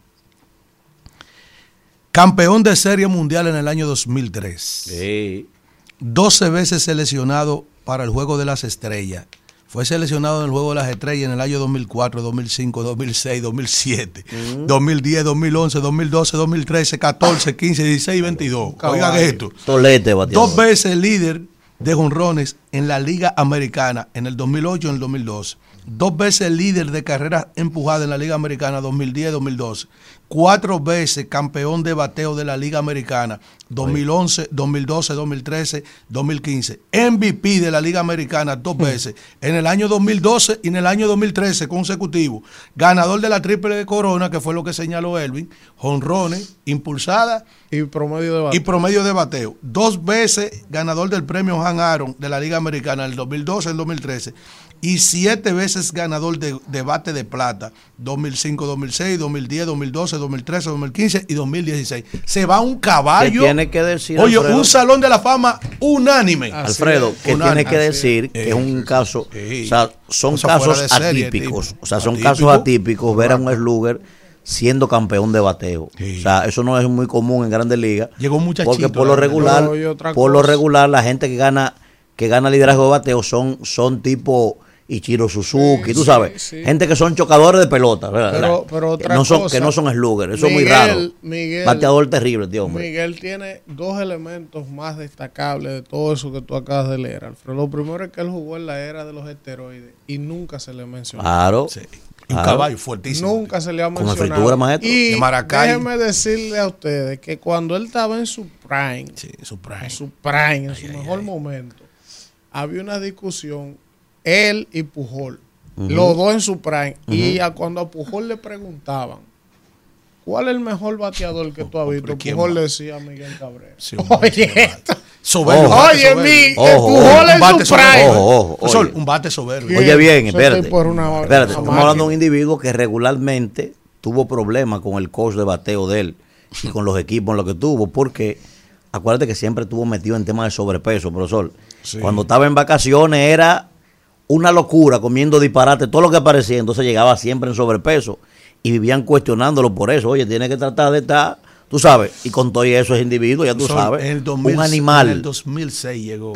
Campeón de Serie Mundial en el año dos mil tres. Sí. doce veces seleccionado para el Juego de las Estrellas. Fue seleccionado en el Juego de las Estrellas en el año dos mil cuatro, dos mil cinco, dos mil seis, dos mil siete, mm. dos mil diez, dos mil once, dos mil doce, dos mil trece, catorce, quince, dieciséis y veintidós. Oigan esto. Tolete, bateador. Dos veces líder de jonrones en la Liga Americana en el dos mil ocho y en el dos mil doce. Dos veces líder de carreras empujadas en la Liga Americana dos mil diez y dos mil doce. Cuatro veces campeón de bateo de la Liga Americana dos mil once, dos mil doce, dos mil trece, dos mil quince. M V P de la Liga Americana dos veces en el año dos mil doce y en el año dos mil trece consecutivo. Ganador de la triple corona, que fue lo que señaló Elvin. Jonrones, impulsada y promedio de bateo. Y promedio de bateo. Dos veces ganador del premio Han Aaron de la Liga Americana en el dos mil doce y el dos mil trece. Y siete veces ganador de, de bate de plata, dos mil cinco, dos mil seis, dos mil diez, dos mil doce, dos mil trece, dos mil quince y dos mil dieciséis. Se va un caballo. ¿Qué tiene que decir, oye, Alfredo? Un salón de la fama unánime. Alfredo, ¿qué tiene que decir? Que es un caso, sí. o sea, son o sea, casos serie, atípicos. Tipo, o sea, son atípico, casos atípicos ver a un slugger siendo campeón de bateo. Sí. O sea, eso no es muy común en Grandes Ligas. Llegó un muchachito. Porque por lo regular, por cosa. lo regular, la gente que gana, que gana liderazgo de bateo son, son tipo Ichiro Suzuki, sí, tú sabes, sí, sí. gente que son chocadores de pelota, ¿verdad? Pero, pero otra que no son, cosa, que no son slugger, eso Miguel, es muy raro. Miguel, bateador terrible, tío, hombre. Miguel tiene dos elementos más destacables de todo eso que tú acabas de leer, Alfredo. Lo primero es que él jugó en la era de los esteroides y nunca se le mencionó. Claro. Sí. Un ah, caballo fuertísimo. Nunca se le ha Con mencionado. la fritura, maestro. Y de Maracay. déjeme decirle a ustedes que cuando él estaba en su prime, sí, su prime. en su prime, en ay, su ay, mejor ay. momento, había una discusión, él y Pujol, Uh-huh. los dos en su prime, Uh-huh. y a cuando a Pujol le preguntaban, ¿cuál es el mejor bateador que tú has visto? ¿quién Pujol más? le decía a Miguel Cabrera. Sí, un Oye, esto. Soberbio. Ojo. Oye, mi, Ojo, Pujol ojo, en un bate su prime. soberbio. Ojo, ojo, Sol, oye. un bate soberbio. Oye bien, Eso espérate. estoy por una- Espérate, una estamos hablando de un máquina. individuo que regularmente tuvo problemas con el coach de bateo de él y con los equipos en lo que tuvo, porque acuérdate que siempre estuvo metido en temas de sobrepeso, profesor. Sí. Cuando estaba en vacaciones era una locura, comiendo disparate, todo lo que aparecía, entonces llegaba siempre en sobrepeso y vivían cuestionándolo por eso. Oye, tiene que tratar de estar, tú sabes, y con todo eso ese individuo, ya tú Sol, sabes, en el dos mil, un animal. En el dos mil seis llegó.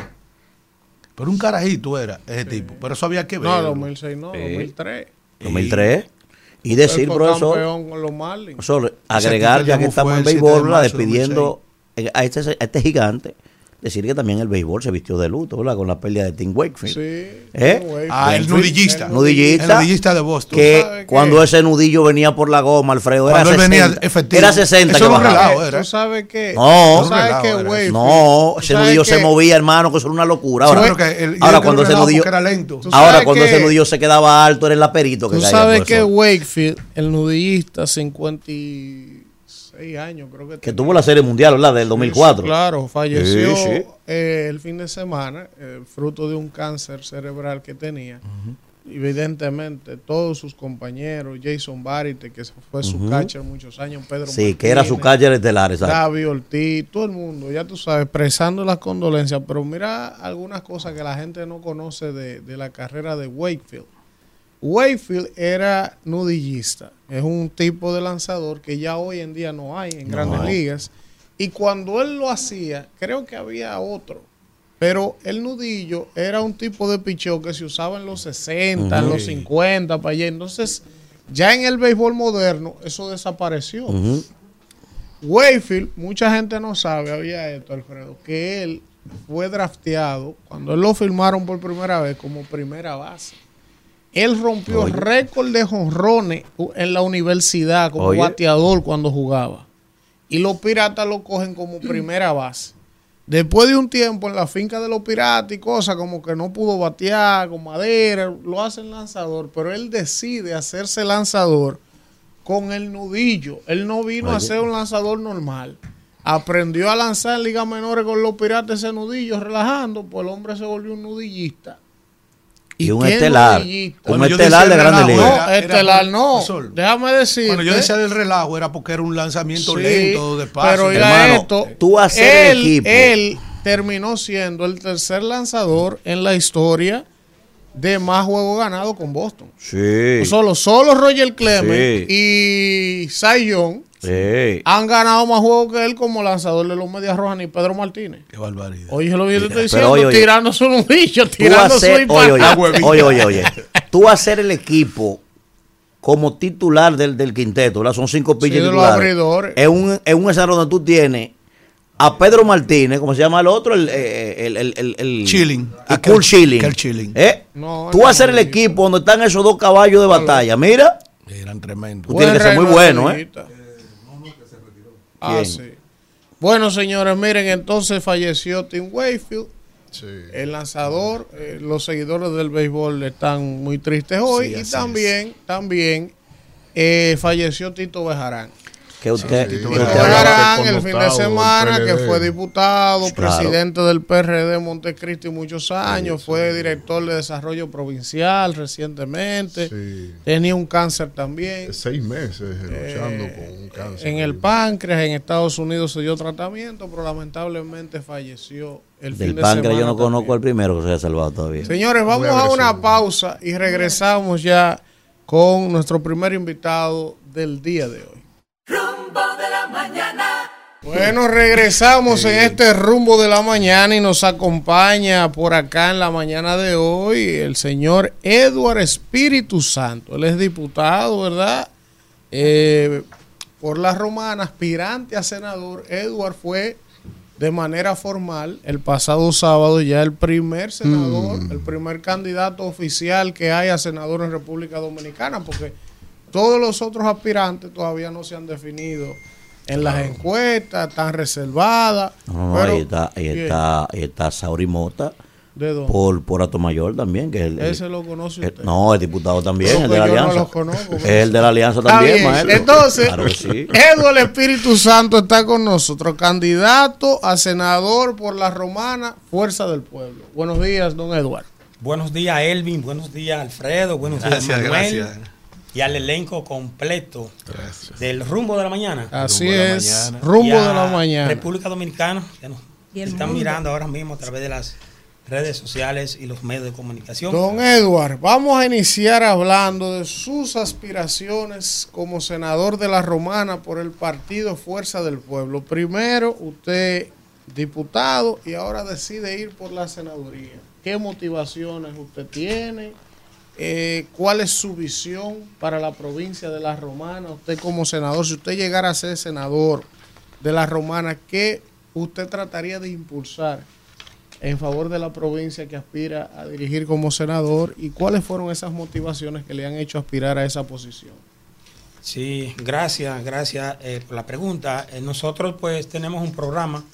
Pero un carajito era ese tipo. Pero eso había que ver. No, dos mil seis no, Sí. dos mil tres. dos mil tres. Y decir, Él fue profesor, campeón con los Marlins. profesor, agregar, Ese ya que llamó estamos fue en el siete de béisbol, ¿verdad? marzo de despidiendo a este, a este gigante, decir que también el béisbol se vistió de luto, ¿verdad? Con la pérdida de Tim Wakefield. Sí. ¿Eh? Tim Wakefield. Ah, el nudillista. Nudillista. El nudillista de Boston. Que ¿Tú sabes cuando qué? ese nudillo venía por la goma, Alfredo, era Cuando él venía sesenta. efectivo. Era sesenta. Eso que era un bajaba. relajo, era. ¿Tú sabes qué? No. ¿Tú sabes Relajo que era. Wakefield? No, ¿Tú ese sabes nudillo se que- movía, hermano, que eso era una locura. Sí, Ahora, pero que el- yo ahora creo cuando que ese relajo nudillo, porque era lento. ¿Tú ahora sabes cuando que- ese nudillo se quedaba alto, era el laperito que Tú caía. sabes que profesor. Wakefield, el nudillista, cincuenta y seis años, creo que Que tenía. tuvo la serie mundial, ¿verdad? Del dos mil cuatro. Sí, claro, falleció Sí, sí. eh, el fin de semana, eh, fruto de un cáncer cerebral que tenía. Evidentemente, todos sus compañeros, Jason Barite, que fue su Ujú. catcher muchos años, Pedro Sí, que era su Martínez, catcher estelar, exacto. David Ortiz, todo el mundo, ya tú sabes, expresando las condolencias, pero mira algunas cosas que la gente no conoce de, de la carrera de Wakefield. Wakefield era nudillista, es un tipo de lanzador que ya hoy en día no hay en No. grandes ligas, y cuando él lo hacía, creo que había otro, pero el nudillo era un tipo de picheo que se usaba en los sesenta, en Ujú. los cincuenta, para allá, entonces ya en el béisbol moderno eso desapareció. Ujú. Wakefield, mucha gente no sabe, había esto, Alfredo, que él fue drafteado cuando él lo firmaron por primera vez como primera base. Él rompió Oye. récord de jonrones en la universidad como Oye. bateador cuando jugaba. Y los Piratas lo cogen como primera base. Después de un tiempo en la finca de los Piratas y cosas como que no pudo batear con madera, lo hacen lanzador, pero él decide hacerse lanzador con el nudillo. Él no vino Oye. a ser un lanzador normal. Aprendió a lanzar en ligas menores con los Piratas ese nudillo, relajando, pues el hombre se volvió un nudillista. Y un qué estelar. nudillista? Un Cuando yo estelar decía de Grandes relajo, Ligas. No, Era- era estelar por- no. Sol. Déjame decir. Cuando yo decía del relajo era porque era un lanzamiento lento, despacio. Pero oiga Hermano, esto, tú hacer el él, equipo. él terminó siendo el tercer lanzador en la historia de más juegos ganados con Boston. Sí. Solo, solo Roger Clemens Sí. y Cy Young Sí. han ganado más juegos que él como lanzador de los Medias Rojas ni Pedro Martínez. Qué barbaridad. Oye, lo que yo te estoy Pero diciendo, oye, oye. tirando su nudillo, Tú tirando su hacer, oye, oye, disparate. oye, oye, oye. Tú hacer el equipo como titular del, del quinteto, ¿verdad? Son cinco Sí, pitchers de los titulares. abridores. Es un, es un escenario donde tú tienes a Pedro Martínez, ¿cómo se llama el otro? El, eh, el, el, el, el Chilling. El Aquel- Cool Chilling. aquel Chilling. ¿Eh? No, Tú no, hacer el no, equipo donde están esos dos caballos de batalla. Mira, Eran tremendos. tú tienes que ser muy bueno, ¿eh? Ah, ¿Quién? sí. Bueno, señores, miren, entonces falleció Tim Wakefield. Sí. El lanzador, eh, los seguidores del béisbol están muy tristes hoy. Sí, y así también, también eh, falleció Tito Bejarán. Que usted, Sí, que Tito Tito usted Bejarán. habla- Bejarán, habla el fin de connotado del semana, P L que D. fue diputado, Claro. presidente del P R D de Montecristi muchos años, fue director de desarrollo provincial recientemente, Sí. tenía un cáncer también. Seis meses eh, luchando Eh, con un cáncer. En el páncreas, en Estados Unidos se dio tratamiento, pero lamentablemente falleció el Del fin de páncreas semana. yo no conozco también. al primero que se haya salvado todavía. Señores, vamos Muy a agresivo. una pausa y regresamos ya con nuestro primer invitado del día de hoy. Rumbo de la mañana. Bueno, regresamos en este rumbo de la mañana y nos acompaña por acá en la mañana de hoy el señor Edward Espíritu Santo. Él es diputado, ¿verdad? Eh, por la Romana, aspirante a senador. Edward fue de manera formal el pasado sábado ya el primer senador, mm. el primer candidato oficial que hay a senador en República Dominicana, porque todos los otros aspirantes todavía no se han definido en las encuestas, están reservadas. No, pero, ahí está, ahí está, ahí está Sauri Mota. ¿De dónde? Por, por Atomayor también, que es el, ese lo conoce usted. El, no, el diputado también, no, el de la yo Alianza. No lo conozco, es el de la Alianza también, maestro. Entonces, claro que sí. Edward Espíritu Santo está con nosotros, candidato a senador por la Romana, Fuerza del Pueblo. Buenos días, don Edward. Buenos días, Elvin. Buenos días, Alfredo. Buenos gracias, días, Manuel. Gracias. Y al elenco completo gracias. del Rumbo de la Mañana. Así rumbo es, de la mañana. Rumbo de la Mañana. República Dominicana, que nos están mundo? mirando ahora mismo a través de las redes sociales y los medios de comunicación. Don Edward, vamos a iniciar hablando de sus aspiraciones como senador de la Romana por el partido Fuerza del Pueblo. Primero, usted diputado y ahora decide ir por la senaduría. ¿Qué motivaciones usted tiene? Eh, ¿Cuál es su visión para la provincia de la Romana? Usted como senador, si usted llegara a ser senador de la Romana, ¿qué usted trataría de impulsar en favor de la provincia que aspira a dirigir como senador, y cuáles fueron esas motivaciones que le han hecho aspirar a esa posición? Sí, gracias, gracias eh, por la pregunta. Eh, nosotros pues tenemos un programa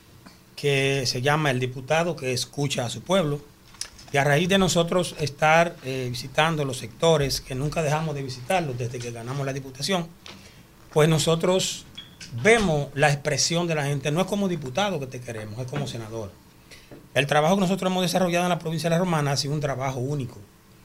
que se llama El Diputado que Escucha a su Pueblo, y a raíz de nosotros estar eh, visitando los sectores que nunca dejamos de visitarlos desde que ganamos la diputación, pues nosotros vemos la expresión de la gente. No es como diputado que te queremos, es como senador. El trabajo que nosotros hemos desarrollado en la provincia de La Romana ha sido un trabajo único,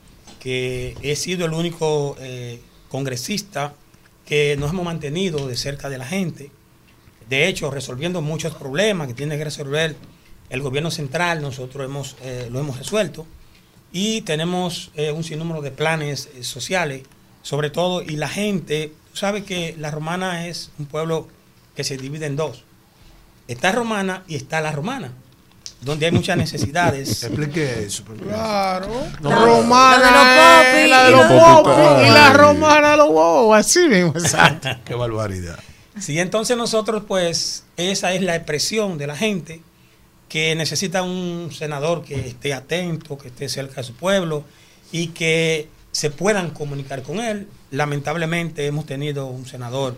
que he sido el único eh, congresista que nos hemos mantenido de cerca de la gente. De hecho, resolviendo muchos problemas que tiene que resolver el gobierno central, nosotros hemos, eh, lo hemos resuelto, y tenemos eh, un sinnúmero de planes eh, sociales, sobre todo, y la gente, tú sabes que La Romana es un pueblo que se divide en dos. Está Romana y está La Romana, donde hay muchas necesidades. Explique eso. Claro. No, la romana es la de los popis y la romana de los bobos. Así mismo, exacto. Qué barbaridad. Sí, entonces nosotros, pues, esa es la expresión de la gente que necesita un senador que esté atento, que esté cerca de su pueblo y que se puedan comunicar con él. Lamentablemente hemos tenido un senador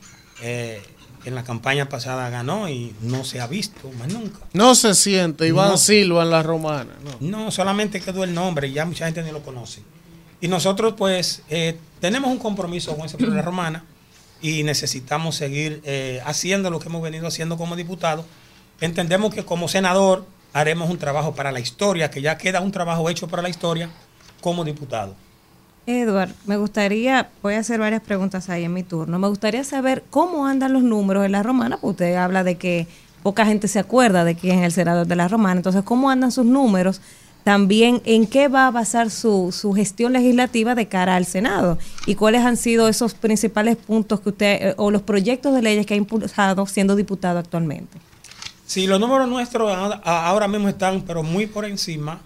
eh, en la campaña pasada ganó y no se ha visto más nunca. No se siente Iván no, Silva en La Romana. No. no, solamente quedó el nombre y ya mucha gente ni lo conoce. Y nosotros pues eh, tenemos un compromiso con ese pueblo de La Romana y necesitamos seguir eh, haciendo lo que hemos venido haciendo como diputados. Entendemos que como senador haremos un trabajo para la historia, que ya queda un trabajo hecho para la historia como diputado. Edward, me gustaría, voy a hacer varias preguntas ahí en mi turno. Me gustaría saber cómo andan los números en La Romana, porque usted habla de que poca gente se acuerda de quién es el senador de La Romana. Entonces, ¿cómo andan sus números? También, ¿en qué va a basar su, su gestión legislativa de cara al Senado? ¿Y cuáles han sido esos principales puntos que usted, eh, o los proyectos de leyes que ha impulsado siendo diputado actualmente? Sí, los números nuestros ahora mismo están, pero muy por encima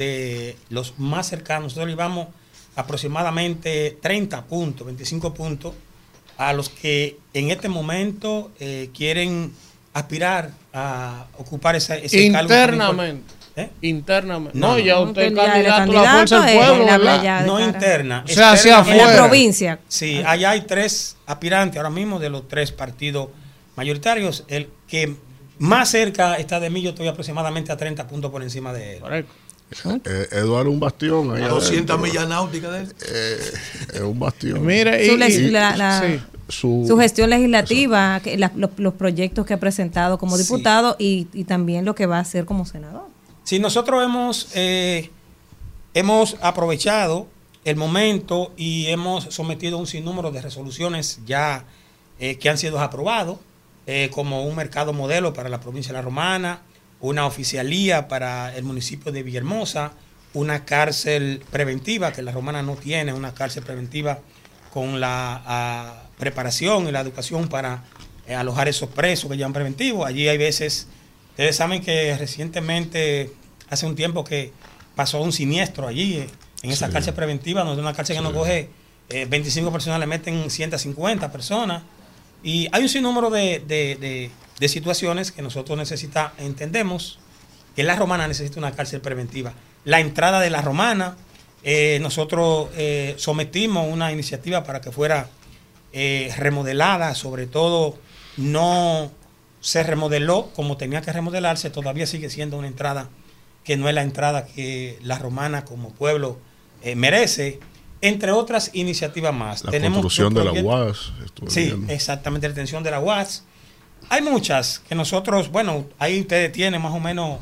de los más cercanos. Nosotros llevamos aproximadamente treinta puntos, veinticinco puntos a los que en este momento eh, quieren aspirar a ocupar ese, ese internamente. cargo. ¿Eh? Internamente. No, no, ya no, usted es ya candidato a la Fuerza del Pueblo, ¿verdad? No interna. O sea, hacia afuera. En la provincia. Sí, allá hay tres aspirantes ahora mismo de los tres partidos mayoritarios. El que más cerca está de mí, yo estoy aproximadamente a treinta puntos por encima de él. Correcto. Eh, Eduardo, un bastión. A doscientas millas náuticas de él. Eh, es un bastión. Mira, y, su, y, la, la, sí. su, su gestión legislativa, que la, los, los proyectos que ha presentado como diputado sí. y, y también lo que va a hacer como senador. Sí, nosotros hemos, eh, hemos aprovechado el momento y hemos sometido un sinnúmero de resoluciones ya eh, que han sido aprobados, eh, como un mercado modelo para la provincia de La Romana, una oficialía para el municipio de Villahermosa, una cárcel preventiva, que La Romana no tiene, una cárcel preventiva con la a, preparación y la educación para eh, alojar esos presos que llevan preventivos. Allí hay veces, ustedes saben que recientemente, hace un tiempo que pasó un siniestro allí, eh, en esa sí. cárcel preventiva, donde una cárcel sí. que no coge eh, veinticinco personas, le meten ciento cincuenta personas. Y hay un sinnúmero de, de, de de situaciones que nosotros necesitamos, entendemos que la Romana necesita una cárcel preventiva. La entrada de la Romana, eh, nosotros eh, sometimos una iniciativa para que fuera eh, remodelada, sobre todo no se remodeló como tenía que remodelarse, todavía sigue siendo una entrada que no es la entrada que la Romana como pueblo eh, merece, entre otras iniciativas más. La Tenemos construcción de la proyecto- U A S. estuve Sí, viendo. exactamente, la extensión de la U A S. Hay muchas que nosotros, bueno, ahí ustedes tienen más o menos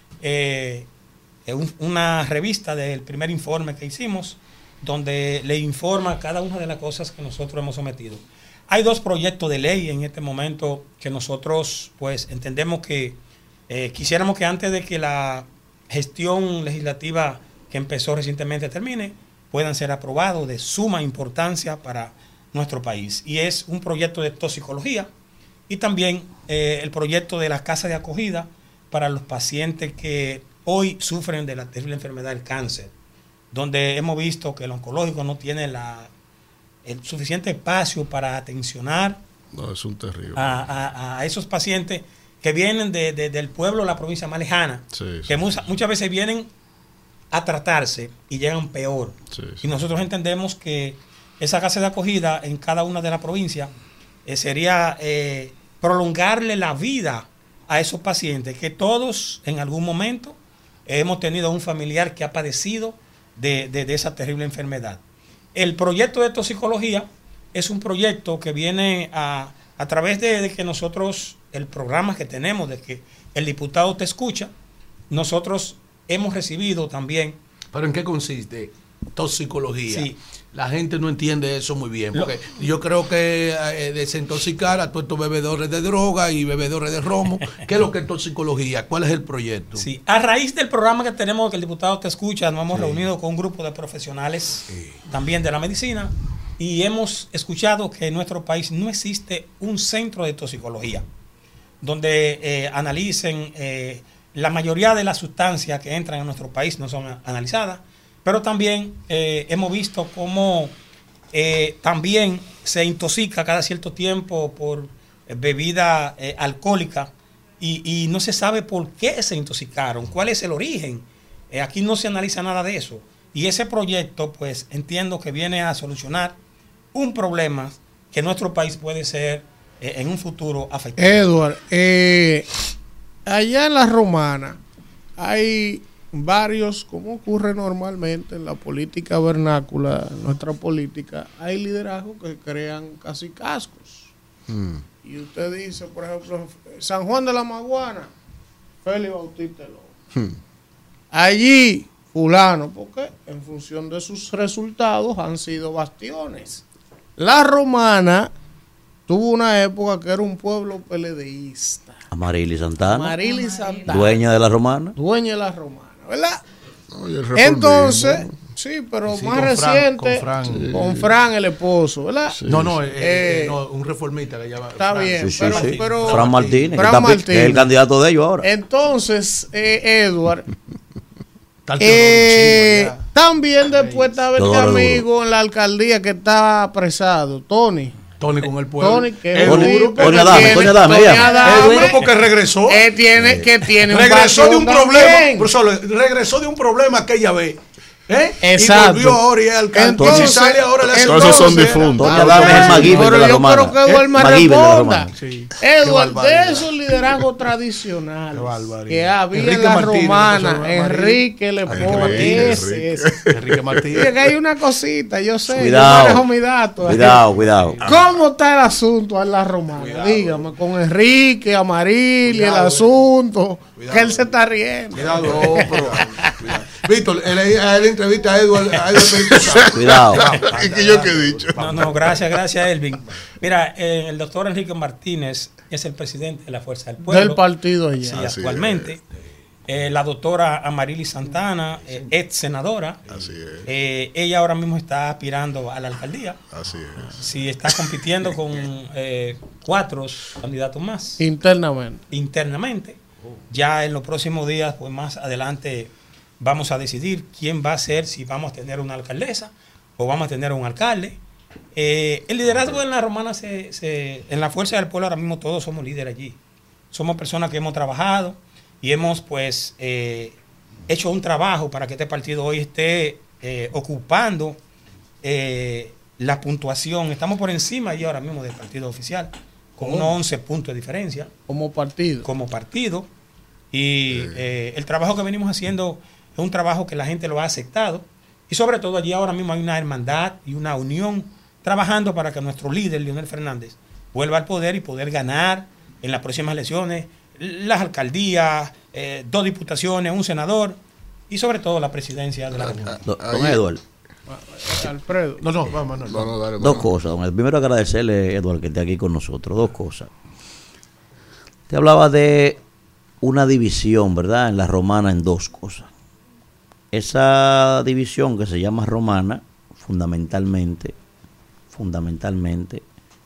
eh, un- una revista del primer informe que hicimos, donde le informa cada una de las cosas que nosotros hemos sometido. Hay dos proyectos de ley en este momento que nosotros pues entendemos que eh, quisiéramos que antes de que la gestión legislativa que empezó recientemente termine, puedan ser aprobados, de suma importancia para nuestro país. Y es un proyecto de toxicología y también eh, el proyecto de la casa de acogida para los pacientes que hoy sufren de la terrible enfermedad del cáncer, donde hemos visto que el oncológico no tiene la, el suficiente espacio para atencionar No, es un terrible. a, a- a esos pacientes que vienen de- de- del pueblo, la provincia más lejana, Sí, sí, que mucha- muchas veces vienen a tratarse y llegan peor. sí, Y nosotros entendemos que esa casa de acogida en cada una de las provincias eh, sería eh, prolongarle la vida a esos pacientes que todos en algún momento hemos tenido un familiar que ha padecido de, de- de esa terrible enfermedad. El proyecto de toxicología es un proyecto que viene a, a través de, de que nosotros, el programa que tenemos, de que el diputado te escucha, nosotros hemos recibido también. ¿Pero en qué consiste? Toxicología. Sí. La gente no entiende eso muy bien. Lo- Porque yo creo que eh, desintoxicar a todos estos bebedores de droga y bebedores de romo. ¿Qué es lo que es toxicología? ¿Cuál es el proyecto? Sí, a raíz del programa que tenemos, que el diputado te escucha, nos hemos Sí. reunido con un grupo de profesionales también de la medicina y hemos escuchado que en nuestro país no existe un centro de toxicología donde eh, analicen eh, la mayoría de las sustancias que entran en nuestro país no son a- analizadas, pero también eh, hemos visto cómo eh, también se intoxica cada cierto tiempo por eh, bebida eh, alcohólica y, y no se sabe por qué se intoxicaron, cuál es el origen. Eh, aquí no se analiza nada de eso. Y ese proyecto, pues entiendo que viene a solucionar un problema que nuestro país puede ser eh, en un futuro afectado. Edward, eh, allá en la Romana hay varios, como ocurre normalmente en la política vernácula, en nuestra política, hay liderazgos que crean casi cascos. Mm. Y usted dice, por ejemplo, San Juan de la Maguana, Félix Bautista Lobo. Hmm. Allí, fulano, porque en función de sus resultados han sido bastiones. La Romana tuvo una época que era un pueblo peledeísta. Amarili Santana. Amarili Santana. Dueña de la Romana. Dueña de la Romana, ¿verdad? No, y el reformismo. Entonces, sí, pero Sí, más con Fran, reciente, con Fran. con Sí. Fran, el esposo, ¿verdad? Sí. No, no, eh, Eh, eh, no, un reformista que llama. Está Fran. bien, Sí, sí, pero, sí. pero- Fran Martínez, Fran que, está pi- Martínez. que es el candidato de ellos ahora. Entonces, eh, Edward, Está el eh, Teodoro Silva también después estaba este Todo lo amigo en la alcaldía que estaba apresado, Tony. ya. Tony con el pueblo. Tony, que es el un Tony- tipo Tony que Adame, tiene- Tony Adame, Tony llama. Adame, El duro porque regresó. eh, tiene, que tiene un regresó de bastión un problema. también. Por solo, regresó de un problema aquella vez. ¿Eh? Exacto. Y volvió ahora y es alcalde. Entonces, y si sale ahora le hace Todos esos son entonces, difuntos. Tony Adame es el MacGyver Pero de la yo Romana. quiero que Edward me MacGyver de la responda. Sí. Romana. Qué Edward, barbaridad. de esos liderazgos tradicionales Qué barbaridad. que había Enrique en la Martínez, Romana, profesor Martínez. Enrique le Enrique pone Martínez, ese, Enrique. ese. Enrique Martínez. Oye, que hay una cosita, yo sé, Cuidado. yo manejo mi dato. Cuidado, cuidado. ¿Cómo está el asunto en la Romana? Dígame, con Enrique, Amaril y el Cuidado, asunto, Cuidado. que él se está riendo. Cuidado, no, pero- cuidado. Víctor, él, él entrevista a Edward, a Edward Benito Santos. Cuidado. ¿Y que yo qué he dicho? No, no, gracias, gracias, Elvin. Mira, eh, el doctor Enrique Martínez es el presidente de la Fuerza del Pueblo. Del partido allá. Sí, Así actualmente. Eh, la doctora Amarili Santana, eh, ex senadora, Así es. eh, ella ahora mismo está aspirando a la alcaldía. Así es. Sí, está compitiendo con eh, cuatro candidatos más Internamente. internamente. Ya en los próximos días, pues más adelante, vamos a decidir quién va a ser, si vamos a tener una alcaldesa o vamos a tener un alcalde. Eh, el liderazgo en la Romana, se, se- en la Fuerza del Pueblo, ahora mismo todos somos líderes allí. somos personas que hemos trabajado y hemos pues eh, hecho un trabajo para que este partido hoy esté eh, ocupando eh, la puntuación. Estamos por encima y ahora mismo del partido oficial, con unos once puntos de diferencia. Como partido. Como partido. Y eh, el trabajo que venimos haciendo es un trabajo que la gente lo ha aceptado. Y sobre todo allí ahora mismo hay una hermandad y una unión trabajando para que nuestro líder, Leonel Fernández, vuelva al poder y poder ganar en las próximas elecciones las alcaldías, eh, dos diputaciones, un senador y sobre todo la presidencia de la República. Don, don Eduardo. Alfredo. No, no, vamos, no, no. No, no, dale, Dos no. cosas. Don Eduardo. Primero agradecerle, Eduardo, que esté aquí con nosotros. Dos cosas. Te hablaba de una división, ¿verdad? En la romana en dos cosas. Esa división que se llama romana, fundamentalmente, fundamentalmente,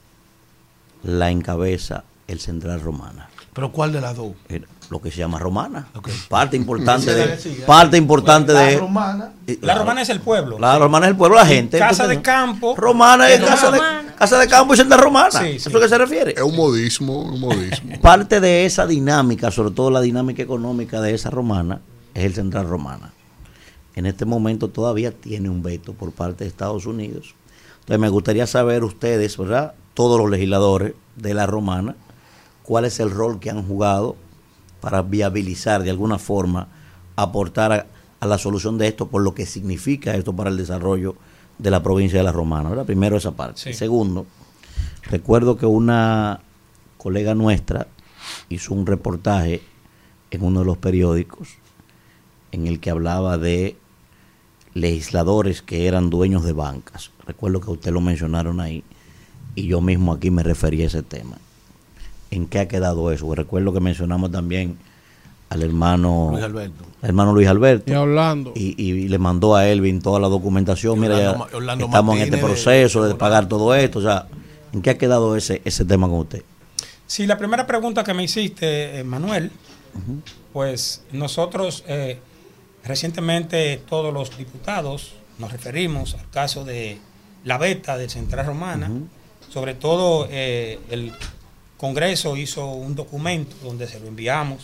la encabeza el Central Romana. ¿Pero cuál de las dos? El- lo que se llama romana. Okay. Parte importante Ese de, debe seguir. parte importante La de. romana. eh, La romana es el pueblo. La romana es el pueblo, la gente. Casa Entonces, de campo. Romana es es casa de, romana. casa de campo y Central Romana. Sí, ¿Eso sí. es lo que se refiere? Es un modismo, un modismo. Parte de esa dinámica, sobre todo la dinámica económica de esa romana, es el Central Romana. En este momento todavía tiene un veto por parte de Estados Unidos. Entonces me gustaría saber ustedes, ¿verdad? Todos los legisladores de la romana, cuál es el rol que han jugado para viabilizar de alguna forma, aportar a, a la solución de esto, por lo que significa esto para el desarrollo de la provincia de la Romana, ¿verdad? Primero esa parte. Sí. Segundo, recuerdo que una colega nuestra hizo un reportaje en uno de los periódicos en el que hablaba de legisladores que eran dueños de bancas. Recuerdo que usted lo mencionaron ahí y yo mismo aquí me referí a ese tema. ¿En qué ha quedado eso? Porque recuerdo que mencionamos también al hermano Luis Alberto. al hermano Luis Alberto Y hablando. y, y le mandó a Elvin toda la documentación. Y Mira, ya Orlando Ma- Orlando estamos en Martínez este de- proceso de, de pagar todo esto. O sea, ¿en qué ha quedado ese ese tema con usted? Sí, la primera pregunta que me hiciste, eh, Manuel, pues nosotros eh, recientemente todos los diputados nos referimos al caso de la beta del Central Romana. Ujú. Sobre todo eh, el Congreso hizo un documento donde se lo enviamos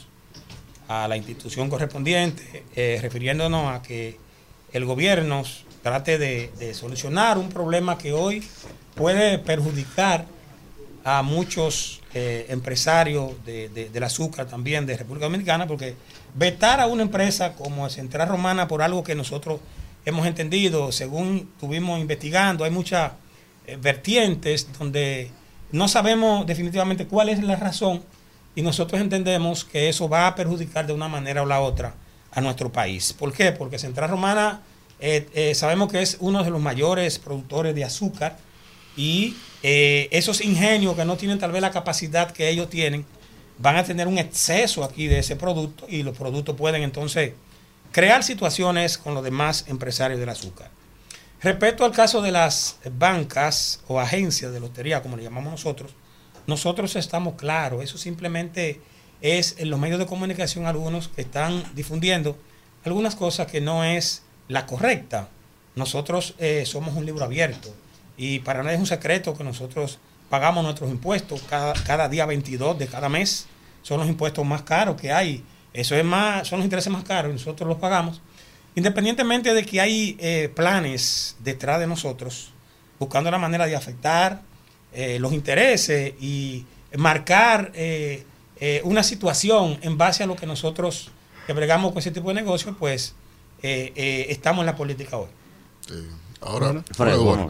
a la institución correspondiente, eh, refiriéndonos a que el gobierno trate de, de solucionar un problema que hoy puede perjudicar a muchos eh, empresarios de, de- del azúcar también de República Dominicana, porque vetar a una empresa como Central Romana por algo que nosotros hemos entendido, según estuvimos investigando, hay muchas eh, vertientes donde no sabemos definitivamente cuál es la razón y nosotros entendemos que eso va a perjudicar de una manera o la otra a nuestro país. ¿Por qué? Porque Central Romana eh, eh, sabemos que es uno de los mayores productores de azúcar y eh, esos ingenios que no tienen tal vez la capacidad que ellos tienen van a tener un exceso aquí de ese producto y los productos pueden entonces crear situaciones con los demás empresarios del azúcar. Respecto al caso de las bancas o agencias de lotería, como le llamamos nosotros, nosotros estamos claros, eso simplemente es en los medios de comunicación algunos que están difundiendo algunas cosas que no es la correcta. Nosotros eh, somos un libro abierto y para nadie es un secreto que nosotros pagamos nuestros impuestos cada, cada día veintidós de cada mes. Son los impuestos más caros que hay. Eso es más, son los intereses más caros y nosotros los pagamos. Independientemente de que hay eh, planes detrás de nosotros, buscando la manera de afectar eh, los intereses y marcar eh, eh, una situación en base a lo que nosotros que bregamos con ese tipo de negocio, pues eh, eh, estamos en la política hoy. Sí. Ahora, Bueno. ahora, Fred, bueno, bueno.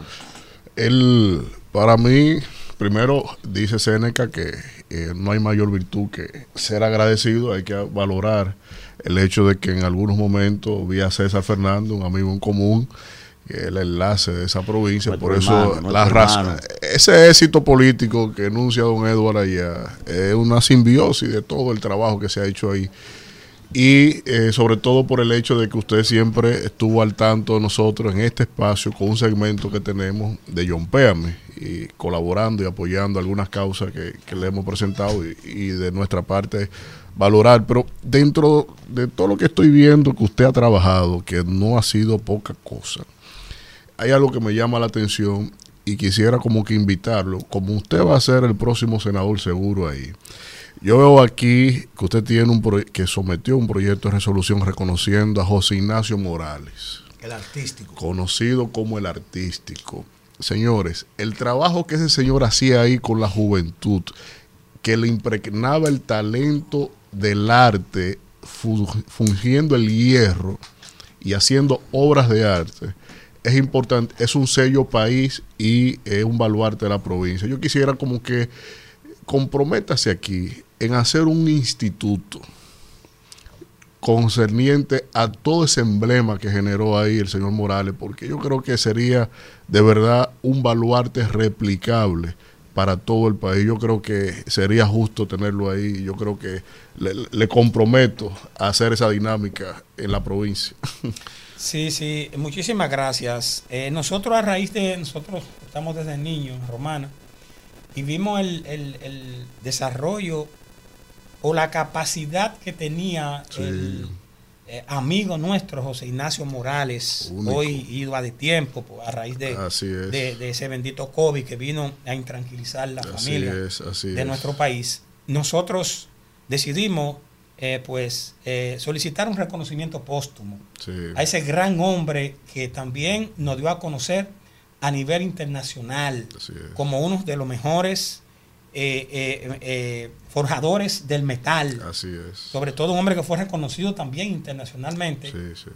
él, para mí, primero dice Séneca que eh, no hay mayor virtud que ser agradecido, hay que valorar el hecho de que en algunos momentos vi a César Fernández, un amigo en común, el enlace de esa provincia, Nuestro por eso hermano, la nuestro razón, hermano. ese éxito político que enuncia don Eduardo allá es una simbiosis de todo el trabajo que se ha hecho ahí. Y eh, sobre todo por el hecho de que usted siempre estuvo al tanto de nosotros en este espacio con un segmento que tenemos de Yompéame y colaborando y apoyando algunas causas que, que le hemos presentado y, y de nuestra parte valorar. Pero dentro de todo lo que estoy viendo que usted ha trabajado, que no ha sido poca cosa, hay algo que me llama la atención y quisiera como que invitarlo, como usted va a ser el próximo senador seguro ahí. Yo veo aquí que usted tiene un pro- que sometió un proyecto de resolución reconociendo a José Ignacio Morales. El artístico. Conocido como el artístico. Señores, el trabajo que ese señor hacía ahí con la juventud, que le impregnaba el talento del arte, fu- fungiendo el hierro y haciendo obras de arte, es importante, es un sello país y es un baluarte de la provincia. Yo quisiera como que comprométase aquí en hacer un instituto concerniente a todo ese emblema que generó ahí el señor Morales, porque yo creo que sería de verdad un baluarte replicable para todo el país. Yo creo que sería justo tenerlo ahí. Yo creo que le, le comprometo a hacer esa dinámica en la provincia. Sí, sí, muchísimas gracias. Eh, nosotros a raíz de, nosotros estamos desde niños en Romana y vimos el, el, el desarrollo o la capacidad que tenía sí. el eh, amigo nuestro José Ignacio Morales, único. Hoy ido a de tiempo a raíz de, de, de ese bendito COVID que vino a intranquilizar la así familia es, así de es. Nuestro país. Nosotros decidimos eh, pues eh, solicitar un reconocimiento póstumo sí. a ese gran hombre que también nos dio a conocer a nivel internacional como uno de los mejores Eh, eh, eh, forjadores del metal. Así es. Sobre todo un hombre que fue reconocido también internacionalmente. Sí, sí.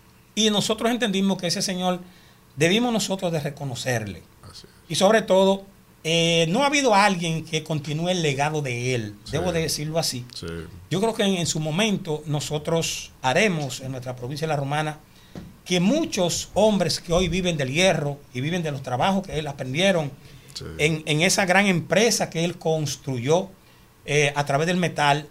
Y nosotros entendimos que ese señor debimos nosotros de reconocerle. Así es. Y sobre todo, eh, no ha habido alguien que continúe el legado de él. Sí. Debo de decirlo así. Sí. Yo creo que en, en su momento nosotros haremos en nuestra provincia de La Romana que muchos hombres que hoy viven del hierro y viven de los trabajos que él aprendieron Sí. En, en esa gran empresa que él construyó eh, a través del metal.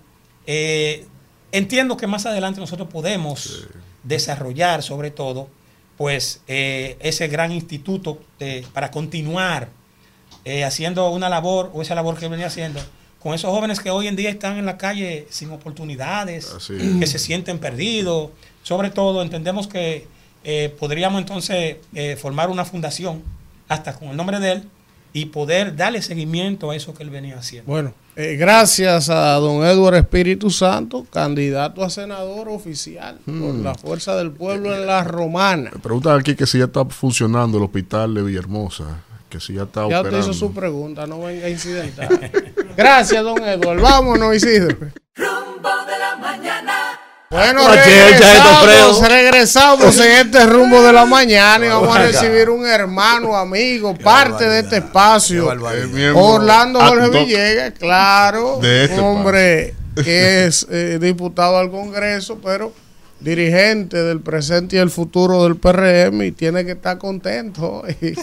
Eh, entiendo que más adelante nosotros podemos sí. desarrollar sobre todo pues eh, ese gran instituto de, para continuar eh, haciendo una labor o esa labor que él venía haciendo con esos jóvenes que hoy en día están en la calle sin oportunidades, Así. que se sienten perdidos. Sobre todo entendemos que eh, podríamos entonces eh, formar una fundación hasta con el nombre de él y poder darle seguimiento a eso que él venía haciendo. Bueno, eh, gracias a don Edward Espíritu Santo, candidato a senador oficial hmm. por la Fuerza del Pueblo en La Romana. Me preguntan aquí que si ya está funcionando el hospital de Villahermosa, que si ya está ya operando. Ya usted hizo su pregunta, no venga a incidentar. Gracias, don Edward. Vámonos, Isidro. Rumbo de la mañana. Bueno, regresamos, regresamos en este rumbo de la mañana y vamos a recibir un hermano, amigo, parte de este espacio, Orlando Jorge Villegas, claro, un hombre que es eh, diputado al Congreso, pero dirigente del presente y el futuro del P R M y tiene que estar contento.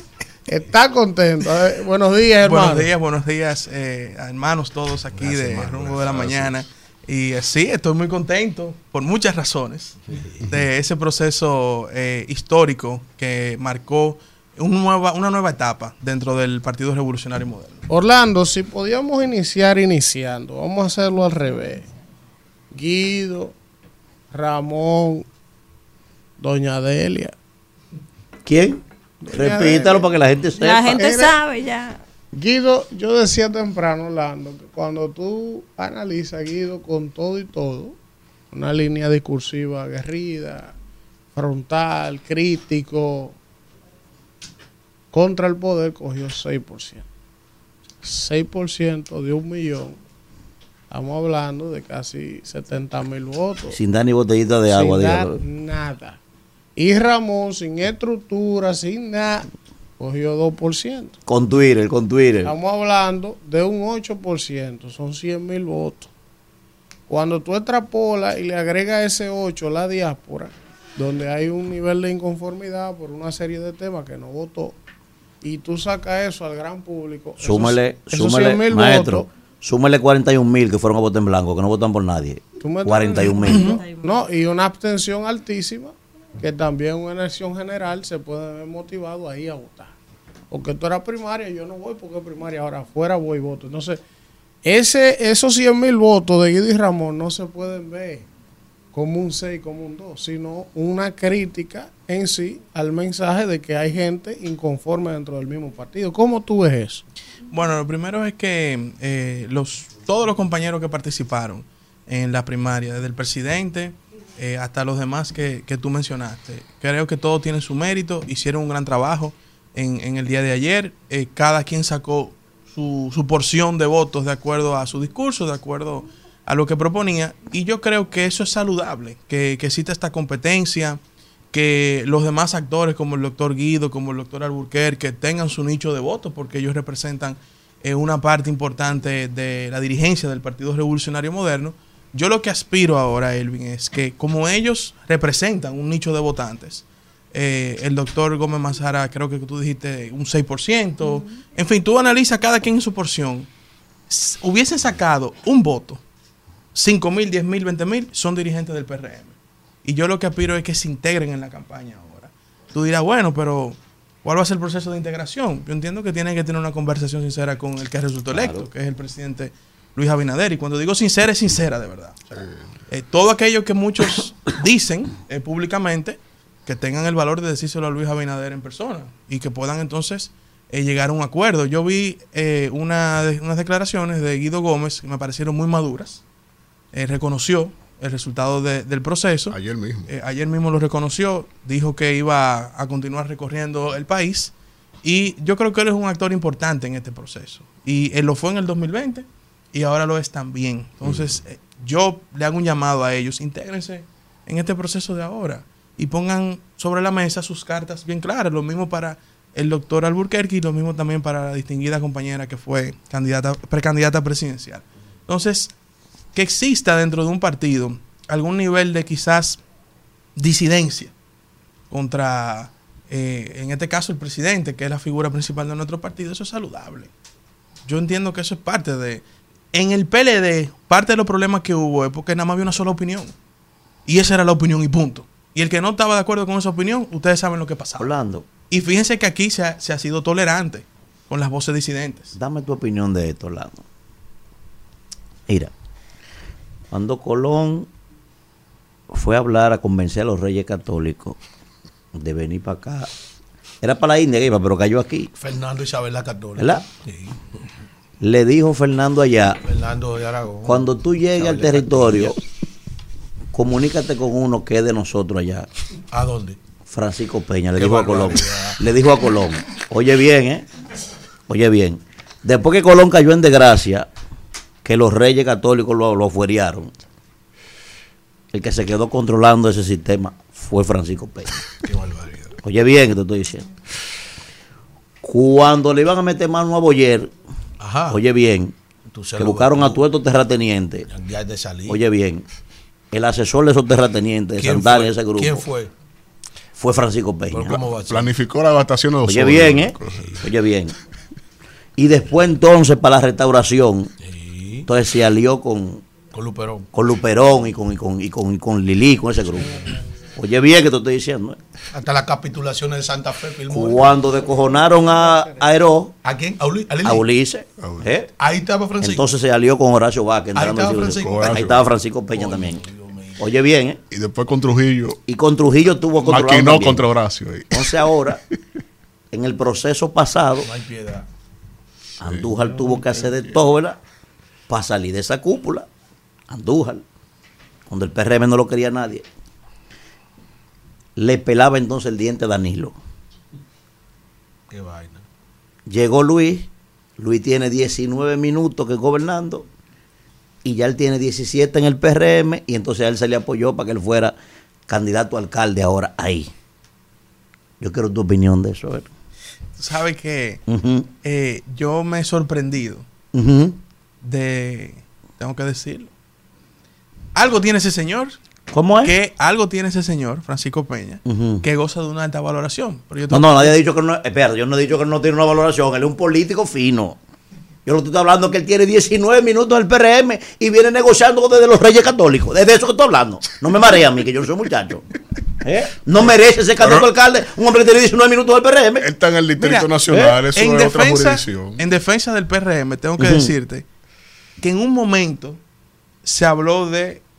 Está contento. Eh, buenos días, hermano. Buenos días, buenos días, eh, hermanos todos aquí Gracias, de hermano, Rumbo de la Mañana. Y eh, sí, estoy muy contento por muchas razones de ese proceso eh, histórico que marcó un nueva, una nueva etapa dentro del Partido Revolucionario Moderno. Orlando, si podíamos iniciar iniciando, vamos a hacerlo al revés. Guido, Ramón, Doña Delia. ¿Quién? Doña Repítalo Delia. Para que la gente sepa. La gente Era, sabe ya. Guido, yo decía temprano, Orlando, que cuando tú analizas, Guido, con todo y todo, una línea discursiva aguerrida, frontal, crítico, contra el poder, cogió seis por ciento. seis por ciento de un millón. Estamos hablando de casi setenta mil votos. Sin dar ni botellita de agua. Sin dar nada. Y Ramón, sin estructura, sin nada, cogió dos por ciento. Con Twitter, con Twitter. Estamos hablando de un ocho por ciento, son cien mil votos. Cuando tú extrapolas y le agregas ese ocho a la diáspora, donde hay un nivel de inconformidad por una serie de temas que no votó, y tú sacas eso al gran público, súmale, esos, súmale, esos maestro, votos, súmale cuarenta y un mil que fueron a votar en blanco, que no votan por nadie. cuarenta y un mil. No, y una abstención altísima, que también una elección general se puede haber motivado ahí a votar. Porque tú eras primaria, yo no voy porque es primaria, ahora afuera voy y voto. Entonces, ese, esos cien mil votos de Guido y Ramón no se pueden ver. como un seis, como un dos, sino una crítica en sí al mensaje de que hay gente inconforme dentro del mismo partido. ¿Cómo tú ves eso? Bueno, lo primero es que eh, los todos los compañeros que participaron en la primaria, desde el presidente eh, hasta los demás que, que tú mencionaste, creo que todos tienen su mérito, hicieron un gran trabajo en, en el día de ayer. Eh, cada quien sacó su, su porción de votos de acuerdo a su discurso, de acuerdo a lo que proponía, y yo creo que eso es saludable, que, que exista esta competencia, que los demás actores como el doctor Guido, como el doctor Alburquerque, tengan su nicho de votos, porque ellos representan eh, una parte importante de la dirigencia del Partido Revolucionario Moderno. Yo lo que aspiro ahora, Elvin, es que como ellos representan un nicho de votantes, eh, el doctor Gómez Mazara, creo que tú dijiste un seis por ciento, uh-huh. En fin, tú analizas cada quien en su porción, S- hubiesen sacado un voto, cinco mil, diez mil, veinte mil, son dirigentes del P R M. Y yo lo que aspiro es que se integren en la campaña ahora. Tú dirás, bueno, pero ¿cuál va a ser el proceso de integración? Yo entiendo que tienen que tener una conversación sincera con el que resultó electo, claro, que es el presidente Luis Abinader. Y cuando digo sincera, es sincera de verdad. O sea, eh, todo aquello que muchos dicen eh, públicamente, que tengan el valor de decírselo a Luis Abinader en persona y que puedan entonces eh, llegar a un acuerdo. Yo vi eh, una de, unas declaraciones de Guido Gómez que me parecieron muy maduras. Eh, reconoció el resultado de, del proceso. Ayer mismo. Eh, ayer mismo lo reconoció, dijo que iba a continuar recorriendo el país, y yo creo que él es un actor importante en este proceso. Y él lo fue en el dos mil veinte y ahora lo es también. Entonces, uh-huh. eh, yo le hago un llamado a ellos, intégrense en este proceso de ahora y pongan sobre la mesa sus cartas bien claras. Lo mismo para el doctor Alburquerque y lo mismo también para la distinguida compañera que fue candidata, precandidata presidencial. Entonces, que exista dentro de un partido algún nivel de quizás disidencia contra, eh, en este caso, el presidente, que es la figura principal de nuestro partido, eso es saludable. Yo entiendo que eso es parte de... En el P L D, parte de los problemas que hubo es porque nada más había una sola opinión. Y esa era la opinión y punto. Y el que no estaba de acuerdo con esa opinión, ustedes saben lo que pasaba. Orlando. Y fíjense que aquí se ha, se ha sido tolerante con las voces disidentes. Dame tu opinión de esto, Orlando. Mira. Cuando Colón fue a hablar, a convencer a los reyes católicos de venir para acá, era para la India que iba, pero cayó aquí. Fernando Isabel la Católica. ¿Verdad? Sí. Le dijo Fernando allá, Fernando de Aragón. cuando tú llegues Isabel al territorio, comunícate con uno que es de nosotros allá. ¿A dónde? Francisco Peña, le Qué dijo a Colón. barbaridad. Le dijo a Colón, oye bien, ¿eh? Oye bien. Después que Colón cayó en desgracia, que los reyes católicos lo, lo afuerearon, el que se quedó controlando ese sistema fue Francisco Peña. Qué barbaridad. Oye bien que te estoy diciendo. Cuando le iban a meter mano a Boyer, Ajá. oye bien, Entonces, que lo buscaron que a tú- todos estos terratenientes. Ya de salir. Oye bien, el asesor de esos terratenientes de ¿Quién Santana y fue? ese grupo ¿Quién fue? fue Francisco Peña. ¿Cómo va a ser? Planificó la devastación de los Oye bien, ¿eh? Oye bien. Y después entonces para la restauración, entonces se alió con, Con Luperón. con Luperón y con, y con, y con, y con Lili, con ese grupo. Oye bien que te estoy diciendo. ¿eh? Hasta las capitulaciones de Santa Fe filmó. Cuando descojonaron a, a Heró, ¿A quién? ¿A, Uli- a Lili? a Ulises, ¿eh? Ahí estaba Francisco. entonces se alió con Horacio Vázquez. Ahí entrando estaba en Francisco Ahí Peña. estaba Francisco Peña también. Oye bien, ¿eh? Y después con Trujillo. Y con Trujillo tuvo controlado Maquinó también. contra Horacio. ahí. Entonces ahora, en el proceso pasado, No hay piedad. Andújar tuvo que hacer de todo, ¿verdad? Para salir de esa cúpula. Andújar, cuando el P R M no lo quería nadie, le pelaba entonces el diente a Danilo. Qué vaina. Llegó Luis, Luis tiene diecinueve minutos que gobernando, y ya él tiene diecisiete en el P R M, y entonces a él se le apoyó para que él fuera candidato a alcalde ahora ahí. Yo quiero tu opinión de eso, ¿verdad? Tú sabes que Ujú. eh, yo me he sorprendido Ujú. de, tengo que decirlo, algo tiene ese señor. ¿Cómo es? Que algo tiene ese señor, Francisco Peña, Ujú. que goza de una alta valoración. Pero yo No, no, nadie ha dicho que no. Espera, yo no he dicho que no tiene una valoración. Él es un político fino. Yo lo que estoy hablando es que él tiene diecinueve minutos en el P R M y viene negociando desde los Reyes Católicos. Desde eso que estoy hablando. No me marea a mí, que yo no soy muchacho. ¿Eh? No merece ser candidato a alcalde un hombre que tiene diecinueve minutos del P R M. Él está en el Distrito Mira, Nacional, eh, eso en es otra defensa, jurisdicción. en defensa del P R M, tengo que Ujú. decirte que en un momento se habló de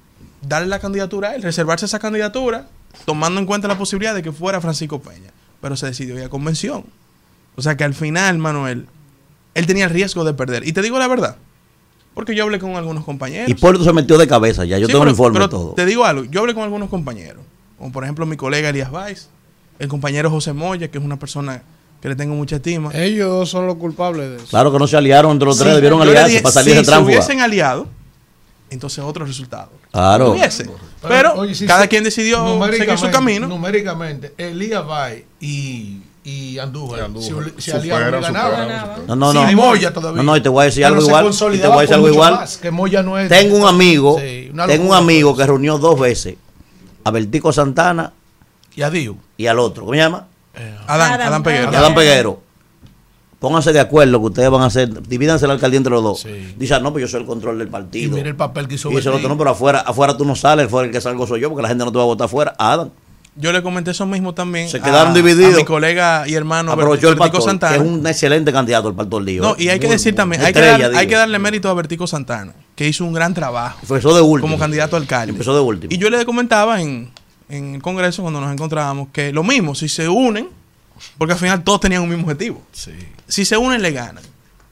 darle la candidatura a él, reservarse esa candidatura, tomando en cuenta la posibilidad de que fuera Francisco Peña. Pero se decidió ir a convención. O sea que al final, Manuel, él tenía el riesgo de perder. Y te digo la verdad, porque yo hablé con algunos compañeros. Hipólito se metió de cabeza ya, yo Sí, tengo pero, un informe pero de todo. te digo algo, yo hablé con algunos compañeros, como por ejemplo mi colega Elías Valls, el compañero José Moya, que es una persona que le tengo mucha estima. Ellos son los culpables de eso. Claro que no se aliaron entre los Sí, tres, debieron yo le aliarse dije, para salir si de tránsfuga. se hubiesen aliado, entonces otro resultado. Claro. Hubiese. Pero Oye, si cada se- quien decidió seguir numéricamente- su camino. Numéricamente, Elías Bay y, y Andújar, Andújar. si, si Superan, aliaron, ganaban. superan, No, no, no. Sí, Moya todavía. No, no, y te voy a decir Pero algo se igual. Y te consolidaba voy a decir por algo mucho igual. más, que Moya no es- Tengo un amigo, Sí, una tengo un locura. amigo que reunió dos veces a Bertico Santana y a Dio y al otro. ¿Cómo se llama? Adán, Adán Peguero. Adán Peguero. Pónganse de acuerdo que ustedes van a hacer, divídanse la alcaldía entre los dos. Dice, ah, no, pues yo soy el control del Y partido. mira el papel que hizo Y dice el otro, no, pero afuera, afuera tú no sales, fuera el que salgo soy yo, porque la gente no te va a votar afuera. Adán. Yo le comenté eso mismo también Se quedaron a, divididos. a mi colega y hermano Aprovechó el Bertico pastor, Santana. que es un excelente candidato el pastor Lío. No, y hay que Muy, decir muy, también, una hay que, estrella, dar- hay digo. que darle mérito a Bertico Santana, que hizo un gran trabajo. Empezó de último. Como candidato a alcalde. Empezó de último. Y yo le comentaba en, en el Congreso cuando nos encontrábamos que lo mismo, si se unen, porque al final todos tenían un mismo objetivo. Si se unen, le ganan.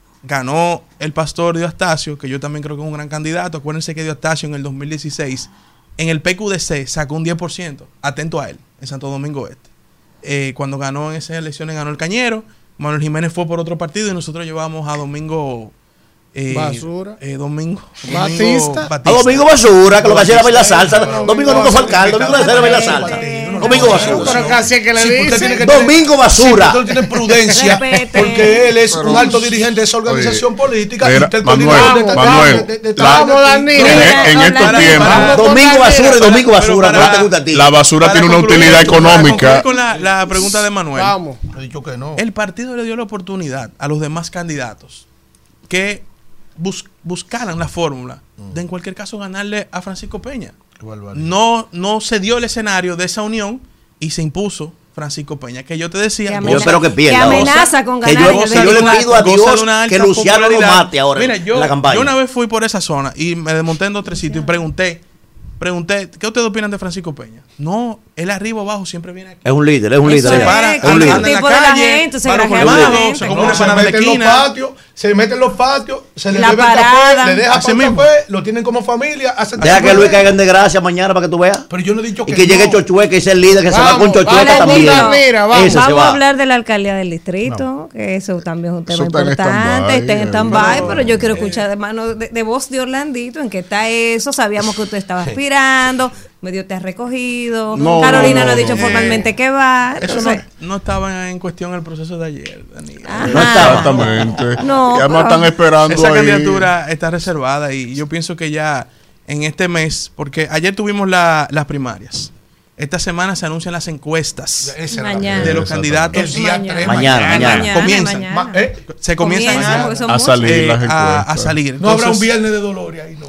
Ganó el pastor Diostacio, que yo también creo que es un gran candidato. Acuérdense que Diostacio en el dos mil dieciséis, en el P Q D C, sacó un diez por ciento. Atento a él, en Santo Domingo Este. Eh, cuando ganó en esas elecciones, ganó el Cañero. Manuel Jiménez fue por otro partido y nosotros llevamos a Domingo. Eh, Basura. eh, Domingo. Batista. A Domingo Basura, que lo que hacía era bailar salsa. Domingo nunca fue alcalde, Domingo le hacía bailar salsa. Domingo Basura. Pero casi es que le Sí, usted dice. tiene que Domingo Basura. Sí, usted tiene prudencia porque él es un alto dirigente de esa organización política. Mira, y usted Manuel, coordinador de esta- Manuel, de- de- de- la- Vamos, Danilo. en, en estos tiempos, Domingo Basura y Domingo Basura, para- no te gusta a ti. la basura Para tiene una concluir- utilidad para económica. concluir con la, la pregunta de Manuel. Vamos. He dicho que no. El partido le dio la oportunidad a los demás candidatos que bus- buscaran la fórmula de en cualquier caso ganarle a Francisco Peña. Qué barbaridad. No, no se dio el escenario de esa unión y se impuso Francisco Peña, que yo te decía, Que Yo espero que pierda. Que amenaza con Que ganar. yo, en el que yo le veinticuatro. pido a goza de Dios una alta que Luciano lo popularidad. mate ahora Mira, en yo, la campaña. yo una vez fui por esa zona y me desmonté en dos o tres sitios y pregunté, pregunté, ¿qué ustedes opinan de Francisco Peña? No, él arriba o abajo siempre viene aquí. Es un líder, es un Eso líder. Se para, Es un anda líder. en la Tipo de la calle, gente, se va a los grajea colmados, gente. se No, come una se empanada de mete en los esquina. patios, se mete en los patios, se le La bebe el parada. café, le deja Así para el mismo. café, lo tienen como familia, hacen Deja que café. Luis caiga en desgracia mañana para que tú veas. Pero yo no he dicho Y que que llegue no. Chochueca y sea el líder que se va Vamos, con Chochueca vamos, también. mira, vamos. Ese se Vamos va. a hablar de la alcaldía del distrito, que eso también es un tema Eso está en importante, stand-by, está en eh. stand-by, Pero- pero yo quiero escuchar de mano de, de voz de Orlandito en qué está eso. Sabíamos que usted estaba aspirando, medio te has recogido, No, Carolina no, no, ha no, dicho no. formalmente que va. Eso no, entonces- no estaba en cuestión el proceso de ayer, Daniel. Ajá. No estaba. Exactamente. No, y además pero- están esperando Esa ahí. candidatura está reservada y yo pienso que ya en este mes, porque ayer tuvimos la- las primarias, esta semana se anuncian las encuestas Esa era la- Mañana. de los Exactamente. candidatos. El día Mañana. tres, Mañana, mañana. Mañana, Comienzan. mañana. Ma- ¿eh? Se comienzan Comienzan, a, porque son a muchos. salir eh, las a, encuestas. a salir. No habrá un Entonces, viernes de dolor ahí, no.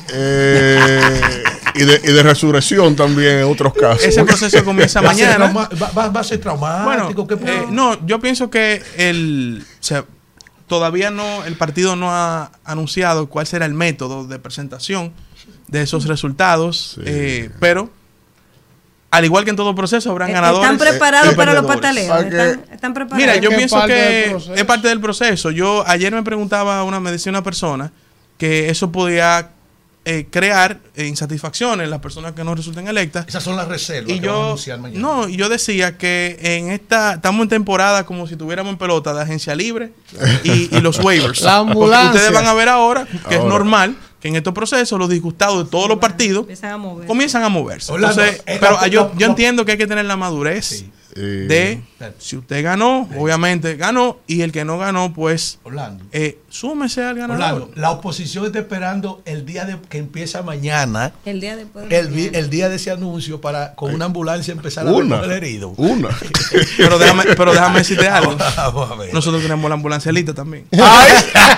Eh, y, de, y de resurrección también en otros casos. ese proceso comienza Va a ser mañana. trauma- va, va- va a ser traumático. Bueno, ¿qué eh, no, yo pienso que el, o sea, todavía no, el partido no ha anunciado cuál será el método de presentación de esos resultados, Sí. eh, pero al igual que en todo proceso habrán Eh, ganadores. ¿Están preparados y para los perdedores. pataleos? ¿Para qué? ¿Están, están preparados? Mira, yo que es pienso parte del que proceso. es parte del proceso. Yo ayer me preguntaba una, me decía una persona que eso podía eh, crear eh, insatisfacciones en las personas que no resulten electas. Esas son las reservas Y que van a yo, anunciar mañana. no, y yo decía que en esta, estamos en temporada como si tuviéramos en pelota de agencia libre y, y los waivers. La Porque ambulancia. ustedes van a ver ahora que es Ahora. normal que en estos procesos los disgustados de todos los partidos Empiezan a mover. comienzan a moverse. Orlando, Entonces, eh, pero la- yo, la- yo la- entiendo que hay que tener la madurez Eh, de si usted ganó, obviamente ganó, y el que no ganó, pues Orlando. eh, súmese al ganador. Orlando, la oposición está esperando el día de que empieza mañana, El día después de el, vi- mañana. el día de ese anuncio para con una ambulancia empezar a Una. recoger herido. Una. Pero déjame, pero déjame decirte algo. Vamos a ver. Nosotros tenemos la ambulancia lista también. ¡Ay!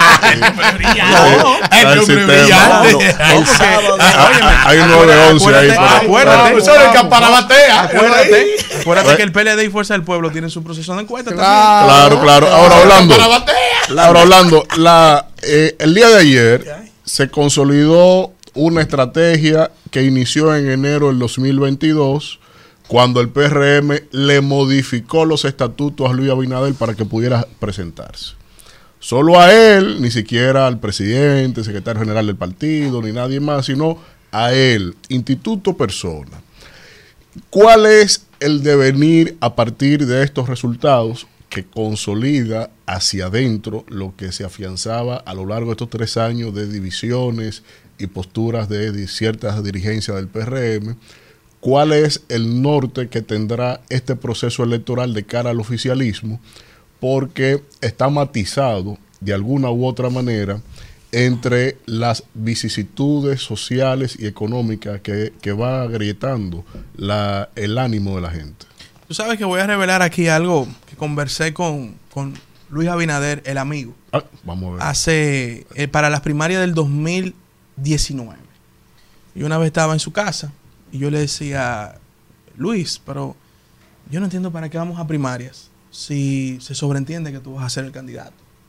No, ¡Ay, el pero sistema. brillante! No, no, el sábado. Ah, ah, hay un nueve once ahí. Acuérdate, para- acuérdate. Pues eso es el campanabatea. Acuérdate, acuérdate que el P L D y Fuerza del Pueblo tienen su proceso de encuesta Claro. Claro, claro. Ahora Orlando. Campanabatea. Ahora Orlando, la, eh, el día de ayer se consolidó una estrategia que inició en enero del dos mil veintidós, cuando el P R M le modificó los estatutos a Luis Abinader para que pudiera presentarse. Solo a él, ni siquiera al presidente, secretario general del partido, ni nadie más, sino a él, instituto persona. ¿Cuál es el devenir a partir de estos resultados que consolida hacia adentro lo que se afianzaba a lo largo de estos tres años de divisiones y posturas de ciertas dirigencias del P R M? ¿Cuál es el norte que tendrá este proceso electoral de cara al oficialismo? Porque está matizado de alguna u otra manera entre las vicisitudes sociales y económicas que, que va agrietando la, el ánimo de la gente. Tú sabes que voy a revelar aquí algo que conversé con, con Luis Abinader, el amigo. Ah, vamos a ver. Hace, eh, para las primarias del dos mil diecinueve. Y una vez estaba en su casa y yo le decía, Luis, pero yo no entiendo para qué vamos a primarias si se sobreentiende que tú vas a ser el candidato.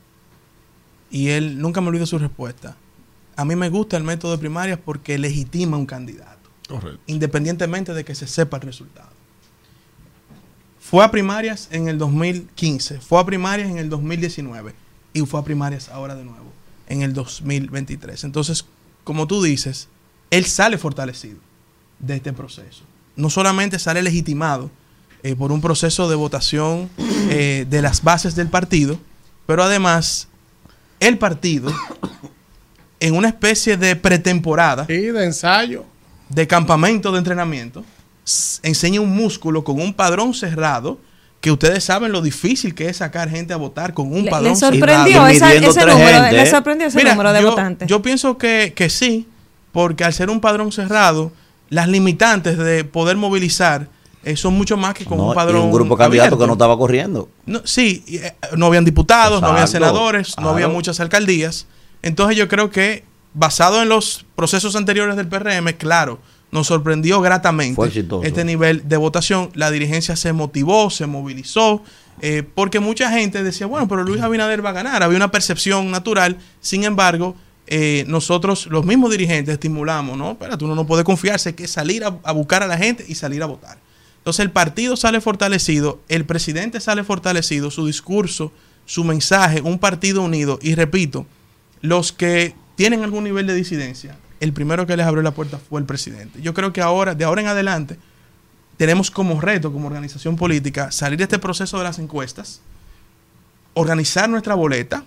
Y él nunca me olvidó su respuesta. A mí me gusta el método de primarias porque legitima un candidato. Correcto. Independientemente de que se sepa el resultado. Fue a primarias en el dos mil quince, fue a primarias en el dos mil diecinueve y fue a primarias ahora de nuevo en el dos mil veintitrés. Entonces, como tú dices, él sale fortalecido de este proceso. No solamente sale legitimado eh, por un proceso de votación eh, de las bases del partido, pero además el partido, en una especie de pretemporada, y de ensayo, de campamento de entrenamiento, enseña un músculo con un padrón cerrado, que ustedes saben lo difícil que es sacar gente a votar con un le, padrón le sorprendió cerrado. esa, ese número, gente, ¿eh? ¿Le sorprendió ese Mira, número de yo, votantes? Yo pienso que, que sí, porque al ser un padrón cerrado, las limitantes de poder movilizar eh, son mucho más que con no, un padrón y un grupo de candidatos que no estaba corriendo. No, sí, eh, no habían diputados, Exacto, no había senadores, claro. no había muchas alcaldías. Entonces yo creo que, basado en los procesos anteriores del P R M, claro, nos sorprendió gratamente este nivel de votación. La dirigencia se motivó, se movilizó, eh, porque mucha gente decía, bueno, pero Luis Abinader va a ganar. Había una percepción natural. Sin embargo, eh, nosotros, los mismos dirigentes, estimulamos, ¿no? Espérate, uno no puede confiarse, hay que salir a, a buscar a la gente y salir a votar. Entonces el partido sale fortalecido, el presidente sale fortalecido, su discurso, su mensaje, un partido unido. Y repito, los que tienen algún nivel de disidencia, el primero que les abrió la puerta fue el presidente. Yo creo que ahora, de ahora en adelante, tenemos como reto, como organización política, salir de este proceso de las encuestas, organizar nuestra boleta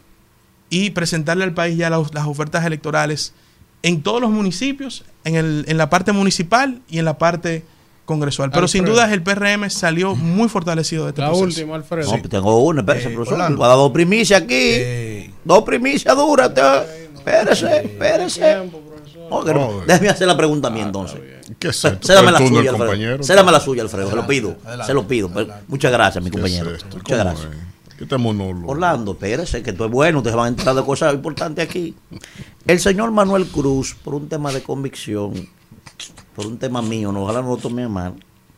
y presentarle al país ya las, las ofertas electorales en todos los municipios, en, el, en la parte municipal y en la parte congresual. Pero Alfredo, sin duda el P R M salió muy fortalecido de este la proceso. última, Alfredo. No, pues tengo una, espérese, Eh, profesor. Orlando. Va a dar dos primicias aquí. Eh. Dos primicias duras. te- Espérese, espérese. No, que no. No, Déjeme hacer la pregunta a mí entonces. ¿Qué es esto? Cédame la ¿El túnel, suya, Alfredo. compañero? Cédame la suya, Alfredo. Se lo Adelante, pido. adelante, Se lo pido. adelante. Muchas gracias, mi ¿Qué compañero. es esto? Muchas ¿Cómo gracias. es? ¿Qué este monólogo? Orlando, espérese, que esto es bueno. Ustedes van a entrar de cosas importantes aquí. El señor Manuel Cruz, por un tema de convicción, por un tema mío, no, ojalá no lo tome mal.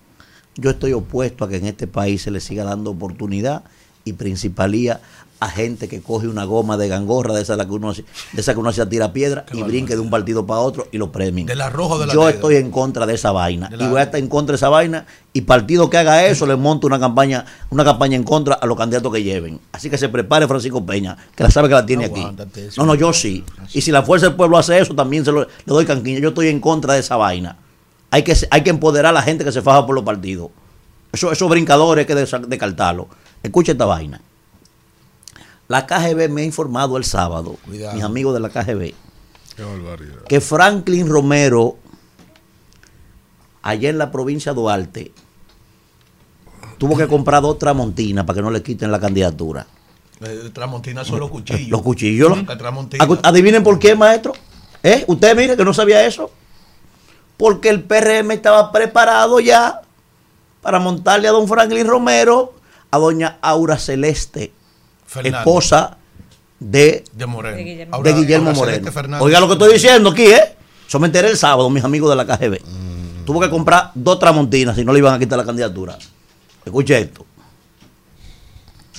Yo estoy opuesto a que en este país se le siga dando oportunidad y principalía a gente que coge una goma de gangorra de esa la que uno de esa que uno se tira piedra y brinque de un partido para otro y lo premien. De la roja o de la Yo negra. estoy en contra de esa vaina De la- y voy a estar en contra de esa vaina y partido que haga eso le monto una campaña una campaña en contra a los candidatos que lleven. Así que se prepare Francisco Peña, que la sabe que la tiene aquí. Aguántate eso. No, no, yo sí. Y si la fuerza del pueblo hace eso, también se lo, le doy canquiña. Yo estoy en contra de esa vaina. Hay que, hay que empoderar a la gente que se faja por los partidos. Eso, esos brincadores hay que desa- descartarlos. Escucha esta vaina. La K G B me ha informado el sábado, Cuidado. mis amigos de la K G B, Qué barbaridad. que Franklin Romero, allá en la provincia de Duarte, tuvo que comprar dos tramontinas para que no le quiten la candidatura. Eh, Tramontina son los cuchillos. Los cuchillos. La Tramontina. Acu- Adivinen por qué, maestro. ¿Eh? Usted mire que no sabía eso. Porque el P R M estaba preparado ya para montarle a don Franklin Romero a doña Aura Celeste, Fernando. esposa de, De Moreno. De Guillermo. de Ahora- Guillermo ahora Moreno. Celeste Fernández. Oiga lo que estoy diciendo aquí, ¿eh? Eso me enteré el sábado, mis amigos de la K G B. Tuvo que comprar dos tramontinas si no le iban a quitar la candidatura. Escuche esto.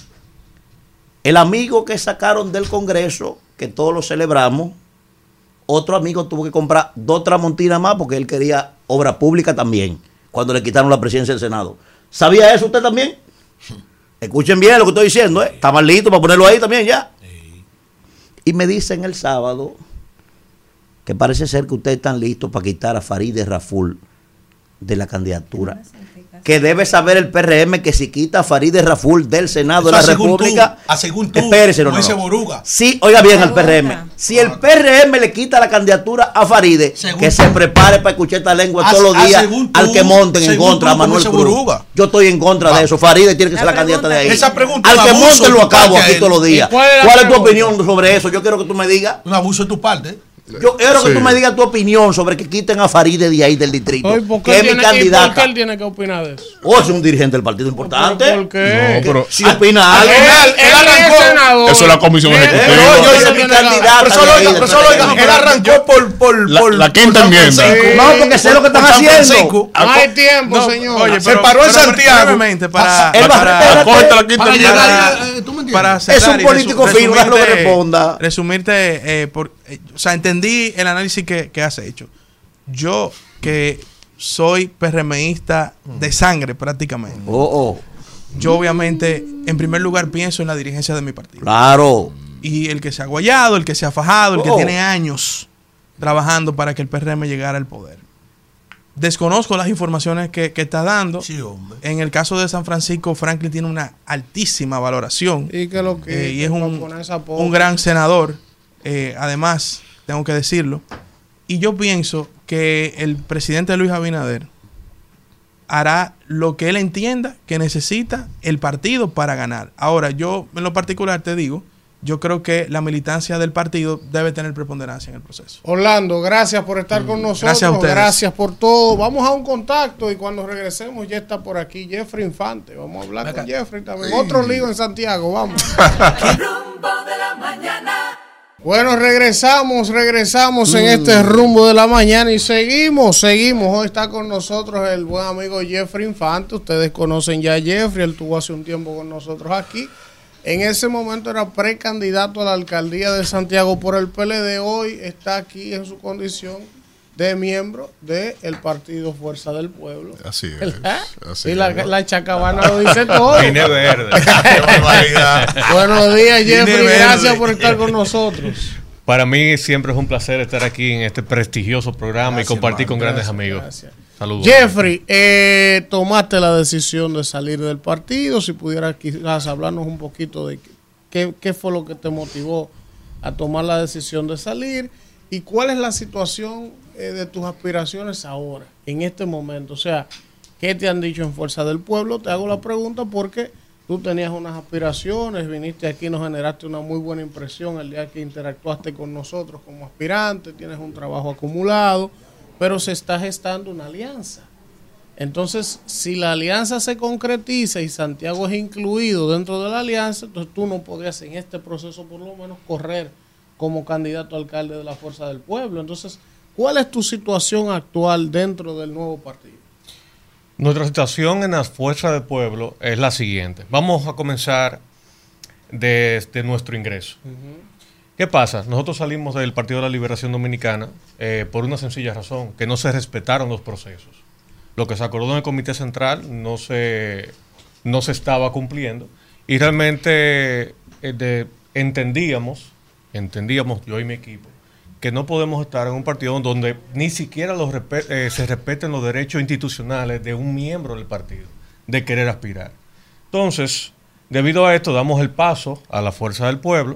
El amigo que sacaron del Congreso, que todos lo celebramos, otro amigo tuvo que comprar dos tramontinas más porque él quería obra pública también, cuando le quitaron la presidencia del Senado. ¿Sabía eso usted también? Escuchen bien lo que estoy diciendo, ¿eh? Está más listo para ponerlo ahí también ya. Y me dicen el sábado que parece ser que ustedes están listos para quitar a Farideh Raful de la candidatura. Que debe saber el P R M que si quita a Farideh Raful del Senado de la República, tú, a según tú, espérese, no, no, no. Boruga. Sí, oiga bien al P R M. Si el P R M le quita la candidatura a Farideh, según que tú. Se prepare para escuchar esta lengua a, todos los días tú, al que monten en contra tú, a Manuel Cruz. Boruga. Yo estoy en contra Va. de eso. Farideh tiene que ser la candidata de ahí. Esa pregunta al que monten lo acabo aquí él. todos los días. ¿Cuál es, ¿Cuál es tu opinión sobre eso? Yo quiero que tú me digas. Un abuso de tu parte. Yo quiero sí. que tú me digas tu opinión sobre que quiten a Farideh de ahí del distrito. Oye, que es mi candidata. ¿Por qué él tiene que opinar de eso? O es un dirigente del partido importante. ¿Por qué? No, pero, si opina algo. Él, él arrancó. Eso es la comisión ejecutiva. No, yo soy mi candidata. Pero solo oiga, pero solo oiga, él arrancó por, por, la, por la quinta por enmienda. No, porque sé lo que están haciendo. No hay tiempo, no, señor. Oye, se paró en Santiago. Para, para, cógete la quinta enmienda. Para es un político fino, déjalo que responda. Resumirte, eh, por, eh, o sea, entendí el análisis que, que has hecho. Yo, que soy PRMista de sangre prácticamente. Oh, oh. Yo obviamente, en primer lugar, pienso en la dirigencia de mi partido. Claro. Y el que se ha guayado, el que se ha fajado, el oh. que tiene años trabajando para que el P R M llegara al poder. Desconozco las informaciones que, que está dando. Sí, hombre. En el caso de San Francisco, Franklin tiene una altísima valoración. Y, que lo que, eh, y es un, un gran senador. Eh, además, tengo que decirlo. Y yo pienso que el presidente Luis Abinader hará lo que él entienda que necesita el partido para ganar. Ahora, yo en lo particular te digo, yo creo que la militancia del partido debe tener preponderancia en el proceso. Orlando, gracias por estar con nosotros. Gracias a ustedes. Gracias por todo. Vamos a un contacto y cuando regresemos ya está por aquí Jeffrey Infante. Vamos a hablar Acá. con Jeffrey también. Sí. Otro lío en Santiago, vamos. El rumbo de la mañana. Bueno, regresamos, regresamos mm. en este rumbo de la mañana y seguimos, seguimos. Hoy está con nosotros el buen amigo Jeffrey Infante. Ustedes conocen ya a Jeffrey, él estuvo hace un tiempo con nosotros aquí. En ese momento era precandidato a la alcaldía de Santiago por el P L D. Hoy está aquí en su condición de miembro del partido Fuerza del Pueblo. Así es. Así y la, es. la chacabana lo dice todo. Vine verde. Buenos días, Jeffrey. Gracias por estar con nosotros. Para mí siempre es un placer estar aquí en este prestigioso programa Gracias, y compartir man, con grandes gracias, amigos. Gracias. Saludos. Jeffrey, eh, tomaste la decisión de salir del partido. Si pudieras quizás hablarnos un poquito de qué, qué fue lo que te motivó a tomar la decisión de salir y cuál es la situación eh, de tus aspiraciones ahora, en este momento. O sea, ¿qué te han dicho en Fuerza del Pueblo? Te hago la pregunta porque tú tenías unas aspiraciones, viniste aquí, nos generaste una muy buena impresión el día que interactuaste con nosotros como aspirante, tienes un trabajo acumulado, pero se está gestando una alianza. Entonces, si la alianza se concretiza y Santiago es incluido dentro de la alianza, entonces tú no podrías en este proceso por lo menos correr como candidato a alcalde de la Fuerza del Pueblo. Entonces, ¿cuál es tu situación actual dentro del nuevo partido? Nuestra situación en la Fuerza del Pueblo es la siguiente. Vamos a comenzar desde nuestro ingreso. Uh-huh. ¿Qué pasa? Nosotros salimos del Partido de la Liberación Dominicana eh, por una sencilla razón, que no se respetaron los procesos. Lo que se acordó en el Comité Central no se, no se estaba cumpliendo y realmente eh, de, entendíamos, entendíamos yo y mi equipo, que no podemos estar en un partido donde ni siquiera los eh, se respeten los derechos institucionales de un miembro del partido, de querer aspirar. Entonces, debido a esto, damos el paso a la Fuerza del Pueblo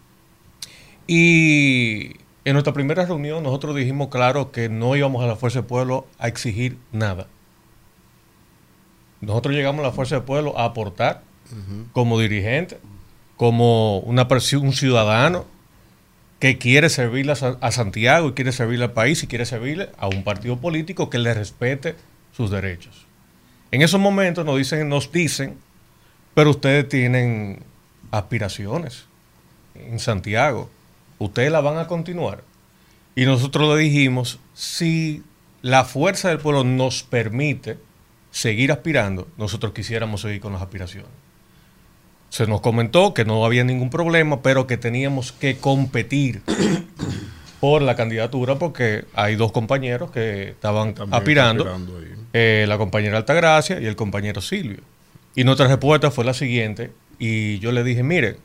y en nuestra primera reunión nosotros dijimos claro que no íbamos a la Fuerza del Pueblo a exigir nada. Nosotros llegamos a la Fuerza del Pueblo a aportar uh-huh. como dirigente, como una un ciudadano que quiere servirle a, a Santiago y quiere servirle al país y quiere servirle a un partido político que le respete sus derechos. En esos momentos nos dicen, nos dicen, pero ustedes tienen aspiraciones en Santiago, ustedes la van a continuar. Y nosotros le dijimos, si la Fuerza del Pueblo nos permite seguir aspirando, nosotros quisiéramos seguir con las aspiraciones. Se nos comentó que no había ningún problema, pero que teníamos que competir por la candidatura porque hay dos compañeros que estaban También aspirando, aspirando ahí. eh, la compañera Altagracia y el compañero Silvio. Y nuestra respuesta fue la siguiente, y yo le dije, mire,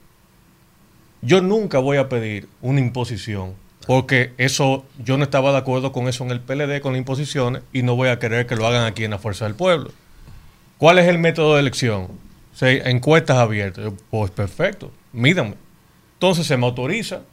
yo nunca voy a pedir una imposición, porque eso yo no estaba de acuerdo con eso en el P L D, con las imposiciones, y no voy a querer que lo hagan aquí en la Fuerza del Pueblo. ¿Cuál es el método de elección? O sea, encuestas abiertas. Yo, pues perfecto, mídanme. Entonces se me autoriza,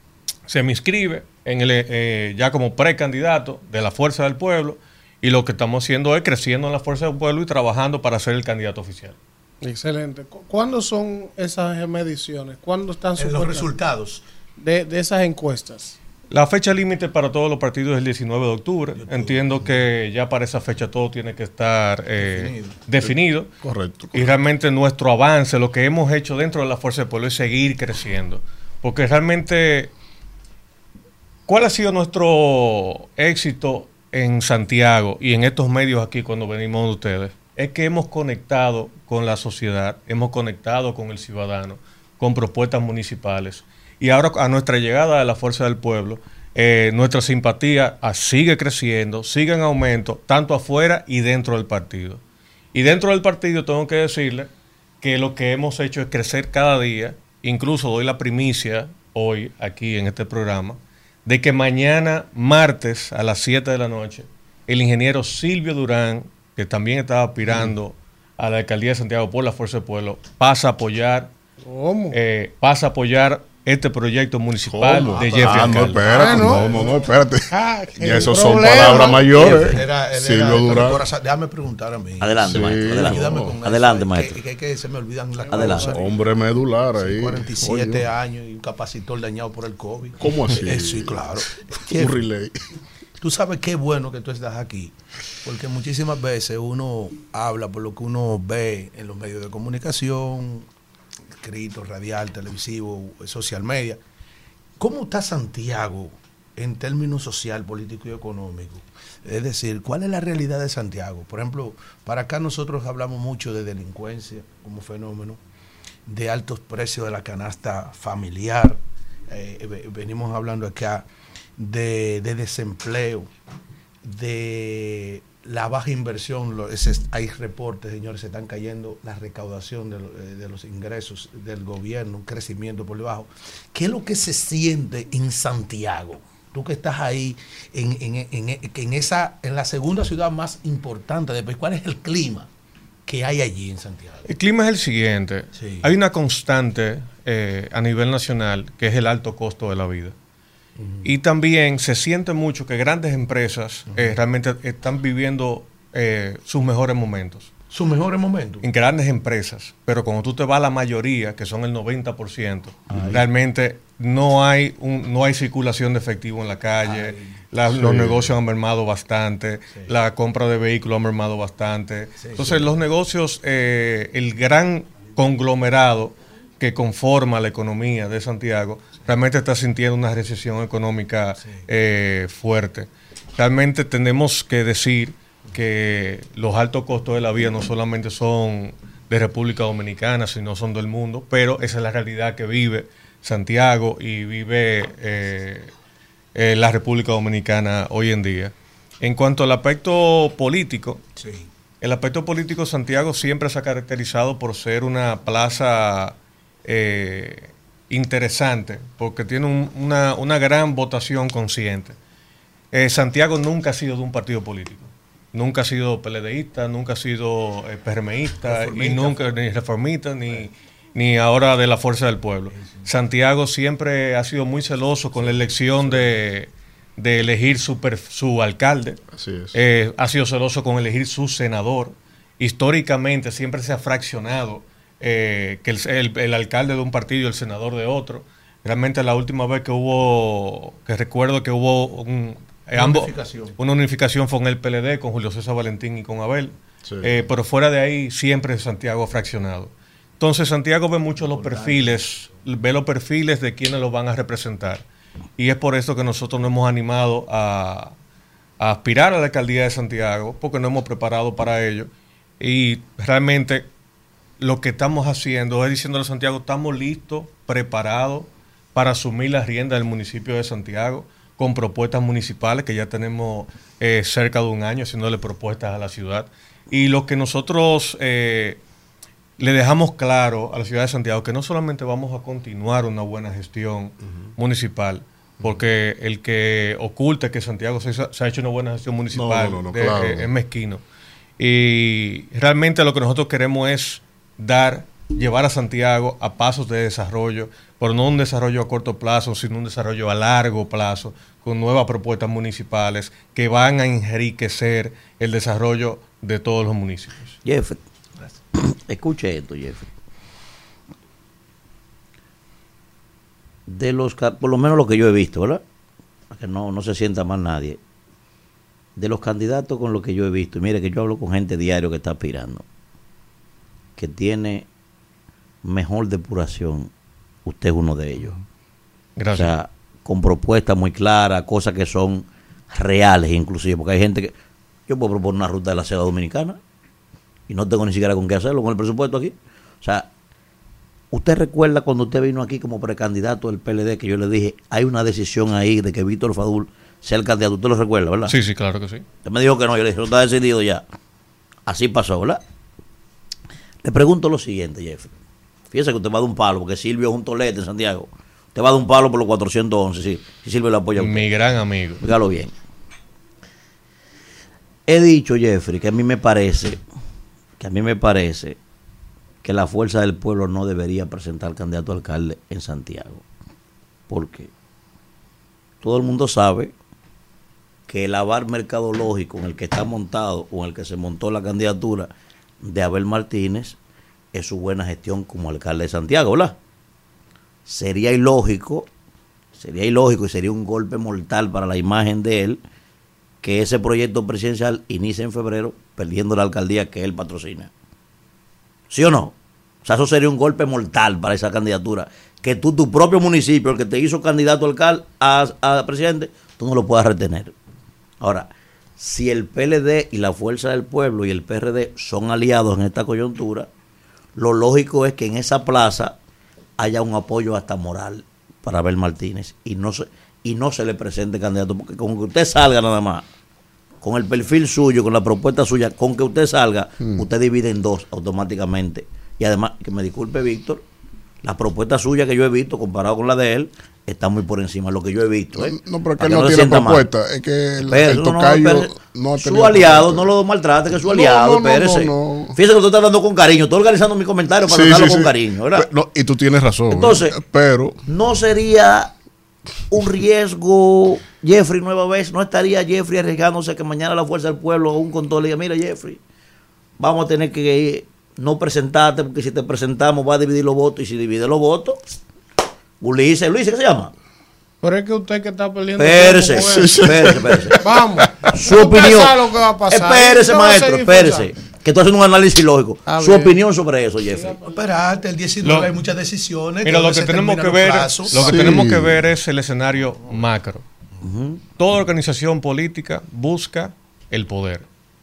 se me inscribe en el, eh, ya como precandidato de la Fuerza del Pueblo, y lo que estamos haciendo es creciendo en la Fuerza del Pueblo y trabajando para ser el candidato oficial. Excelente. ¿Cu- ¿Cuándo son esas mediciones? ¿Cuándo están En los supuestas? resultados. de, de esas encuestas? La fecha límite para todos los partidos es el diecinueve de octubre. Entiendo que ya para esa fecha todo tiene que estar eh, definido. Correcto, correcto. Y realmente nuestro avance, lo que hemos hecho dentro de la Fuerza del Pueblo es seguir creciendo. Porque realmente, ¿cuál ha sido nuestro éxito en Santiago y en estos medios aquí cuando venimos de ustedes? Es que hemos conectado con la sociedad, hemos conectado con el ciudadano, con propuestas municipales. Y ahora a nuestra llegada a la Fuerza del Pueblo, eh, nuestra simpatía ah, sigue creciendo, sigue en aumento, tanto afuera y dentro del partido. Y dentro del partido tengo que decirle que lo que hemos hecho es crecer cada día. Incluso doy la primicia hoy aquí en este programa de que mañana martes a las siete de la noche el ingeniero Silvio Durán, que también estaba aspirando a la alcaldía de Santiago por la Fuerza del Pueblo, pasa a apoyar eh, pasa a apoyar este proyecto municipal ¿Cómo? de Jeffrey Ah, no, Alcalde. espérate, Ah, no, no. no, no, espérate. Ah, Y qué eso son problema. palabras mayores. Él era- él Silvio era- Durán. corazón- Déjame preguntar a mí. Adelante, Sí, maestro. Adelante, Ayúdame con eso, adelante que- maestro. Que, que se me olvidan las Adelante. cosas. Hombre medular ahí. cuarenta y siete Oye, años y un capacitor dañado por el COVID. ¿Cómo así? Eh, sí, claro. un relay. Tú sabes qué bueno que tú estás aquí, porque muchísimas veces uno habla por lo que uno ve en los medios de comunicación, escrito, radial, televisivo, social media. ¿Cómo está Santiago en términos social, político y económico? Es decir, ¿cuál es la realidad de Santiago? Por ejemplo, para acá nosotros hablamos mucho de delincuencia como fenómeno, de altos precios de la canasta familiar. Eh, ve- venimos hablando acá de, de desempleo, de la baja inversión. Lo- ese es- hay reportes, señores, se están cayendo la recaudación de, lo- eh, de los ingresos del gobierno, un crecimiento por debajo. ¿Qué es lo que se siente en Santiago? Tú que estás ahí en, en, en, en esa, en la segunda ciudad más importante del país, ¿cuál es el clima que hay allí en Santiago? El clima es el siguiente. Sí. Hay una constante eh, a nivel nacional que es el alto costo de la vida. Y también se siente mucho que grandes empresas eh, realmente están viviendo eh, sus mejores momentos. Sus mejores momentos. En grandes empresas. Pero cuando tú te vas a la mayoría, que son el noventa por ciento, realmente no hay un, no hay circulación de efectivo en la calle. La- Sí. Los negocios han mermado bastante. La compra de vehículos ha mermado bastante. Sí, Entonces, sí. los negocios, eh, el gran conglomerado que conforma la economía de Santiago, realmente está sintiendo una recesión económica eh, fuerte. Realmente tenemos que decir que los altos costos de la vida no solamente son de República Dominicana, sino son del mundo, pero esa es la realidad que vive Santiago y vive eh, eh, la República Dominicana hoy en día. En cuanto al aspecto político, Sí. el aspecto político de Santiago siempre se ha caracterizado por ser una plaza eh, interesante, porque tiene un- una, una gran votación consciente. Eh, Santiago nunca ha sido de un partido político. Nunca ha sido PLDista, nunca ha sido eh, PRMista, y Reformista. nunca ni reformista, ni, ni ahora de la Fuerza del Pueblo. Santiago siempre ha sido muy celoso con la elección de, de elegir su, per- su alcalde. Así es. Eh, ha sido celoso con elegir su senador. Históricamente siempre se ha fraccionado eh, que el, el- el alcalde de un partido y el senador de otro. Realmente la última vez que hubo, que recuerdo que hubo un, eh, Una ambos- unificación. una unificación fue en el P L D con Julio César Valentín y con Abel. Sí. Eh, pero fuera de ahí siempre Santiago ha fraccionado. Entonces Santiago ve mucho los perfiles, ve los perfiles de quienes los van a representar. Y es por eso que nosotros nos hemos animado a, a aspirar a la alcaldía de Santiago, porque nos hemos preparado para ello. Y realmente lo que estamos haciendo es diciéndole a Santiago, estamos listos, preparados para asumir la rienda del municipio de Santiago, con propuestas municipales, que ya tenemos eh, cerca de un año haciéndole propuestas a la ciudad. Y lo que nosotros eh, le dejamos claro a la ciudad de Santiago, que no solamente vamos a continuar una buena gestión uh-huh. municipal, porque el que oculta que Santiago se, se ha hecho una buena gestión municipal no, no, no, de, claro. eh, es mezquino. Y realmente lo que nosotros queremos es dar, llevar a Santiago a pasos de desarrollo, pero no un desarrollo a corto plazo, sino un desarrollo a largo plazo, con nuevas propuestas municipales que van a enriquecer el desarrollo de todos los municipios. Jeffrey, escuche esto, Jeffrey. De los, por lo menos lo que yo he visto, ¿verdad? Para que no, no se sienta mal nadie. De los candidatos con lo que yo he visto, y mire que yo hablo con gente diario que está aspirando, que tiene mejor depuración, usted es uno de ellos. Gracias. O sea, con propuestas muy claras, cosas que son reales inclusive, porque hay gente que, yo puedo proponer una ruta de la seda dominicana y no tengo ni siquiera con qué hacerlo con el presupuesto aquí. O sea, usted recuerda cuando usted vino aquí como precandidato del P L D, que yo le dije, hay una decisión ahí de que Víctor Fadul sea el candidato, usted lo recuerda, ¿verdad? Sí, sí, claro que sí. Usted me dijo que no, yo le dije, no está decidido ya. Así pasó, ¿verdad? Le pregunto lo siguiente, Jeffrey. Fíjese que usted va de un palo, porque Silvio es un tolete en Santiago. Usted va de un palo por los cuatrocientos once, sí. Si Silvio le apoya a usted. Mi gran amigo. Dígalo bien. He dicho, Jeffrey, que a mí me parece, que a mí me parece que la Fuerza del Pueblo no debería presentar candidato a alcalde en Santiago. Porque todo el mundo sabe que el avar mercadológico en el que está montado o en el que se montó la candidatura de Abel Martínez es su buena gestión como alcalde de Santiago, ¿verdad? Sería ilógico, sería ilógico y sería un golpe mortal para la imagen de él que ese proyecto presidencial inicie en febrero perdiendo la alcaldía que él patrocina. ¿Sí o no? O sea, eso sería un golpe mortal para esa candidatura. Que tú, tu propio municipio, el que te hizo candidato alcalde a, a presidente, tú no lo puedas retener. Ahora, si el P L D y la Fuerza del Pueblo y el P R D son aliados en esta coyuntura, lo lógico es que en esa plaza haya un apoyo hasta moral para Abel Martínez y no se, y no se le presente candidato, porque con que usted salga nada más, con el perfil suyo, con la propuesta suya, con que usted salga, mm. usted divide en dos automáticamente. Y además, que me disculpe Víctor, la propuesta suya que yo he visto comparado con la de él está muy por encima de lo que yo he visto. ¿eh? No, pero es que él no, no tiene propuesta, mal. Es que el, pero, el tocayo no, no ha su aliado, propuesta. No lo maltrate, que es su aliado, no, no, espérese. No, no. Fíjese que usted está hablando con cariño, estoy organizando mi comentario para sí, hablarlo sí, con sí. cariño, ¿verdad? No, y tú tienes razón. Entonces, ¿eh? Pero no sería un riesgo, Jeffrey, nueva vez, no estaría Jeffrey arriesgándose que mañana la Fuerza del Pueblo o un control le diga, mira Jeffrey, vamos a tener que no presentarte, porque si te presentamos va a dividir los votos, y si divide los votos, Ulises, Luis, ¿qué se llama? Pero es que usted que está perdiendo. Espérese, espérese, espérese. Vamos. Su opinión. Sabe lo que va a pasar. Espérese, maestro, espérese. Que tú haces un análisis lógico. A Su ver. opinión sobre eso, Jeffrey. No, espérate, el diecinueve lo, hay muchas decisiones. Mira, lo que tenemos que ver, lo que sí. tenemos que ver es el escenario macro. Uh-huh. Toda organización política busca el poder.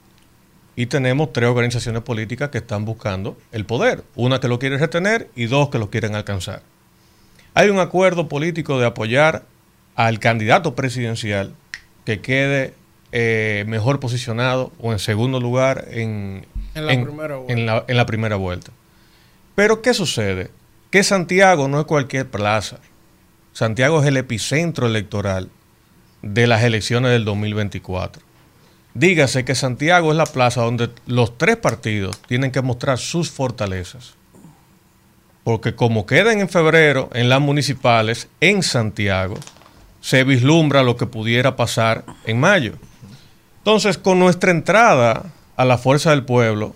Y tenemos tres organizaciones políticas que están buscando el poder. Una que lo quiere retener y dos que lo quieren alcanzar. Hay un acuerdo político de apoyar al candidato presidencial que quede eh, mejor posicionado o en segundo lugar en, en, la, en, primera vuelta. En, la, en la primera vuelta. Pero ¿qué sucede? Que Santiago no es cualquier plaza. Santiago es el epicentro electoral de las elecciones del dos mil veinticuatro. Dígase que Santiago es la plaza donde los tres partidos tienen que mostrar sus fortalezas. Porque como quedan en febrero en las municipales en Santiago, se vislumbra lo que pudiera pasar en mayo. Entonces, con nuestra entrada a la Fuerza del Pueblo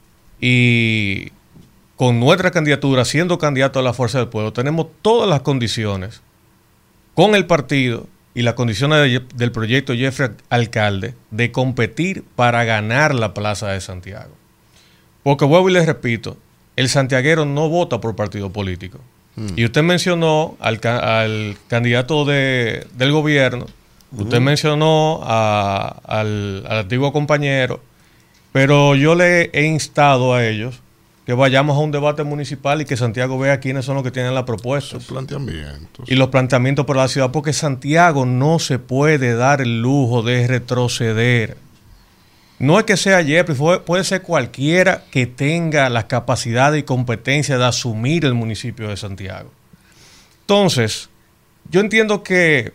y con nuestra candidatura siendo candidato a la Fuerza del Pueblo, tenemos todas las condiciones con el partido y las condiciones de, del proyecto Jeffrey Alcalde de competir para ganar la plaza de Santiago. Porque vuelvo y les repito, el santiaguero no vota por partido político. Mm. Y usted mencionó al, al candidato de, del gobierno, uh-huh. usted mencionó a, al, al antiguo compañero, pero yo le he instado a ellos que vayamos a un debate municipal y que Santiago vea quiénes son los que tienen las propuestas. Los planteamientos. Y los planteamientos para la ciudad, porque Santiago no se puede dar el lujo de retroceder. No es que sea Jeffrey, puede ser cualquiera que tenga la capacidad y competencia de asumir el municipio de Santiago. Entonces, yo entiendo que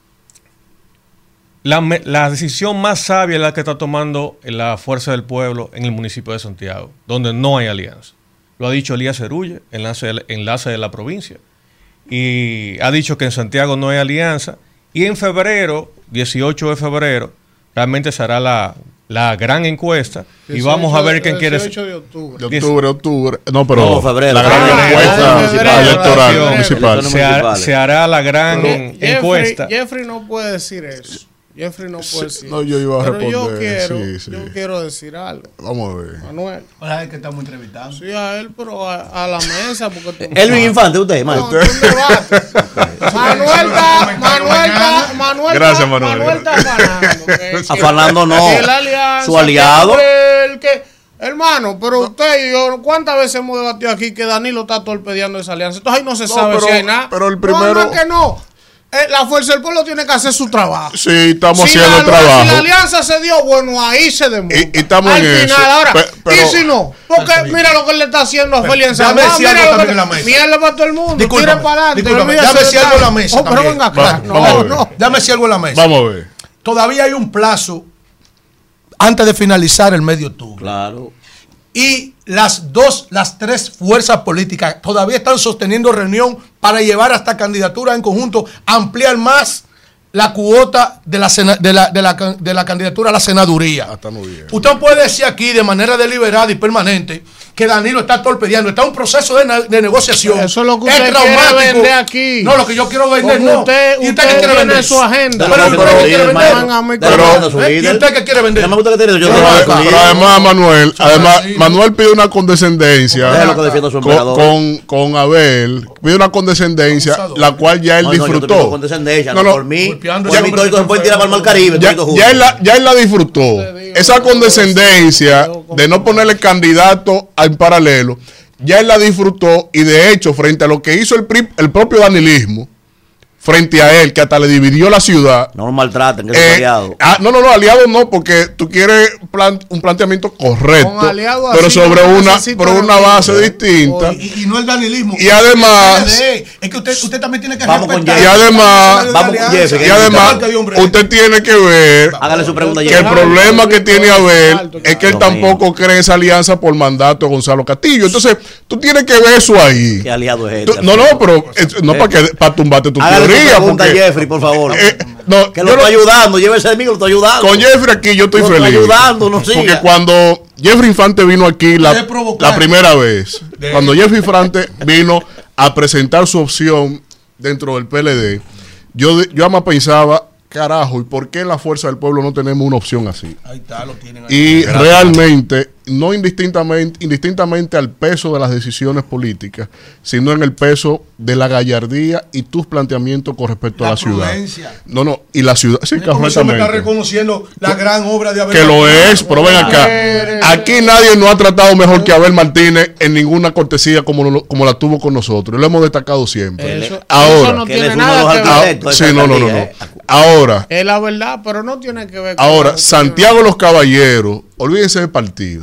la, la decisión más sabia es la que está tomando la Fuerza del Pueblo en el municipio de Santiago, donde no hay alianza. Lo ha dicho Elías Cerulle, enlace, enlace de la provincia, y ha dicho que en Santiago no hay alianza, y en febrero, dieciocho de febrero, realmente se hará la, la gran encuesta, y vamos a ver quién quiere ser. de octubre. De octubre, octubre. No, pero No, febrero. la gran Ah, encuesta febrero, electoral febrero. municipal. Se, ha- se hará la gran Pero encuesta. Jeffrey, Jeffrey no puede decir eso. Jeffrey no puede decir no, yo iba a Pero yo responder, quiero, sí, sí. yo quiero decir algo. Vamos a ver. Manuel. Ahora es que estamos entrevistando. Sí, a él, pero a, a la mesa. Porque tú- Elvin Infante, usted, No, maestro. tú debates. Manuel está, Manuel está, Manuel Gracias, está, Manuel. Manuel está afanando. que- que- Afanando no. que la alianza, Su aliado. que el que- hermano, pero usted y yo, ¿cuántas veces hemos debatido aquí que Danilo está torpedeando esa alianza? Entonces ahí no se No, sabe pero- si hay nada. pero el No, primero- no es que no. Eh, la Fuerza del Pueblo tiene que hacer su trabajo. Sí, estamos Si haciendo la, el trabajo. Si la alianza se dio, bueno, ahí se demuestra. Y- y estamos Al en final, eso. ahora, Pe- pero- y si no, porque mira lo que él le está haciendo a Pero, Feli en San déjame Juan, decir mira algo lo que también en la mesa. mierda para todo el mundo, Discúlpame, tire para adelante. discúlpame, olvídese déjame de decir algo en la tal. mesa Oh, pero también. venga acá. Va- No, vamos a ver. no. Déjame decir algo en la mesa. Vamos a ver. Todavía hay un plazo antes de finalizar el medio octubre. Claro. Y las dos, las tres fuerzas políticas todavía están sosteniendo reunión para llevar hasta candidatura en conjunto, ampliar más la cuota de la, sena- de la, de la, can- de la candidatura a la senaduría. Hasta noviembre. Usted puede decir aquí de manera deliberada y permanente que Danilo está torpedeando, está en un proceso de, na- de negociación. Eso es lo que usted quiere vender aquí. No, lo que yo quiero vender Como no. usted- ¿Y usted qué quiere tiene vender? su agenda. Pero Déjame usted su qué quiere líder, vender. Van a mi Déjame Pero- a su ¿Eh? ¿Y líder. usted qué quiere vender? Déjame usted que tiene, yo No, te voy a no, dar su no, líder. Pero además, Manuel, además, sí. Manuel pide una condescendencia Déjalo que defienda a su con, emperador. con, con Abel, pide una condescendencia, Abusador. la cual ya él No, no, yo te pido disfrutó. condescendencia, No, no, no. por mí. Golpeando Por ese mí hombre todo se puede que tirar para el Mar Caribe. Ya, todito junto. ya él la, ya él la disfrutó. Esa condescendencia de no ponerle candidato en paralelo, ya él la disfrutó y de hecho, frente a lo que hizo el, pri- el propio danilismo, frente a él, que hasta le dividió la ciudad. No lo maltraten, que es eh, aliado. ah, no, no, no, aliado no, porque tú quieres plan- un planteamiento correcto, Con aliado pero así, sobre no una, necesito pero una reunirme. base distinta. Y, y no el danilismo. Y además- El P L D. Es que usted, usted también tiene que Vamos con respetar. Y además, Vamos con Jeffrey, y que además, Marca de hombre. usted tiene que ver Hágale su pregunta que el ya. problema que tiene Abel es que él Dios tampoco cree en esa alianza por mandato de Gonzalo Castillo. Entonces, tú tienes que ver eso ahí. ¿Qué aliado es Tú- este? no, no, pero eh, no para que para tumbarte tu Hágale su teoría. pregunta a Porque, Jeffrey, por favor. eh, no, Que yo lo está lo- ayudando, llévese de mí que lo está ayudando. con Jeffrey aquí yo estoy Lo está feliz. ayudando, no siga. Porque cuando Jeffrey Infante vino aquí la, Deje provocar. la primera vez, cuando Jeffrey Infante vino a presentar su opción dentro del P L D, yo, yo además pensaba, carajo, ¿y por qué en la Fuerza del Pueblo no tenemos una opción así? Ahí está, lo tienen ahí. Y realmente, no indistintamente, indistintamente al peso de las decisiones políticas, sino en el peso de la gallardía y tus planteamientos con respecto a La la ciudad. prudencia. No, no, y la ciudad, sí, Mira cómo eso me está correctamente. reconociendo la gran obra de Abel Que lo Martínez. es, pero ven acá. Aquí nadie nos ha tratado mejor que Abel Martínez en ninguna cortesía como, lo- como la tuvo con nosotros. Lo hemos destacado siempre. Eso- Ahora, eso no Que él tiene es uno de los nada que ver. arquitectos de sí, esa no, no, no, alcaldía, no. eh. Ahora, Es la verdad, pero no tiene que ver con ahora, la- Santiago Los Caballeros, olvídense del partido.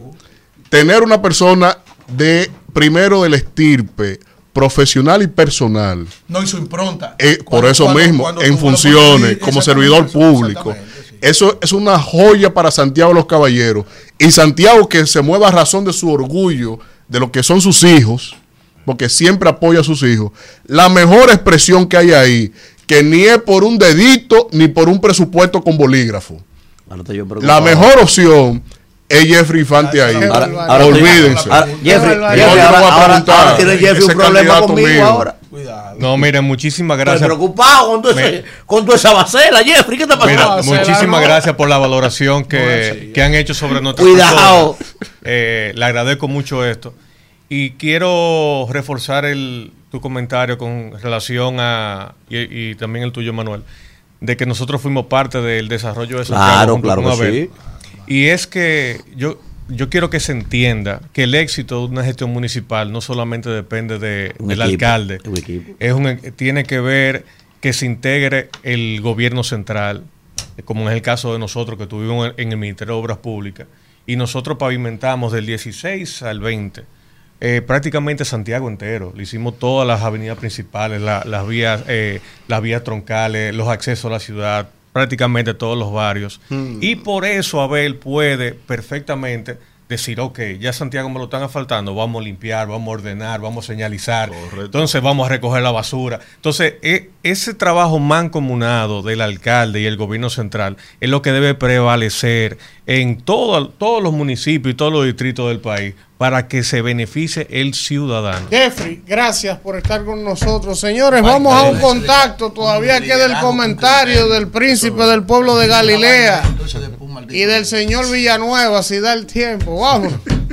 Tener una persona de primero del estirpe, profesional y personal, No, y su impronta. eh, por Cuando- eso cuando- mismo, cuando en tuvo la funciones, oportunidad, como exactamente, servidor eso, público. exactamente, sí. Eso es una joya para Santiago Los Caballeros. Y Santiago que se mueva a razón de su orgullo, de lo que son sus hijos, porque siempre apoya a sus hijos. La mejor expresión que hay ahí, que ni es por un dedito ni por un presupuesto con bolígrafo. Ahora estoy yo La preocupado. mejor opción es Jeffrey Infante ahí. Ahora- ahora estoy- Olvídense. ahora, Jeffrey, Yo Jeffrey, no ahora, voy a ahora- preguntar ahora tiene Jeffrey ese un problema candidato conmigo mío. ahora. No, miren, muchísimas Estoy gracias. preocupado con, tu ese- Me- con tu esa bacela, Jeffrey. ¿Qué te pasa? Mira, No, se muchísimas la- gracias por la valoración que, que han hecho sobre nuestra Cuidado. persona. Eh, le agradezco mucho esto. Y quiero reforzar el, tu comentario con relación a, y, y también el tuyo, Manuel, de que nosotros fuimos parte del desarrollo de Santiago Claro, junto claro con que Abel. Y es que yo yo quiero que se entienda que el éxito de una gestión municipal no solamente depende de, Un del equipo, alcalde, un equipo. es un, tiene que ver que se integre el gobierno central, como es el caso de nosotros que tuvimos en el Ministerio de Obras Públicas, y nosotros pavimentamos del dieciséis al veinte, eh, prácticamente Santiago entero. Le hicimos todas las avenidas principales, la, las vías, eh, las vías troncales, los accesos a la ciudad, prácticamente todos los barrios. Mm. Y por eso Abel puede perfectamente decir, ok, ya Santiago me lo están asfaltando, vamos a limpiar, vamos a ordenar, vamos a señalizar, Correcto. Entonces vamos a recoger la basura. Entonces, e, ese trabajo mancomunado del alcalde y el gobierno central es lo que debe prevalecer en todo, todos los municipios y todos los distritos del país para que se beneficie el ciudadano. Jeffrey, gracias por estar con nosotros. Señores, vamos a un contacto. Todavía queda el comentario del príncipe del pueblo de Galilea y del señor Villanueva, si da el tiempo. Vamos.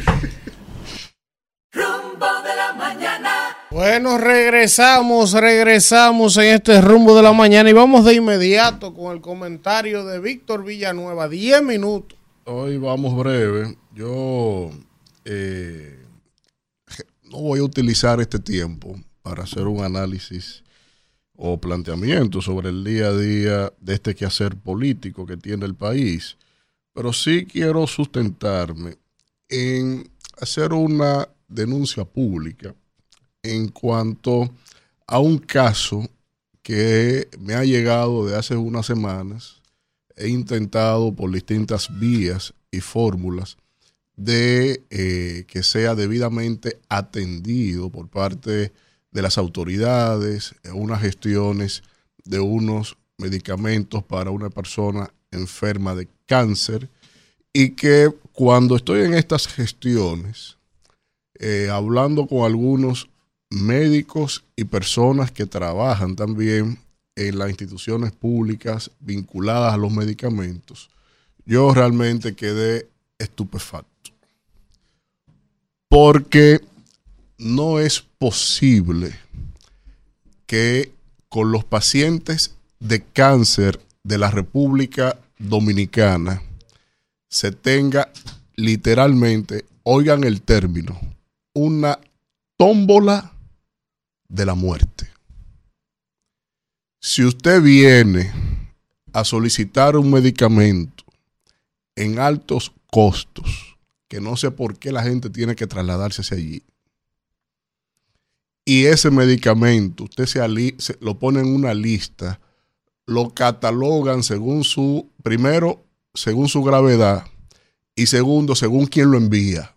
Rumbo de la mañana. Bueno, regresamos, regresamos en este rumbo de la mañana y vamos de inmediato con el comentario de Víctor Villanueva. Diez minutos. Hoy vamos breve. Yo eh, no voy a utilizar este tiempo para hacer un análisis o planteamiento sobre el día a día de este quehacer político que tiene el país, pero sí quiero sustentarme en hacer una denuncia pública en cuanto a un caso que me ha llegado de hace unas semanas. He intentado por distintas vías y fórmulas de eh, que sea debidamente atendido por parte de las autoridades, unas gestiones de unos medicamentos para una persona enferma de cáncer, y que cuando estoy en estas gestiones, eh, hablando con algunos médicos y personas que trabajan también en las instituciones públicas vinculadas a los medicamentos, yo realmente quedé estupefacto. Porque no es posible que con los pacientes de cáncer de la República Dominicana se tenga literalmente, oigan el término, una tómbola de la muerte. Si usted viene a solicitar un medicamento en altos costos, que no sé por qué la gente tiene que trasladarse hacia allí, y ese medicamento usted se, ali- se lo pone en una lista, lo catalogan según su, primero, según su gravedad, y segundo, según quién lo envía.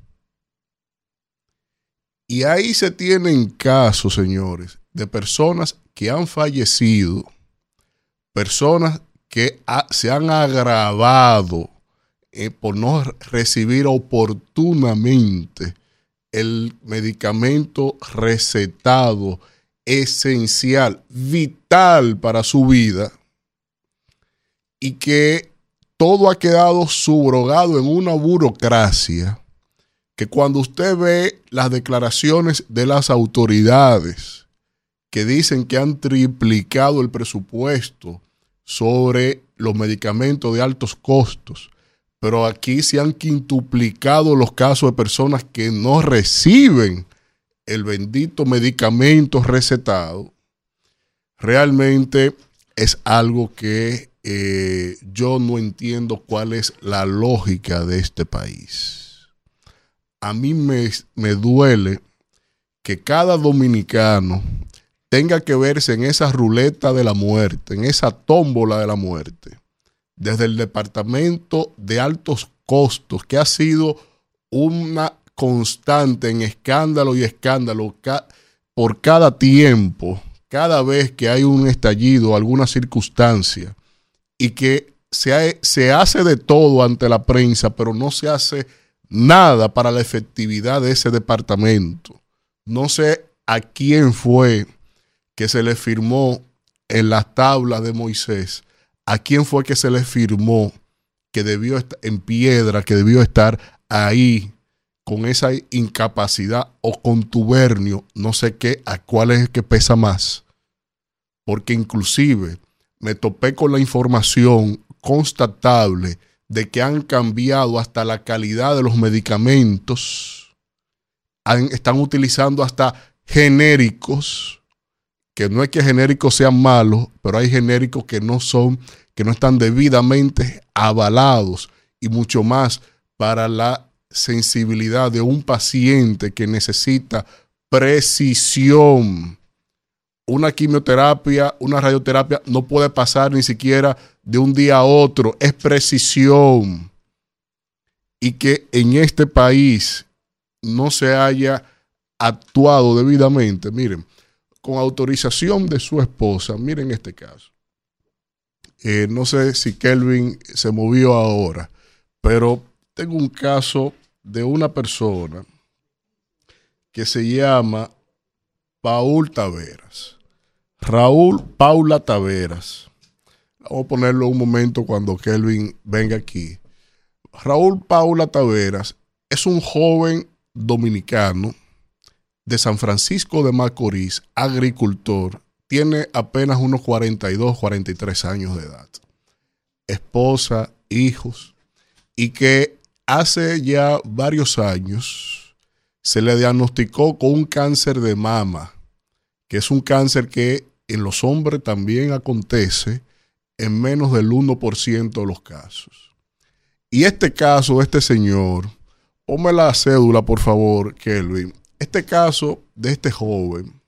Y ahí se tienen casos, señores, de personas que han fallecido, personas que ha, se han agravado eh, por no recibir oportunamente el medicamento recetado, esencial, vital para su vida, y que todo ha quedado subrogado en una burocracia que cuando usted ve las declaraciones de las autoridades que dicen que han triplicado el presupuesto sobre los medicamentos de altos costos, pero aquí se han quintuplicado los casos de personas que no reciben el bendito medicamento recetado, realmente es algo que eh, yo no entiendo cuál es la lógica de este país. A mí me, me duele que cada dominicano tenga que verse en esa ruleta de la muerte, en esa tómbola de la muerte, desde el departamento de altos costos, que ha sido una constante en escándalo y escándalo ca- por cada tiempo, cada vez que hay un estallido, alguna circunstancia, y que se, ha, se hace de todo ante la prensa, pero no se hace nada para la efectividad de ese departamento. No sé a quién fue que se le firmó en las tablas de Moisés, a quién fue que se le firmó que debió estar en piedra, que debió estar ahí con esa incapacidad o contubernio, no sé qué, a cuál es el que pesa más. Porque inclusive me topé con la información constatable de que han cambiado hasta la calidad de los medicamentos, han, están utilizando hasta genéricos, que no es que genéricos sean malos, pero hay genéricos que no son, que no están debidamente avalados, y mucho más para la sensibilidad de un paciente que necesita precisión. Una quimioterapia, una radioterapia no puede pasar ni siquiera de un día a otro, es precisión. Y que en este país no se haya actuado debidamente, miren, con autorización de su esposa, miren este caso. Eh, no sé si Kelvin se movió ahora, pero tengo un caso de una persona que se llama Paul Taveras. Raúl Paula Taveras. Vamos a ponerlo un momento cuando Kelvin venga aquí. Raúl Paula Taveras es un joven dominicano de San Francisco de Macorís, agricultor. Tiene apenas unos cuarenta y dos, cuarenta y tres años de edad. Esposa, hijos, y que hace ya varios años se le diagnosticó con un cáncer de mama, que es un cáncer que en los hombres también acontece en menos del uno por ciento de los casos. Y este caso de este señor, ponme la cédula por favor, Kelvin. Este caso de este joven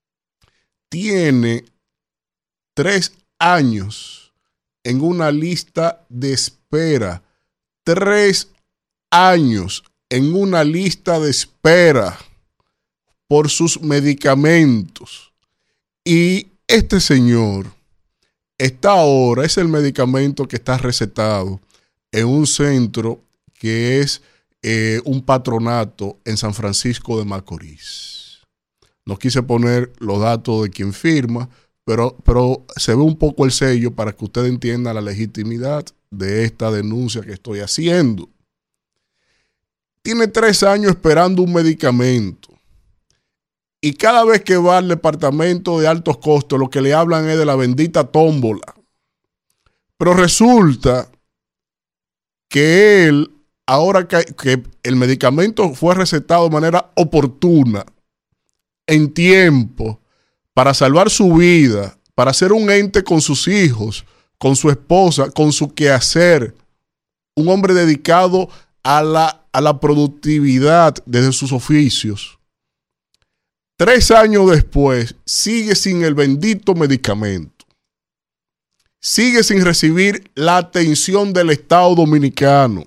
tiene tres años en una lista de espera. Tres años en una lista de espera por sus medicamentos. Y este señor está ahora, es el medicamento que está recetado en un centro que es eh, un patronato en San Francisco de Macorís. No quise poner los datos de quien firma, pero, pero se ve un poco el sello para que usted entienda la legitimidad de esta denuncia que estoy haciendo. Tiene tres años esperando un medicamento. Y cada vez que va al departamento de altos costos, lo que le hablan es de la bendita tómbola. Pero resulta que él, ahora que, que el medicamento fue recetado de manera oportuna, en tiempo, para salvar su vida, para ser un ente con sus hijos, con su esposa, con su quehacer, un hombre dedicado a la, a la productividad desde sus oficios. Tres años después, sigue sin el bendito medicamento. Sigue sin recibir la atención del Estado dominicano.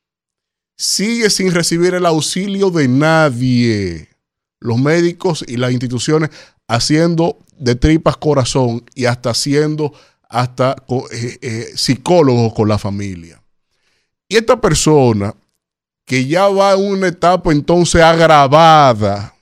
Sigue sin recibir el auxilio de nadie. Los médicos y las instituciones haciendo de tripas corazón y hasta haciendo hasta eh, eh, psicólogos con la familia. Y esta persona que ya va en una etapa entonces agravada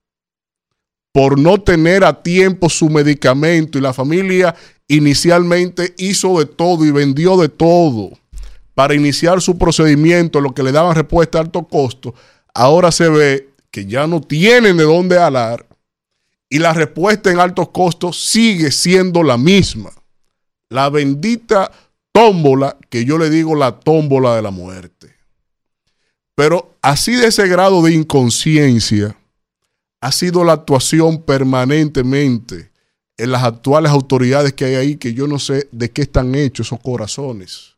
por no tener a tiempo su medicamento, y la familia inicialmente hizo de todo y vendió de todo para iniciar su procedimiento, lo que le daban respuesta a alto costo, ahora se ve que ya no tienen de dónde alar y la respuesta en altos costos sigue siendo la misma. La bendita tómbola, que yo le digo la tómbola de la muerte. Pero así de ese grado de inconsciencia ha sido la actuación permanentemente en las actuales autoridades que hay ahí, que yo no sé de qué están hechos esos corazones.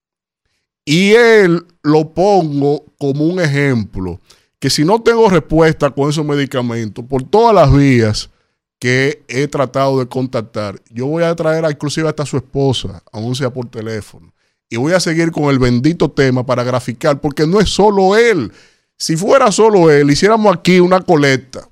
Y él lo pongo como un ejemplo, que si no tengo respuesta con esos medicamentos, por todas las vías que he tratado de contactar, yo voy a traer a, inclusive hasta a su esposa, aún sea por teléfono, y voy a seguir con el bendito tema para graficar, porque no es solo él. Si fuera solo él, hiciéramos aquí una colecta.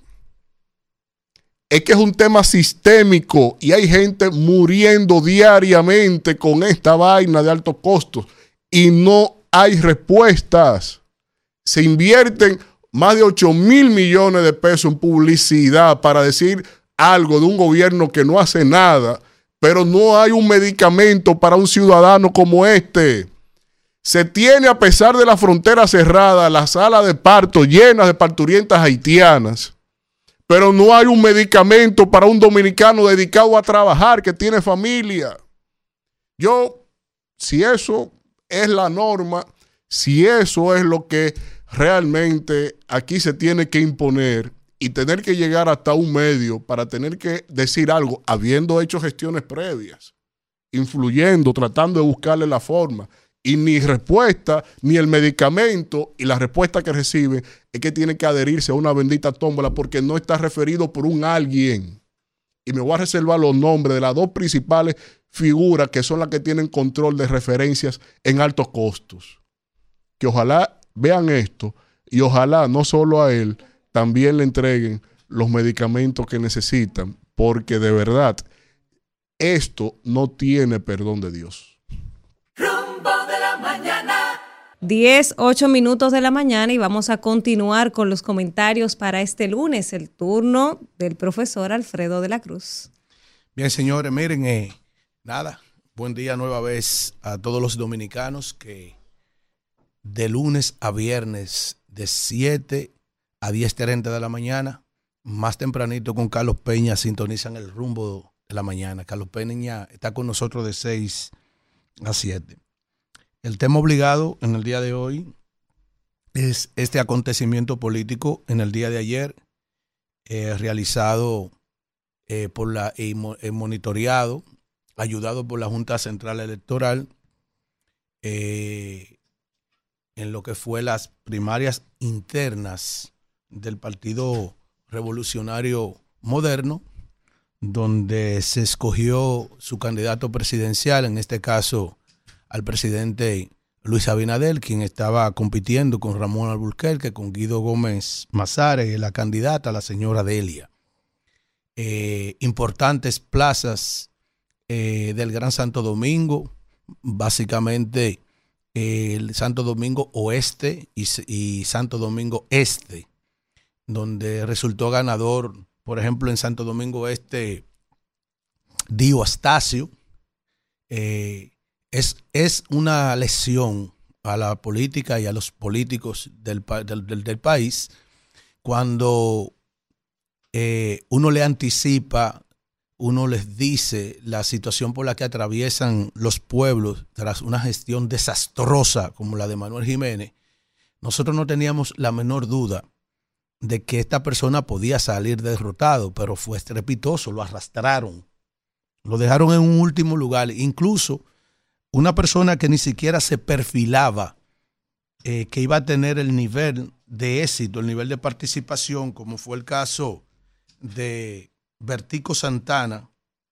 Es que es un tema sistémico y hay gente muriendo diariamente con esta vaina de altos costos y no hay respuestas. Se invierten más de ocho mil millones de pesos en publicidad para decir algo de un gobierno que no hace nada, pero no hay un medicamento para un ciudadano como este. Se tiene, a pesar de la frontera cerrada, la sala de parto llenas de parturientas haitianas, pero no hay un medicamento para un dominicano dedicado a trabajar que tiene familia. Yo, si eso es la norma, si eso es lo que realmente aquí se tiene que imponer y tener que llegar hasta un medio para tener que decir algo, habiendo hecho gestiones previas, influyendo, tratando de buscarle la forma, y ni respuesta, ni el medicamento, y la respuesta que reciben es que tiene que adherirse a una bendita tómbola porque no está referido por un alguien. Y me voy a reservar los nombres de las dos principales figuras que son las que tienen control de referencias en altos costos. Que ojalá vean esto y ojalá no solo a él, también le entreguen los medicamentos que necesitan, porque de verdad esto no tiene perdón de Dios. Rumbo de la mañana. diez, ocho minutos de la mañana y vamos a continuar con los comentarios para este lunes, el turno del profesor Alfredo de la Cruz. Bien, señores, miren, eh, nada, buen día nueva vez a todos los dominicanos que de lunes a viernes de siete a diez treinta de la mañana, más tempranito con Carlos Peña, sintonizan el rumbo de la mañana. Carlos Peña está con nosotros de seis a siete. El tema obligado en el día de hoy es este acontecimiento político en el día de ayer, eh, realizado eh, por la eh, monitoreado, ayudado por la Junta Central Electoral, eh, en lo que fue las primarias internas del Partido Revolucionario Moderno, donde se escogió su candidato presidencial, en este caso al presidente Luis Abinader, quien estaba compitiendo con Ramón Alburquerque, con Guido Gómez Mazare, la candidata, la señora Delia. Eh, importantes plazas eh, del Gran Santo Domingo, básicamente eh, el Santo Domingo Oeste y, y Santo Domingo Este, donde resultó ganador, por ejemplo, en Santo Domingo Este, Dio Astacio. Eh, es, es una lesión a la política y a los políticos del, del, del, del país cuando eh, uno le anticipa, uno les dice la situación por la que atraviesan los pueblos tras una gestión desastrosa como la de Manuel Jiménez. Nosotros no teníamos la menor duda de que esta persona podía salir derrotado, pero fue estrepitoso, lo arrastraron, lo dejaron en un último lugar. Incluso una persona que ni siquiera se perfilaba eh, que iba a tener el nivel de éxito, el nivel de participación, como fue el caso de Bertico Santana,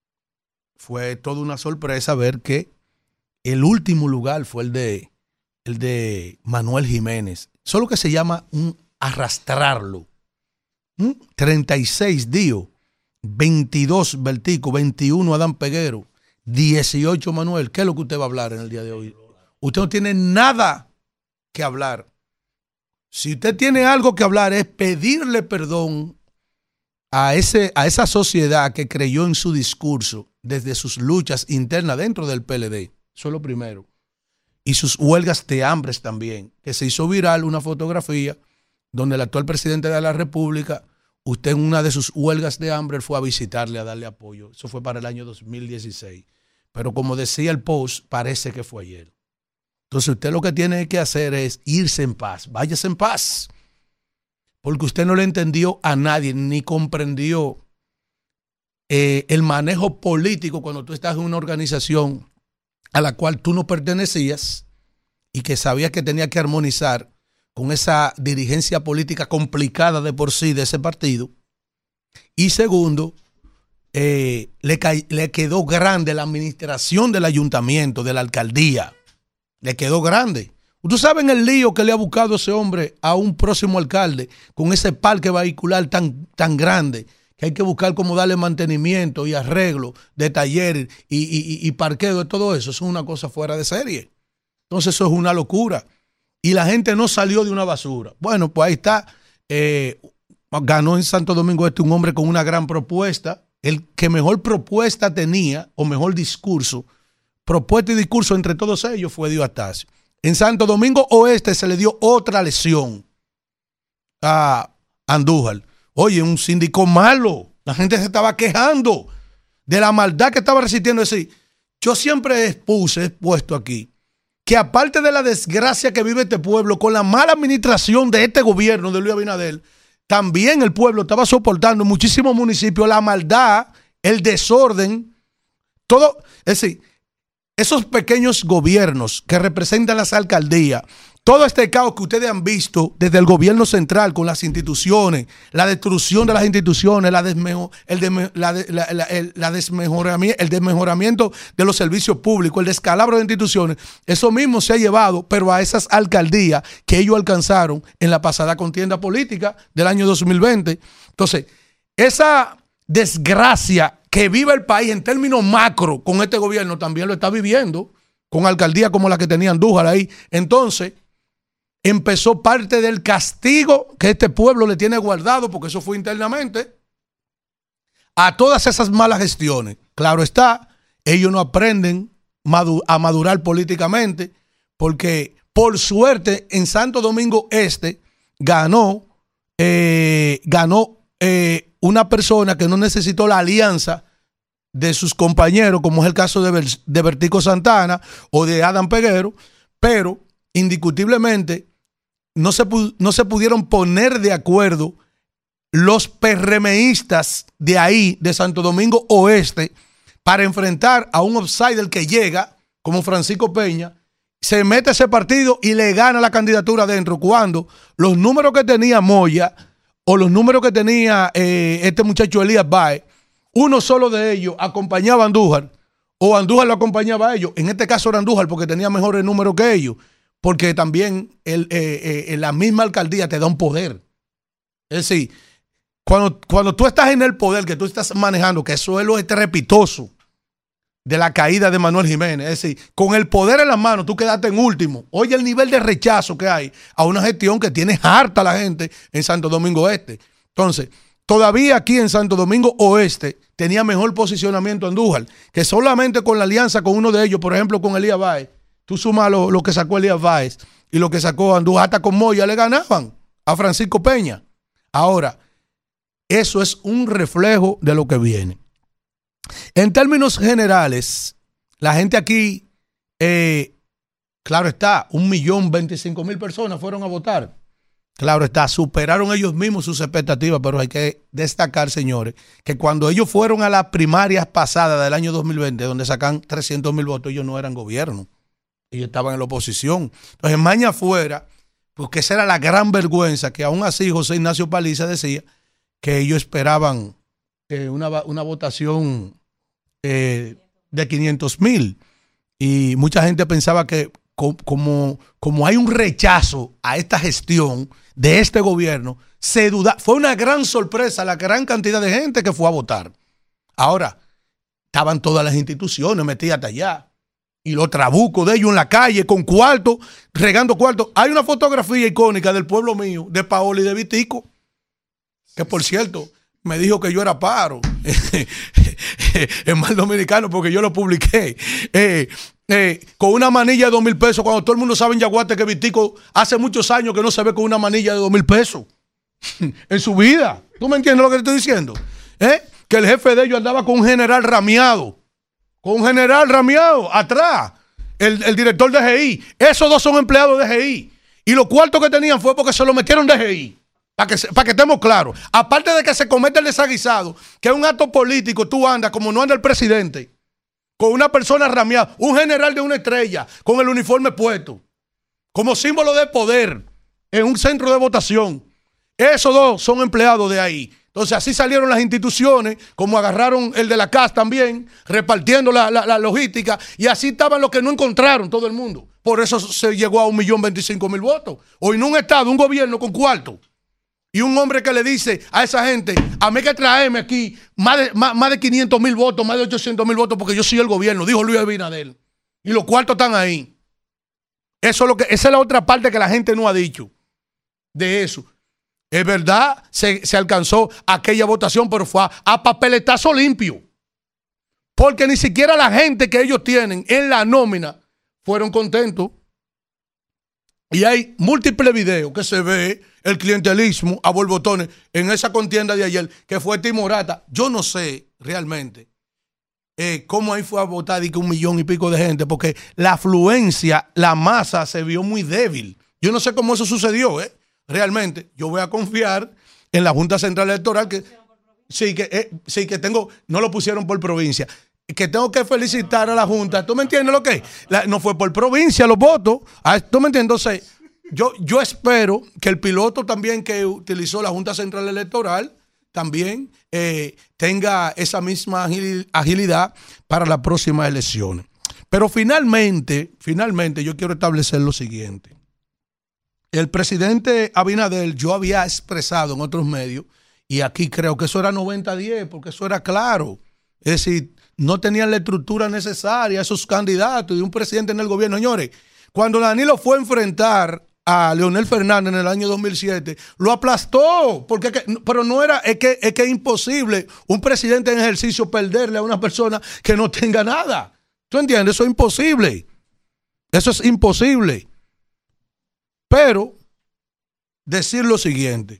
fue toda una sorpresa ver que el último lugar fue el de, el de Manuel Jiménez. Eso es lo que se llama un arrastrarlo. ¿Mm? treinta y seis Dio, veintidós Bertico, veintiuno Adán Peguero, dieciocho Manuel. ¿Qué es lo que usted va a hablar en el día de hoy? Usted no tiene nada que hablar. Si usted tiene algo que hablar es pedirle perdón a, ese, a esa sociedad que creyó en su discurso desde sus luchas internas dentro del P L D. Eso es lo primero. Y sus huelgas de hambre también, que se hizo viral una fotografía donde el actual presidente de la República, usted en una de sus huelgas de hambre fue a visitarle, a darle apoyo. Eso fue para el año dos mil dieciséis. Pero como decía el post, parece que fue ayer. Entonces usted lo que tiene que hacer es irse en paz. Váyase en paz. Porque usted no le entendió a nadie, ni comprendió eh, el manejo político cuando tú estás en una organización a la cual tú no pertenecías y que sabías que tenía que armonizar con esa dirigencia política complicada de por sí de ese partido. Y segundo, eh, le, le quedó grande la administración del ayuntamiento, de la alcaldía. Le quedó grande. ¿Ustedes saben el lío que le ha buscado ese hombre a un próximo alcalde con ese parque vehicular tan, tan grande que hay que buscar cómo darle mantenimiento y arreglo de taller y, y, y parqueo de todo eso? Eso es una cosa fuera de serie. Entonces eso es una locura. Y la gente no salió de una basura. Bueno, pues ahí está. Eh, ganó en Santo Domingo Este un hombre con una gran propuesta. El que mejor propuesta tenía, o mejor discurso, propuesta y discurso entre todos ellos fue Dio Astacio. En Santo Domingo Oeste se le dio otra lesión a Andújar. Oye, un síndico malo. La gente se estaba quejando de la maldad que estaba resistiendo. Es decir, yo siempre expuse, he puesto aquí, que aparte de la desgracia que vive este pueblo con la mala administración de este gobierno de Luis Abinader, también el pueblo estaba soportando en muchísimos municipios la maldad, el desorden, todo, es decir, esos pequeños gobiernos que representan las alcaldías, todo este caos que ustedes han visto desde el gobierno central con las instituciones, la destrucción de las instituciones, la desmejo, el, de, la, la, la, el, la desmejoramiento, el desmejoramiento de los servicios públicos, el descalabro de instituciones, eso mismo se ha llevado, pero a esas alcaldías que ellos alcanzaron en la pasada contienda política del año dos mil veinte. Entonces, esa desgracia que vive el país en términos macro con este gobierno también lo está viviendo con alcaldías como la que tenía Andújar ahí. Entonces, empezó parte del castigo que este pueblo le tiene guardado, porque eso fue internamente, a todas esas malas gestiones. Claro está, ellos no aprenden madu- a madurar políticamente, porque por suerte en Santo Domingo Este ganó, eh, ganó eh, una persona que no necesitó la alianza de sus compañeros, como es el caso de, Ber- de Bertico Santana o de Adam Peguero, pero indiscutiblemente no se, pu- no se pudieron poner de acuerdo los PRMistas de ahí, de Santo Domingo Oeste, para enfrentar a un outsider que llega, como Francisco Peña, se mete a ese partido y le gana la candidatura adentro, cuando los números que tenía Moya o los números que tenía eh, este muchacho Elías Baez, uno solo de ellos acompañaba a Andújar, o Andújar lo acompañaba a ellos. En este caso era Andújar porque tenía mejores números que ellos, porque también el, eh, eh, la misma alcaldía te da un poder. Es decir, cuando, cuando tú estás en el poder que tú estás manejando, que eso es lo estrepitoso de la caída de Manuel Jiménez, es decir, con el poder en las manos tú quedaste en último. Oye el nivel de rechazo que hay a una gestión que tiene harta la gente en Santo Domingo Este. Entonces, todavía aquí en Santo Domingo Oeste tenía mejor posicionamiento Andújar, que solamente con la alianza con uno de ellos, por ejemplo con Elías Baez, tú sumas lo, lo que sacó Elías Baez y lo que sacó Andújar, hasta con Moya le ganaban a Francisco Peña. Ahora, eso es un reflejo de lo que viene. En términos generales, la gente aquí, eh, claro está, un millón veinticinco mil personas fueron a votar. Claro está, superaron ellos mismos sus expectativas, pero hay que destacar, señores, que cuando ellos fueron a las primarias pasadas del año dos mil veinte, donde sacan trescientos mil votos, ellos no eran gobierno, ellos estaban en la oposición. Entonces, maña afuera, porque esa era la gran vergüenza, que aún así José Ignacio Paliza decía que ellos esperaban eh, una, una votación eh, de quinientos mil, y mucha gente pensaba que como, como hay un rechazo a esta gestión de este gobierno, se duda, fue una gran sorpresa la gran cantidad de gente que fue a votar. Ahora, estaban todas las instituciones metidas hasta allá, y los trabucos de ellos en la calle, con cuarto, regando cuarto. Hay una fotografía icónica del pueblo mío, de Paola y de Vitico, que por cierto, me dijo que yo era paro. Es mal dominicano porque yo lo publiqué. Eh, eh, con una manilla de dos mil pesos, cuando todo el mundo sabe en Yaguate que Vitico hace muchos años que no se ve con una manilla de dos mil pesos en su vida. ¿Tú me entiendes lo que te estoy diciendo? ¿Eh? Que el jefe de ellos andaba con un general rameado. Con un general rameado atrás. El, el director de G I. Esos dos son empleados de G I. Y los cuartos que tenían fue porque se lo metieron de G I. Para que, para que estemos claros. Aparte de que se comete el desaguisado, que es un acto político, tú andas como no anda el presidente, con una persona rameada, un general de una estrella, con el uniforme puesto, como símbolo de poder, en un centro de votación. Esos dos son empleados de ahí. Entonces así salieron las instituciones, como agarraron el de la C A S también, repartiendo la, la, la logística, y así estaban los que no encontraron todo el mundo. Por eso se llegó a un millón veinticinco mil votos. Hoy en un estado, un gobierno con cuarto. Y un hombre que le dice a esa gente, a mí que traerme aquí más de, más, más de quinientos mil votos, más de ochocientos mil votos, porque yo soy el gobierno, dijo Luis Abinader. Y los cuartos están ahí. Eso es lo que, esa es la otra parte que la gente no ha dicho de eso. Es verdad, se, se alcanzó aquella votación, pero fue a, a papeletazo limpio. Porque ni siquiera la gente que ellos tienen en la nómina fueron contentos. Y hay múltiples videos que se ve el clientelismo a borbotones en esa contienda de ayer, que fue Timorata. Yo no sé realmente eh, cómo ahí fue a votar y que un millón y pico de gente, porque la afluencia, la masa se vio muy débil. Yo no sé cómo eso sucedió, ¿eh? Realmente, yo voy a confiar en la Junta Central Electoral que sí, que eh, sí, que tengo, no lo pusieron por provincia, que tengo que felicitar a la Junta. ¿Tú me entiendes lo que? La, no fue por provincia los votos. ¿Tú me entiendes? Entonces, yo, yo espero que el piloto también que utilizó la Junta Central Electoral también eh, tenga esa misma agil, agilidad para las próximas elecciones. Pero finalmente, finalmente yo quiero establecer lo siguiente. El presidente Abinader, yo había expresado en otros medios, y aquí creo que eso era noventa a diez, porque eso era claro. Es decir, no tenían la estructura necesaria esos candidatos y un presidente en el gobierno. Señores, cuando Danilo fue a enfrentar a Leonel Fernández en el año dos mil siete, lo aplastó, porque pero no era, es que, es que es imposible un presidente en ejercicio perderle a una persona que no tenga nada. ¿Tú entiendes? Eso es imposible. Eso es imposible. Pero, decir lo siguiente,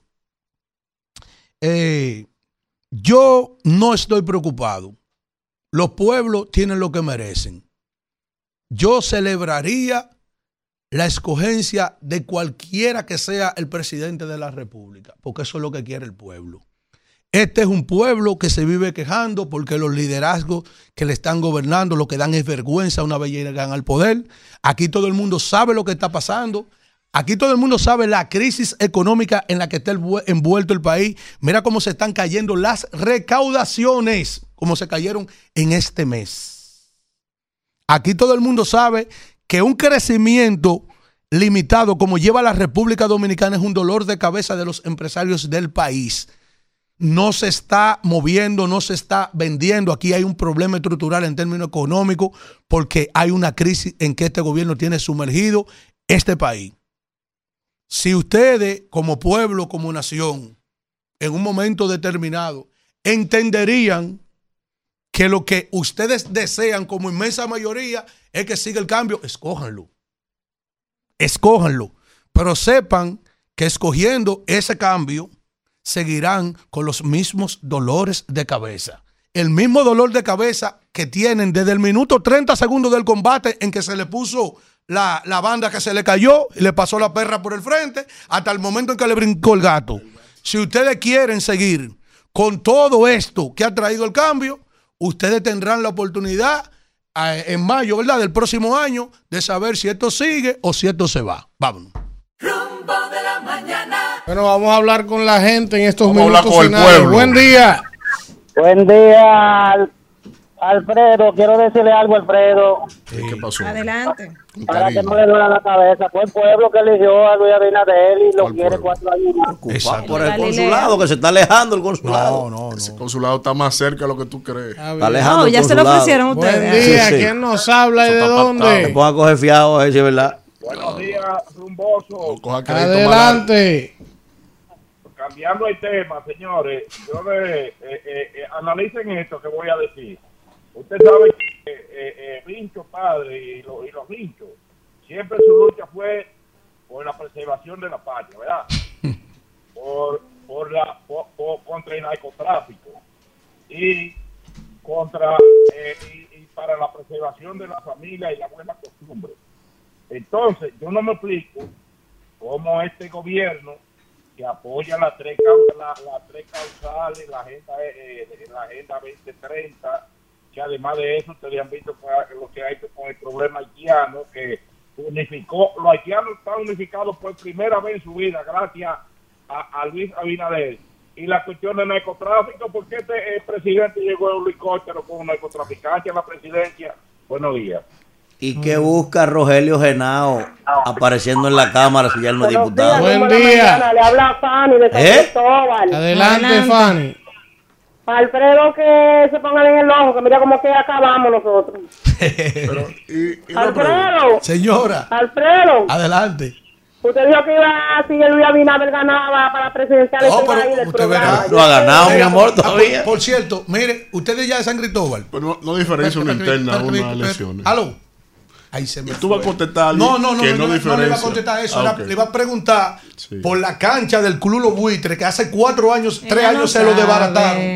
eh, yo no estoy preocupado. Los pueblos tienen lo que merecen. Yo celebraría la escogencia de cualquiera que sea el presidente de la República, porque eso es lo que quiere el pueblo. Este es un pueblo que se vive quejando porque los liderazgos que le están gobernando lo que dan es vergüenza una vez llegan al poder. Aquí todo el mundo sabe lo que está pasando. Aquí todo el mundo sabe la crisis económica en la que está envuelto el país. Mira cómo se están cayendo las recaudaciones, como se cayeron en este mes. Aquí todo el mundo sabe que un crecimiento limitado como lleva la República Dominicana es un dolor de cabeza de los empresarios del país. No se está moviendo, no se está vendiendo. Aquí hay un problema estructural en términos económicos porque hay una crisis en que este gobierno tiene sumergido este país. Si ustedes como pueblo, como nación, en un momento determinado, entenderían que lo que ustedes desean como inmensa mayoría es que siga el cambio, escójanlo. Escójanlo. Pero sepan que escogiendo ese cambio, seguirán con los mismos dolores de cabeza. El mismo dolor de cabeza que tienen desde el minuto treinta segundos del combate en que se le puso la, la banda que se le cayó y le pasó la perra por el frente hasta el momento en que le brincó el gato. Si ustedes quieren seguir con todo esto que ha traído el cambio, ustedes tendrán la oportunidad eh, en mayo, ¿verdad?, del próximo año de saber si esto sigue o si esto se va. Vámonos. Rumbo de la mañana. Bueno, vamos a hablar con la gente en estos vamos minutos con finales. El pueblo. Buen día. Buen día, Alfredo. Quiero decirle algo, Alfredo. Sí. ¿Qué pasó? Adelante. Para que no le duela la cabeza. Fue el pueblo que eligió a Luis Abinader y lo quiere cuatro años más. Exacto. Por el consulado, que se está alejando el consulado. No, no, no. Ese consulado está más cerca de lo que tú crees. Está alejando No, el ya se lo consulado. ofrecieron ustedes. Buen día. Sí, sí. ¿Quién nos habla y de Se dónde? ponga a coger fiado, a ver si es verdad. Buenos días, rumboso. Coja crédito Adelante. Cambiando el tema, señores, yo le, eh, eh, eh, analicen esto que voy a decir. Usted sabe que eh, eh, Vincho padre y, lo, y los Vinchos, siempre su lucha fue por la preservación de la patria, ¿verdad? Por, por la, por, por, contra el narcotráfico y contra eh, y, y para la preservación de la familia y la buena costumbre. Entonces, yo no me explico cómo este gobierno que apoya las tres, la, la tres causales, la agenda, eh, la agenda veinte treinta, que además de eso ustedes han visto lo que hay con el problema haitiano, que unificó, los haitianos están unificados por primera vez en su vida gracias a, a Luis Abinader. Y la cuestión del narcotráfico, ¿por qué este el presidente llegó en un helicóptero con un narcotraficante a la presidencia? Buenos días. ¿Y qué busca Rogelio Genao apareciendo en la Cámara si ya él no es diputado? Buen día. Le habla Fanny de San ¿Eh? Cristóbal. Adelante, Adelante. Fanny. Alfredo, que se ponga bien el ojo, que mira cómo que acabamos nosotros. Pero, y, y la Alfredo, Señora, Alfredo, adelante. usted dijo que iba si Luis Abinader ganaba para presidencial. No, este pero país del usted programa. verá. No ha ganado, mi amor, Ah, por, todavía. por cierto, mire, ustedes ya de San Cristóbal. Pero no, no diferencia una Espérate, interna a espérate, unas espérate, elecciones. Aló. Ahí se me Y tú vas a fue. contestar algo No, no, no, que no, no no, no le iba a diferencia. contestar eso. Ah, Era- ok. Le iba a preguntar Sí. por la cancha del Club Los Buitres, que hace cuatro años, Ella tres no años se lo sabe. desbarataron. Yo,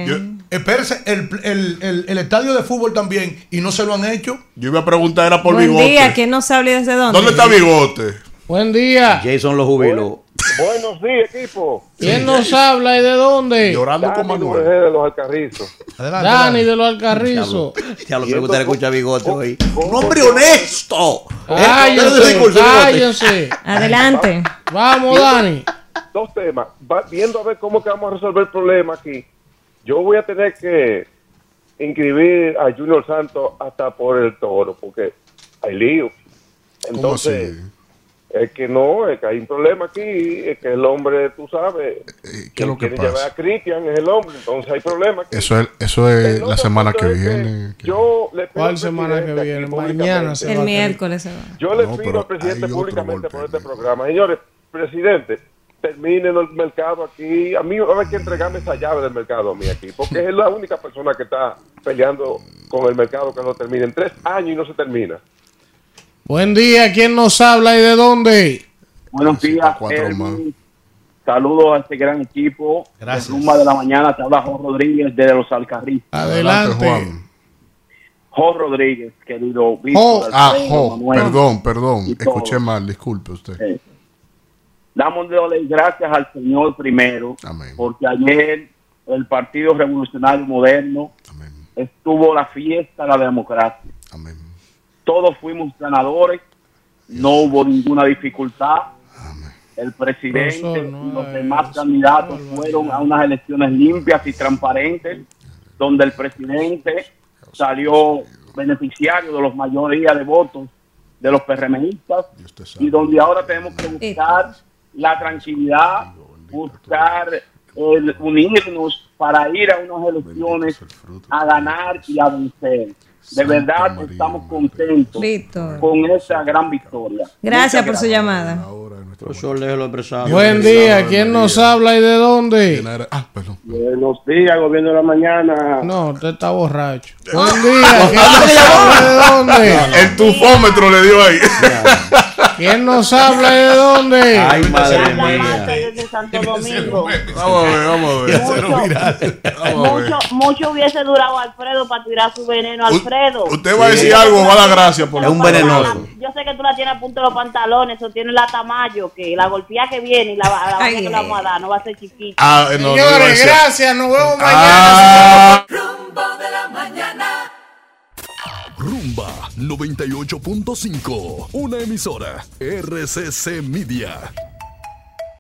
Espérese, el, el, el, el estadio de fútbol también, y no se lo han hecho. Yo iba a preguntar, era por Buen Bigote. día, ¿quién nos habla y desde dónde? ¿Dónde está Bigote? Buen día. Jason lo jubiló. Buenos días, equipo. ¿Quién nos habla y de dónde? Llorando con Manuel. De los Alcarrizos. Adelante, Dani de los Alcarrizos. Ya lo me gustaría escuchar Bigote hoy. Un hombre honesto. Cállense, cállense. Adelante. Vamos, Dani. Dos temas. Va, viendo a ver cómo que vamos a resolver el problema aquí. Yo voy a tener que inscribir a Junior Santos hasta por el Toro, porque hay lío. Entonces, es que no, es que hay un problema aquí, es que el hombre, tú sabes, ¿qué es lo que quiere pasa? llevar a Cristian es el hombre, entonces hay problema aquí. Eso es, eso es El la otro semana que punto es que viene. Yo le pido ¿Cuál al semana que presidente viene? aquí Mañana se públicamente- va El a miércoles se va. Yo le No, pido pero al presidente hay otro públicamente golpe por este programa. Señores, presidente, terminen el mercado aquí. A mí va a haber que entregarme esa llave del mercado a mí aquí, porque es la única persona que está peleando con el mercado que lo termine. En tres años y no se termina. Buen día, ¿quién nos habla y de dónde? Buenos días, cuatro Elvin. más. Saludos a este gran equipo. Gracias. De Rumba de la Mañana, te habla Jorge Rodríguez desde Los Alcarrizos. Adelante. Juan. Jorge Rodríguez, querido Jo, Víctor, Ah, Alfredo, jo, Manuel. perdón, perdón. y todos. Escuché mal, disculpe usted. Eh, Dámosle gracias al Señor primero, Amén. porque ayer el Partido Revolucionario Moderno estuvo la fiesta de la democracia. Amén. Todos fuimos ganadores, no hubo ninguna dificultad. El presidente Profesor, no y los haga demás eso. candidatos fueron a unas elecciones limpias y transparentes, donde el presidente salió beneficiario de la mayoría de votos de los PRMistas y donde ahora tenemos que buscar la tranquilidad, buscar el unirnos para ir a unas elecciones a ganar y a vencer. De verdad estamos contentos Víctor. con esa gran victoria. Gracias Muchas por su llamada. Profesor, déjelo expresar. Buen día, ¿quién nos habla y de dónde? Ah, perdón. Buenos días, gobierno de la mañana. No, usted está borracho. Buen día, ¿quién nos habla y de dónde? El tufómetro le dio ahí. ¿Quién nos habla y de dónde? Ay, madre Marte mía. desde Santo Domingo. Vamos a ver, vamos a ver. Mucho, Vamos a ver. mucho, mucho hubiese durado Alfredo para tirar su veneno, Alfredo. Usted va a decir algo, va a dar gracias por Es un venenoso. Yo sé que tú la tienes a punto de los pantalones, o tienes la tamaño, que la golpea que viene y la, la vaina que le vamos a dar no va a ser chiquita. Ah, no, no iba a Señores, decir- gracias, nos vemos Ah. mañana. Rumbo de la mañana. Rumba noventa y ocho punto cinco, una emisora R C C Media.